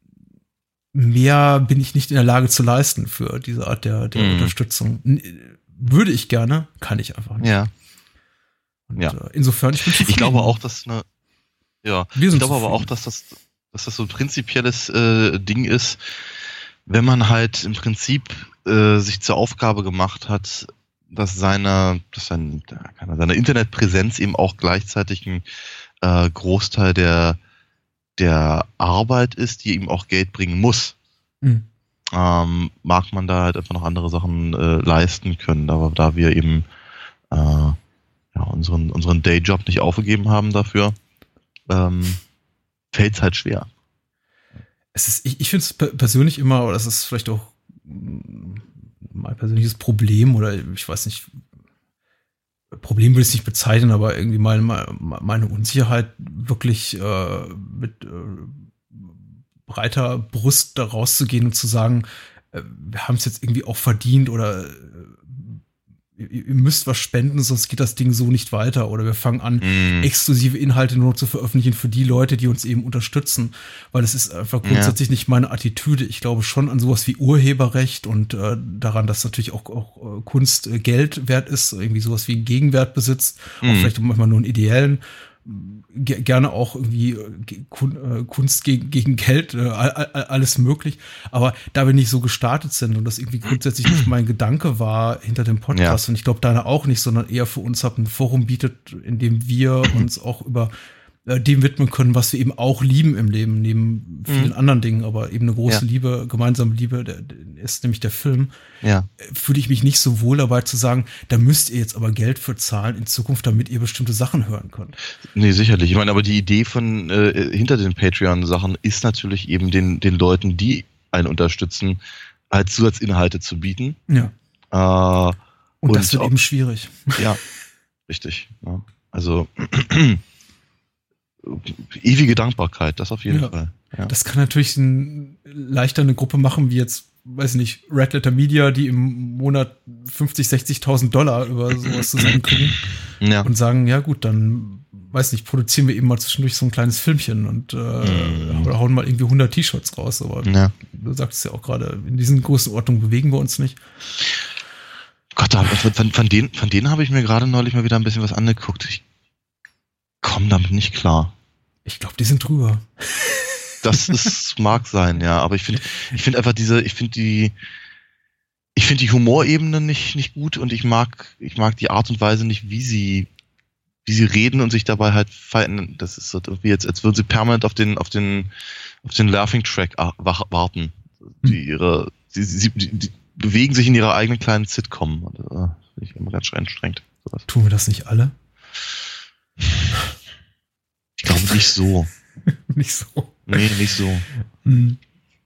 mehr bin ich nicht in der Lage zu leisten für diese Art der, der mm. Unterstützung. Würde ich gerne, kann ich einfach nicht. Ja. Und, ja. Äh, insofern, ich bin zufrieden. Ich glaube auch, dass eine, ja, Wir sind ich glaube aber auch, dass das, dass das so ein prinzipielles äh, Ding ist, wenn man halt im Prinzip äh, sich zur Aufgabe gemacht hat, dass seine, dass sein, seine Internetpräsenz eben auch gleichzeitig ein äh, Großteil der der Arbeit ist, die ihm auch Geld bringen muss, mhm. ähm, mag man da halt einfach noch andere Sachen äh, leisten können. Aber da wir eben äh, ja, unseren, unseren Dayjob nicht aufgegeben haben dafür, ähm, fällt es halt schwer. Es ist, ich ich finde es persönlich immer, oder das ist vielleicht auch mein persönliches Problem, oder ich weiß nicht, Problem will ich es nicht bezeichnen, aber irgendwie meine, meine Unsicherheit wirklich äh, mit äh, breiter Brust da rauszugehen und zu sagen, äh, wir haben es jetzt irgendwie auch verdient oder äh, ihr, ihr müsst was spenden, sonst geht das Ding so nicht weiter. Oder wir fangen an, mm. exklusive Inhalte nur zu veröffentlichen für die Leute, die uns eben unterstützen. Weil es ist einfach grundsätzlich ja. nicht meine Attitüde. Ich glaube schon an sowas wie Urheberrecht und äh, daran, dass natürlich auch, auch äh, Kunst äh, Geld wert ist, irgendwie sowas wie einen Gegenwert besitzt, mm. auch vielleicht manchmal nur einen ideellen. G- gerne auch irgendwie Kun- äh, Kunst gegen, gegen Geld, äh, alles möglich. Aber da wir nicht so gestartet sind und das irgendwie grundsätzlich nicht mein Gedanke war hinter dem Podcast, ja. und ich glaube deiner auch nicht, sondern eher für uns hat ein Forum bietet, in dem wir uns auch über äh, dem widmen können, was wir eben auch lieben im Leben, neben vielen mhm. anderen Dingen, aber eben eine große ja. Liebe, gemeinsame Liebe, der, der ist nämlich der Film. Ja. Fühle ich mich nicht so wohl dabei zu sagen, da müsst ihr jetzt aber Geld für zahlen in Zukunft, damit ihr bestimmte Sachen hören könnt. Nee, sicherlich. Ich meine, aber die Idee von äh, hinter den Patreon-Sachen ist natürlich eben den, den Leuten, die einen unterstützen, halt Zusatzinhalte zu bieten. Ja. Äh, und, und das wird auch, eben schwierig. Ja, richtig. Ja. Also ewige Dankbarkeit, das auf jeden ja. Fall. Ja. Das kann natürlich ein, leichter eine Gruppe machen, wie jetzt, weiß ich nicht, Red Letter Media, die im Monat fünfzig, sechzigtausend Dollar über sowas zusammenkriegen ja. und sagen, ja gut, dann, weiß nicht, produzieren wir eben mal zwischendurch so ein kleines Filmchen und äh, mhm. oder hauen mal irgendwie hundert T-Shirts raus. Aber ja. du sagst ja auch gerade, in diesen Größenordnungen bewegen wir uns nicht. Gott, von, von denen, von denen habe ich mir gerade neulich mal wieder ein bisschen was angeguckt. Ich komme damit nicht klar. Ich glaube, die sind drüber. Das ist, mag sein, ja. Aber ich finde, ich finde einfach diese, ich finde die, ich finde die Humorebene nicht, nicht gut und ich mag, ich mag die Art und Weise nicht, wie sie, wie sie reden und sich dabei halt fighten. Das ist so wie jetzt, als würden sie permanent auf den, auf den, auf den Laughing Track warten. Die ihre, sie, sie, die bewegen sich in ihrer eigenen kleinen Sitcom. Und, uh, finde ich immer ganz anstrengend. Sowas. Tun wir das nicht alle? Ich glaube nicht so. Nicht so. Nee, nicht so. Hm.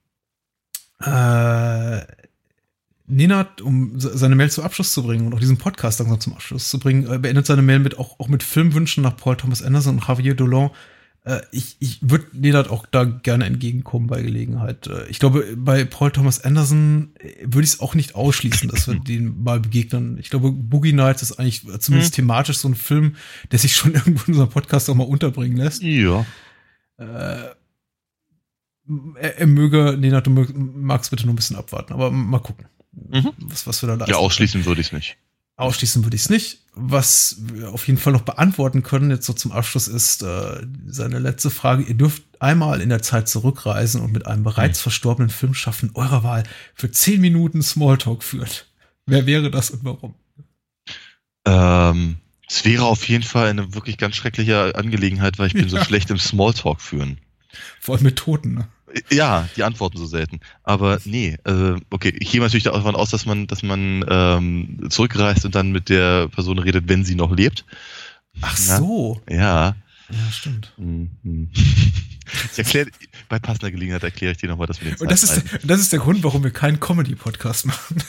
Äh, Nenad, um seine Mail zum Abschluss zu bringen und auch diesen Podcast langsam zum Abschluss zu bringen, äh, beendet seine Mail mit auch, auch mit Filmwünschen nach Paul Thomas Anderson und Javier Dolan. Äh, ich ich würde Nenad auch da gerne entgegenkommen bei Gelegenheit. Äh, ich glaube, bei Paul Thomas Anderson würde ich es auch nicht ausschließen, dass wir den mal begegnen. Ich glaube, Boogie Nights ist eigentlich zumindest hm. thematisch so ein Film, der sich schon irgendwo in unserem Podcast auch mal unterbringen lässt. Ja. Äh, er, er möge, Nenad, du magst bitte nur ein bisschen abwarten, aber mal gucken, mhm. was, was wir da leisten. Ja, ausschließen würde ich es nicht. Ausschließen würde ich es nicht. Was wir auf jeden Fall noch beantworten können, jetzt so zum Abschluss, ist äh, seine letzte Frage. Ihr dürft einmal in der Zeit zurückreisen und mit einem bereits verstorbenen Filmschaffenden eurer Wahl für zehn Minuten Smalltalk führen. Wer wäre das und warum? Ähm, es wäre auf jeden Fall eine wirklich ganz schreckliche Angelegenheit, weil ich bin ja. so schlecht im Smalltalk führen. Vor allem mit Toten, ne? Ja, die antworten so selten. Aber nee, äh, okay, ich gehe natürlich davon aus, dass man, dass man ähm, zurückreist und dann mit der Person redet, wenn sie noch lebt. Ach so. Ja. Ja, stimmt. Mhm. Ich erkläre, bei passender Gelegenheit erkläre ich dir nochmal, dass wir jetzt. Und das ist, das ist der Grund, warum wir keinen Comedy-Podcast machen.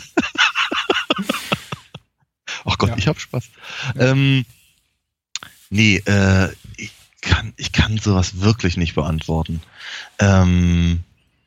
Ach Gott, ja. Ich hab Spaß. Ja. Ähm, nee, äh, ich kann, ich kann sowas wirklich nicht beantworten. Ähm,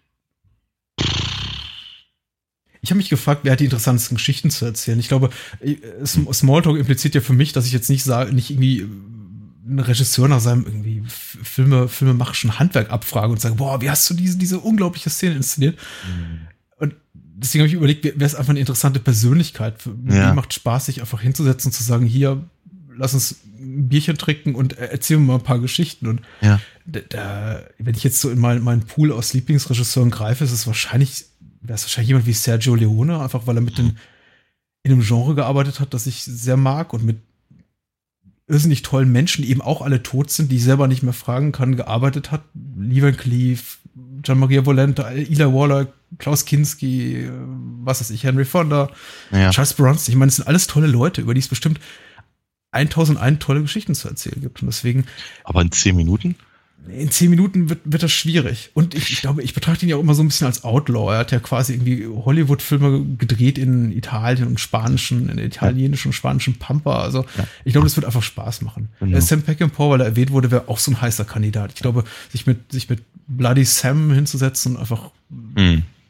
ich habe mich gefragt, wer hat die interessantesten Geschichten zu erzählen. Ich glaube, Smalltalk impliziert ja für mich, dass ich jetzt nicht sage, nicht irgendwie einen Regisseur nach seinem irgendwie Filme, filmemachischen Handwerk abfrage und sage, boah, wie hast du diese, diese unglaubliche Szene inszeniert? Mhm. Und deswegen habe ich überlegt, wer, wer ist einfach eine interessante Persönlichkeit? Mir ja. macht Spaß, sich einfach hinzusetzen und zu sagen, hier, lass uns ein Bierchen trinken und erzählen mal ein paar Geschichten. Und ja. da, da, wenn ich jetzt so in meinen mein Pool aus Lieblingsregisseuren greife, ist es wahrscheinlich, wäre es wahrscheinlich jemand wie Sergio Leone, einfach weil er mit den, in einem Genre gearbeitet hat, das ich sehr mag und mit irrsinnig tollen Menschen, die eben auch alle tot sind, die ich selber nicht mehr fragen kann, gearbeitet hat. Lee Van Cleef, Gian Maria Volenta, Eli Waller, Klaus Kinski, was weiß ich, Henry Fonda, ja. Charles Bronson. Ich meine, das sind alles tolle Leute, über die es bestimmt eintausendeins tolle Geschichten zu erzählen gibt. Und deswegen. Aber in zehn Minuten? In zehn Minuten wird, wird das schwierig. Und ich, ich glaube, ich betrachte ihn ja auch immer so ein bisschen als Outlaw. Er hat ja quasi irgendwie Hollywood-Filme gedreht in Italien und Spanischen, in italienischen und spanischen Pampa. Also ja. ich glaube, das wird einfach Spaß machen. Genau. Sam Peckinpah, weil er erwähnt wurde, wäre auch so ein heißer Kandidat. Ich glaube, sich mit, sich mit Bloody Sam hinzusetzen und einfach mhm.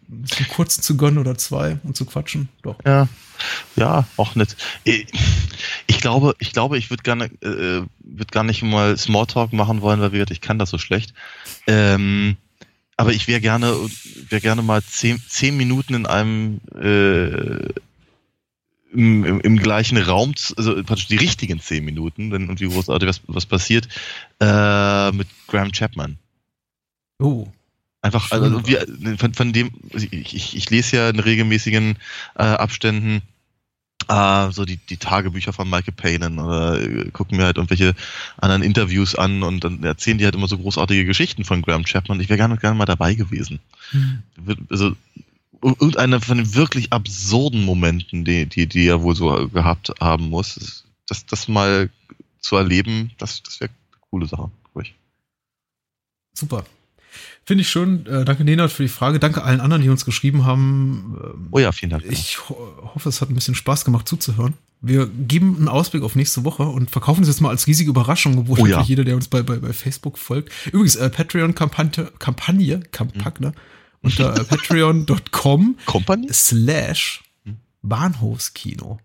einen kurzen zu gönnen oder zwei und zu quatschen. Doch. Ja, ja, auch nicht. Ich, ich glaube, ich glaube, ich würde gerne, äh, würde gar nicht mal Smalltalk machen wollen, weil wie gesagt, ich kann das so schlecht. Ähm, aber ich wäre gerne, wäre gerne mal zehn, zehn Minuten in einem äh, im, im, im gleichen Raum, also praktisch die richtigen zehn Minuten, wenn irgendwie großartig was, was passiert, äh, mit Graham Chapman. Oh. Einfach, also wir, von, von dem, ich, ich, ich lese ja in regelmäßigen äh, Abständen äh, so die, die Tagebücher von Michael Palin oder äh, gucken mir halt irgendwelche anderen Interviews an und dann erzählen die halt immer so großartige Geschichten von Graham Chapman. Ich wäre gerne, gerne mal dabei gewesen. Hm. Also irgendeiner von den wirklich absurden Momenten, die, die, die er wohl so gehabt haben muss, das, das mal zu erleben, das, das wäre eine coole Sache, glaube ich. Super. Finde ich schön. Äh, danke, Nenad, für die Frage. Danke allen anderen, die uns geschrieben haben. Ähm, oh ja, vielen Dank. Ich ho- hoffe, es hat ein bisschen Spaß gemacht zuzuhören. Wir geben einen Ausblick auf nächste Woche und verkaufen es jetzt mal als riesige Überraschung, wo oh, ja. jeder, der uns bei, bei, bei Facebook folgt. Übrigens, äh, Patreon-Kampagne, Kampagne, Kampagne, hm. unter äh, patreon dot com slash Bahnhofskino.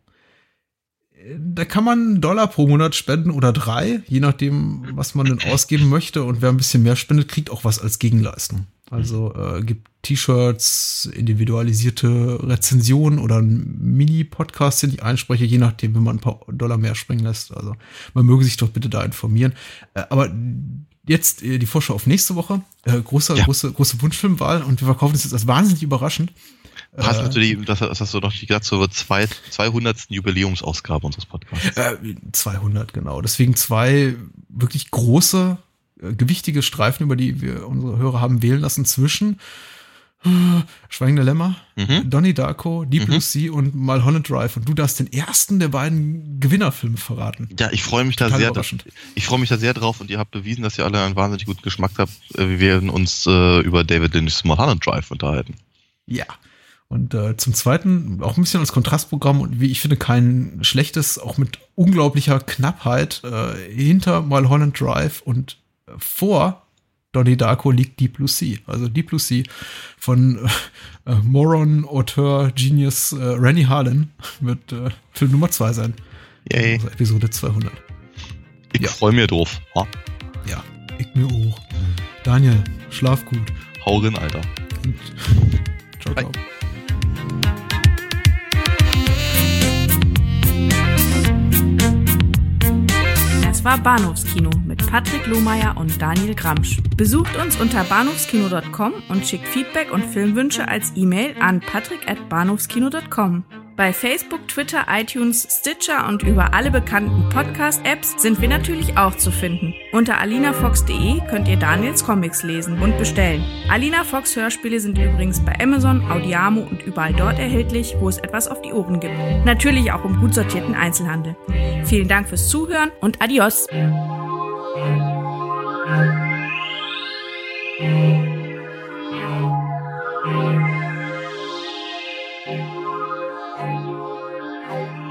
Da kann man einen Dollar pro Monat spenden oder drei, je nachdem, was man denn ausgeben möchte. Und wer ein bisschen mehr spendet, kriegt auch was als Gegenleistung. Also äh, gibt T-Shirts, individualisierte Rezensionen oder einen Mini-Podcast, den ich einspreche, je nachdem, wenn man ein paar Dollar mehr springen lässt. Also man möge sich doch bitte da informieren. Äh, aber jetzt äh, die Vorschau auf nächste Woche. Äh, große, ja. große, große Wunschfilmwahl und wir verkaufen es jetzt als wahnsinnig überraschend. Passt äh, natürlich, das, das hast du noch nicht gesagt, zur zwei, zweihundertsten Jubiläumsausgabe unseres Podcasts. Äh, zweihundert, genau. Deswegen zwei wirklich große, äh, gewichtige Streifen, über die wir unsere Hörer haben wählen lassen, zwischen äh, Schweigende Lämmer, mhm. Donnie Darko, Deep Blue mhm. Sea und Mulholland Drive. Und du darfst den ersten der beiden Gewinnerfilme verraten. Ja, ich freue mich da sehr. Ich freue mich da sehr drauf und ihr habt bewiesen, dass ihr alle einen wahnsinnig guten Geschmack habt. Wir werden uns äh, über David Lynch's Mulholland Drive unterhalten. Ja. Und äh, zum Zweiten, auch ein bisschen als Kontrastprogramm und wie ich finde, kein schlechtes, auch mit unglaublicher Knappheit, äh, hinter Mulholland Drive und äh, vor Donnie Darko liegt Deep Blue Sea. Also Deep Blue Sea von äh, Moron, Auteur, Genius äh, Rennie Harlin wird äh, Film Nummer zwei sein. Yay. Also Episode zweihundert. Ich ja. freue mich drauf. Ha? Ja, ich mir auch. Daniel, schlaf gut. Hau rein, Alter. Und ciao, ciao. Das war Bahnhofskino mit Patrick Lohmeier und Daniel Gramsch. Besucht uns unter bahnhofskino dot com und schickt Feedback und Filmwünsche als E-Mail an patrick at bahnhofskino dot com. Bei Facebook, Twitter, iTunes, Stitcher und über alle bekannten Podcast-Apps sind wir natürlich auch zu finden. Unter alinafox punkt de könnt ihr Daniels Comics lesen und bestellen. Alina Fox Hörspiele sind übrigens bei Amazon, Audiamo und überall dort erhältlich, wo es etwas auf die Ohren gibt. Natürlich auch im gut sortierten Einzelhandel. Vielen Dank fürs Zuhören und adios! Thank you.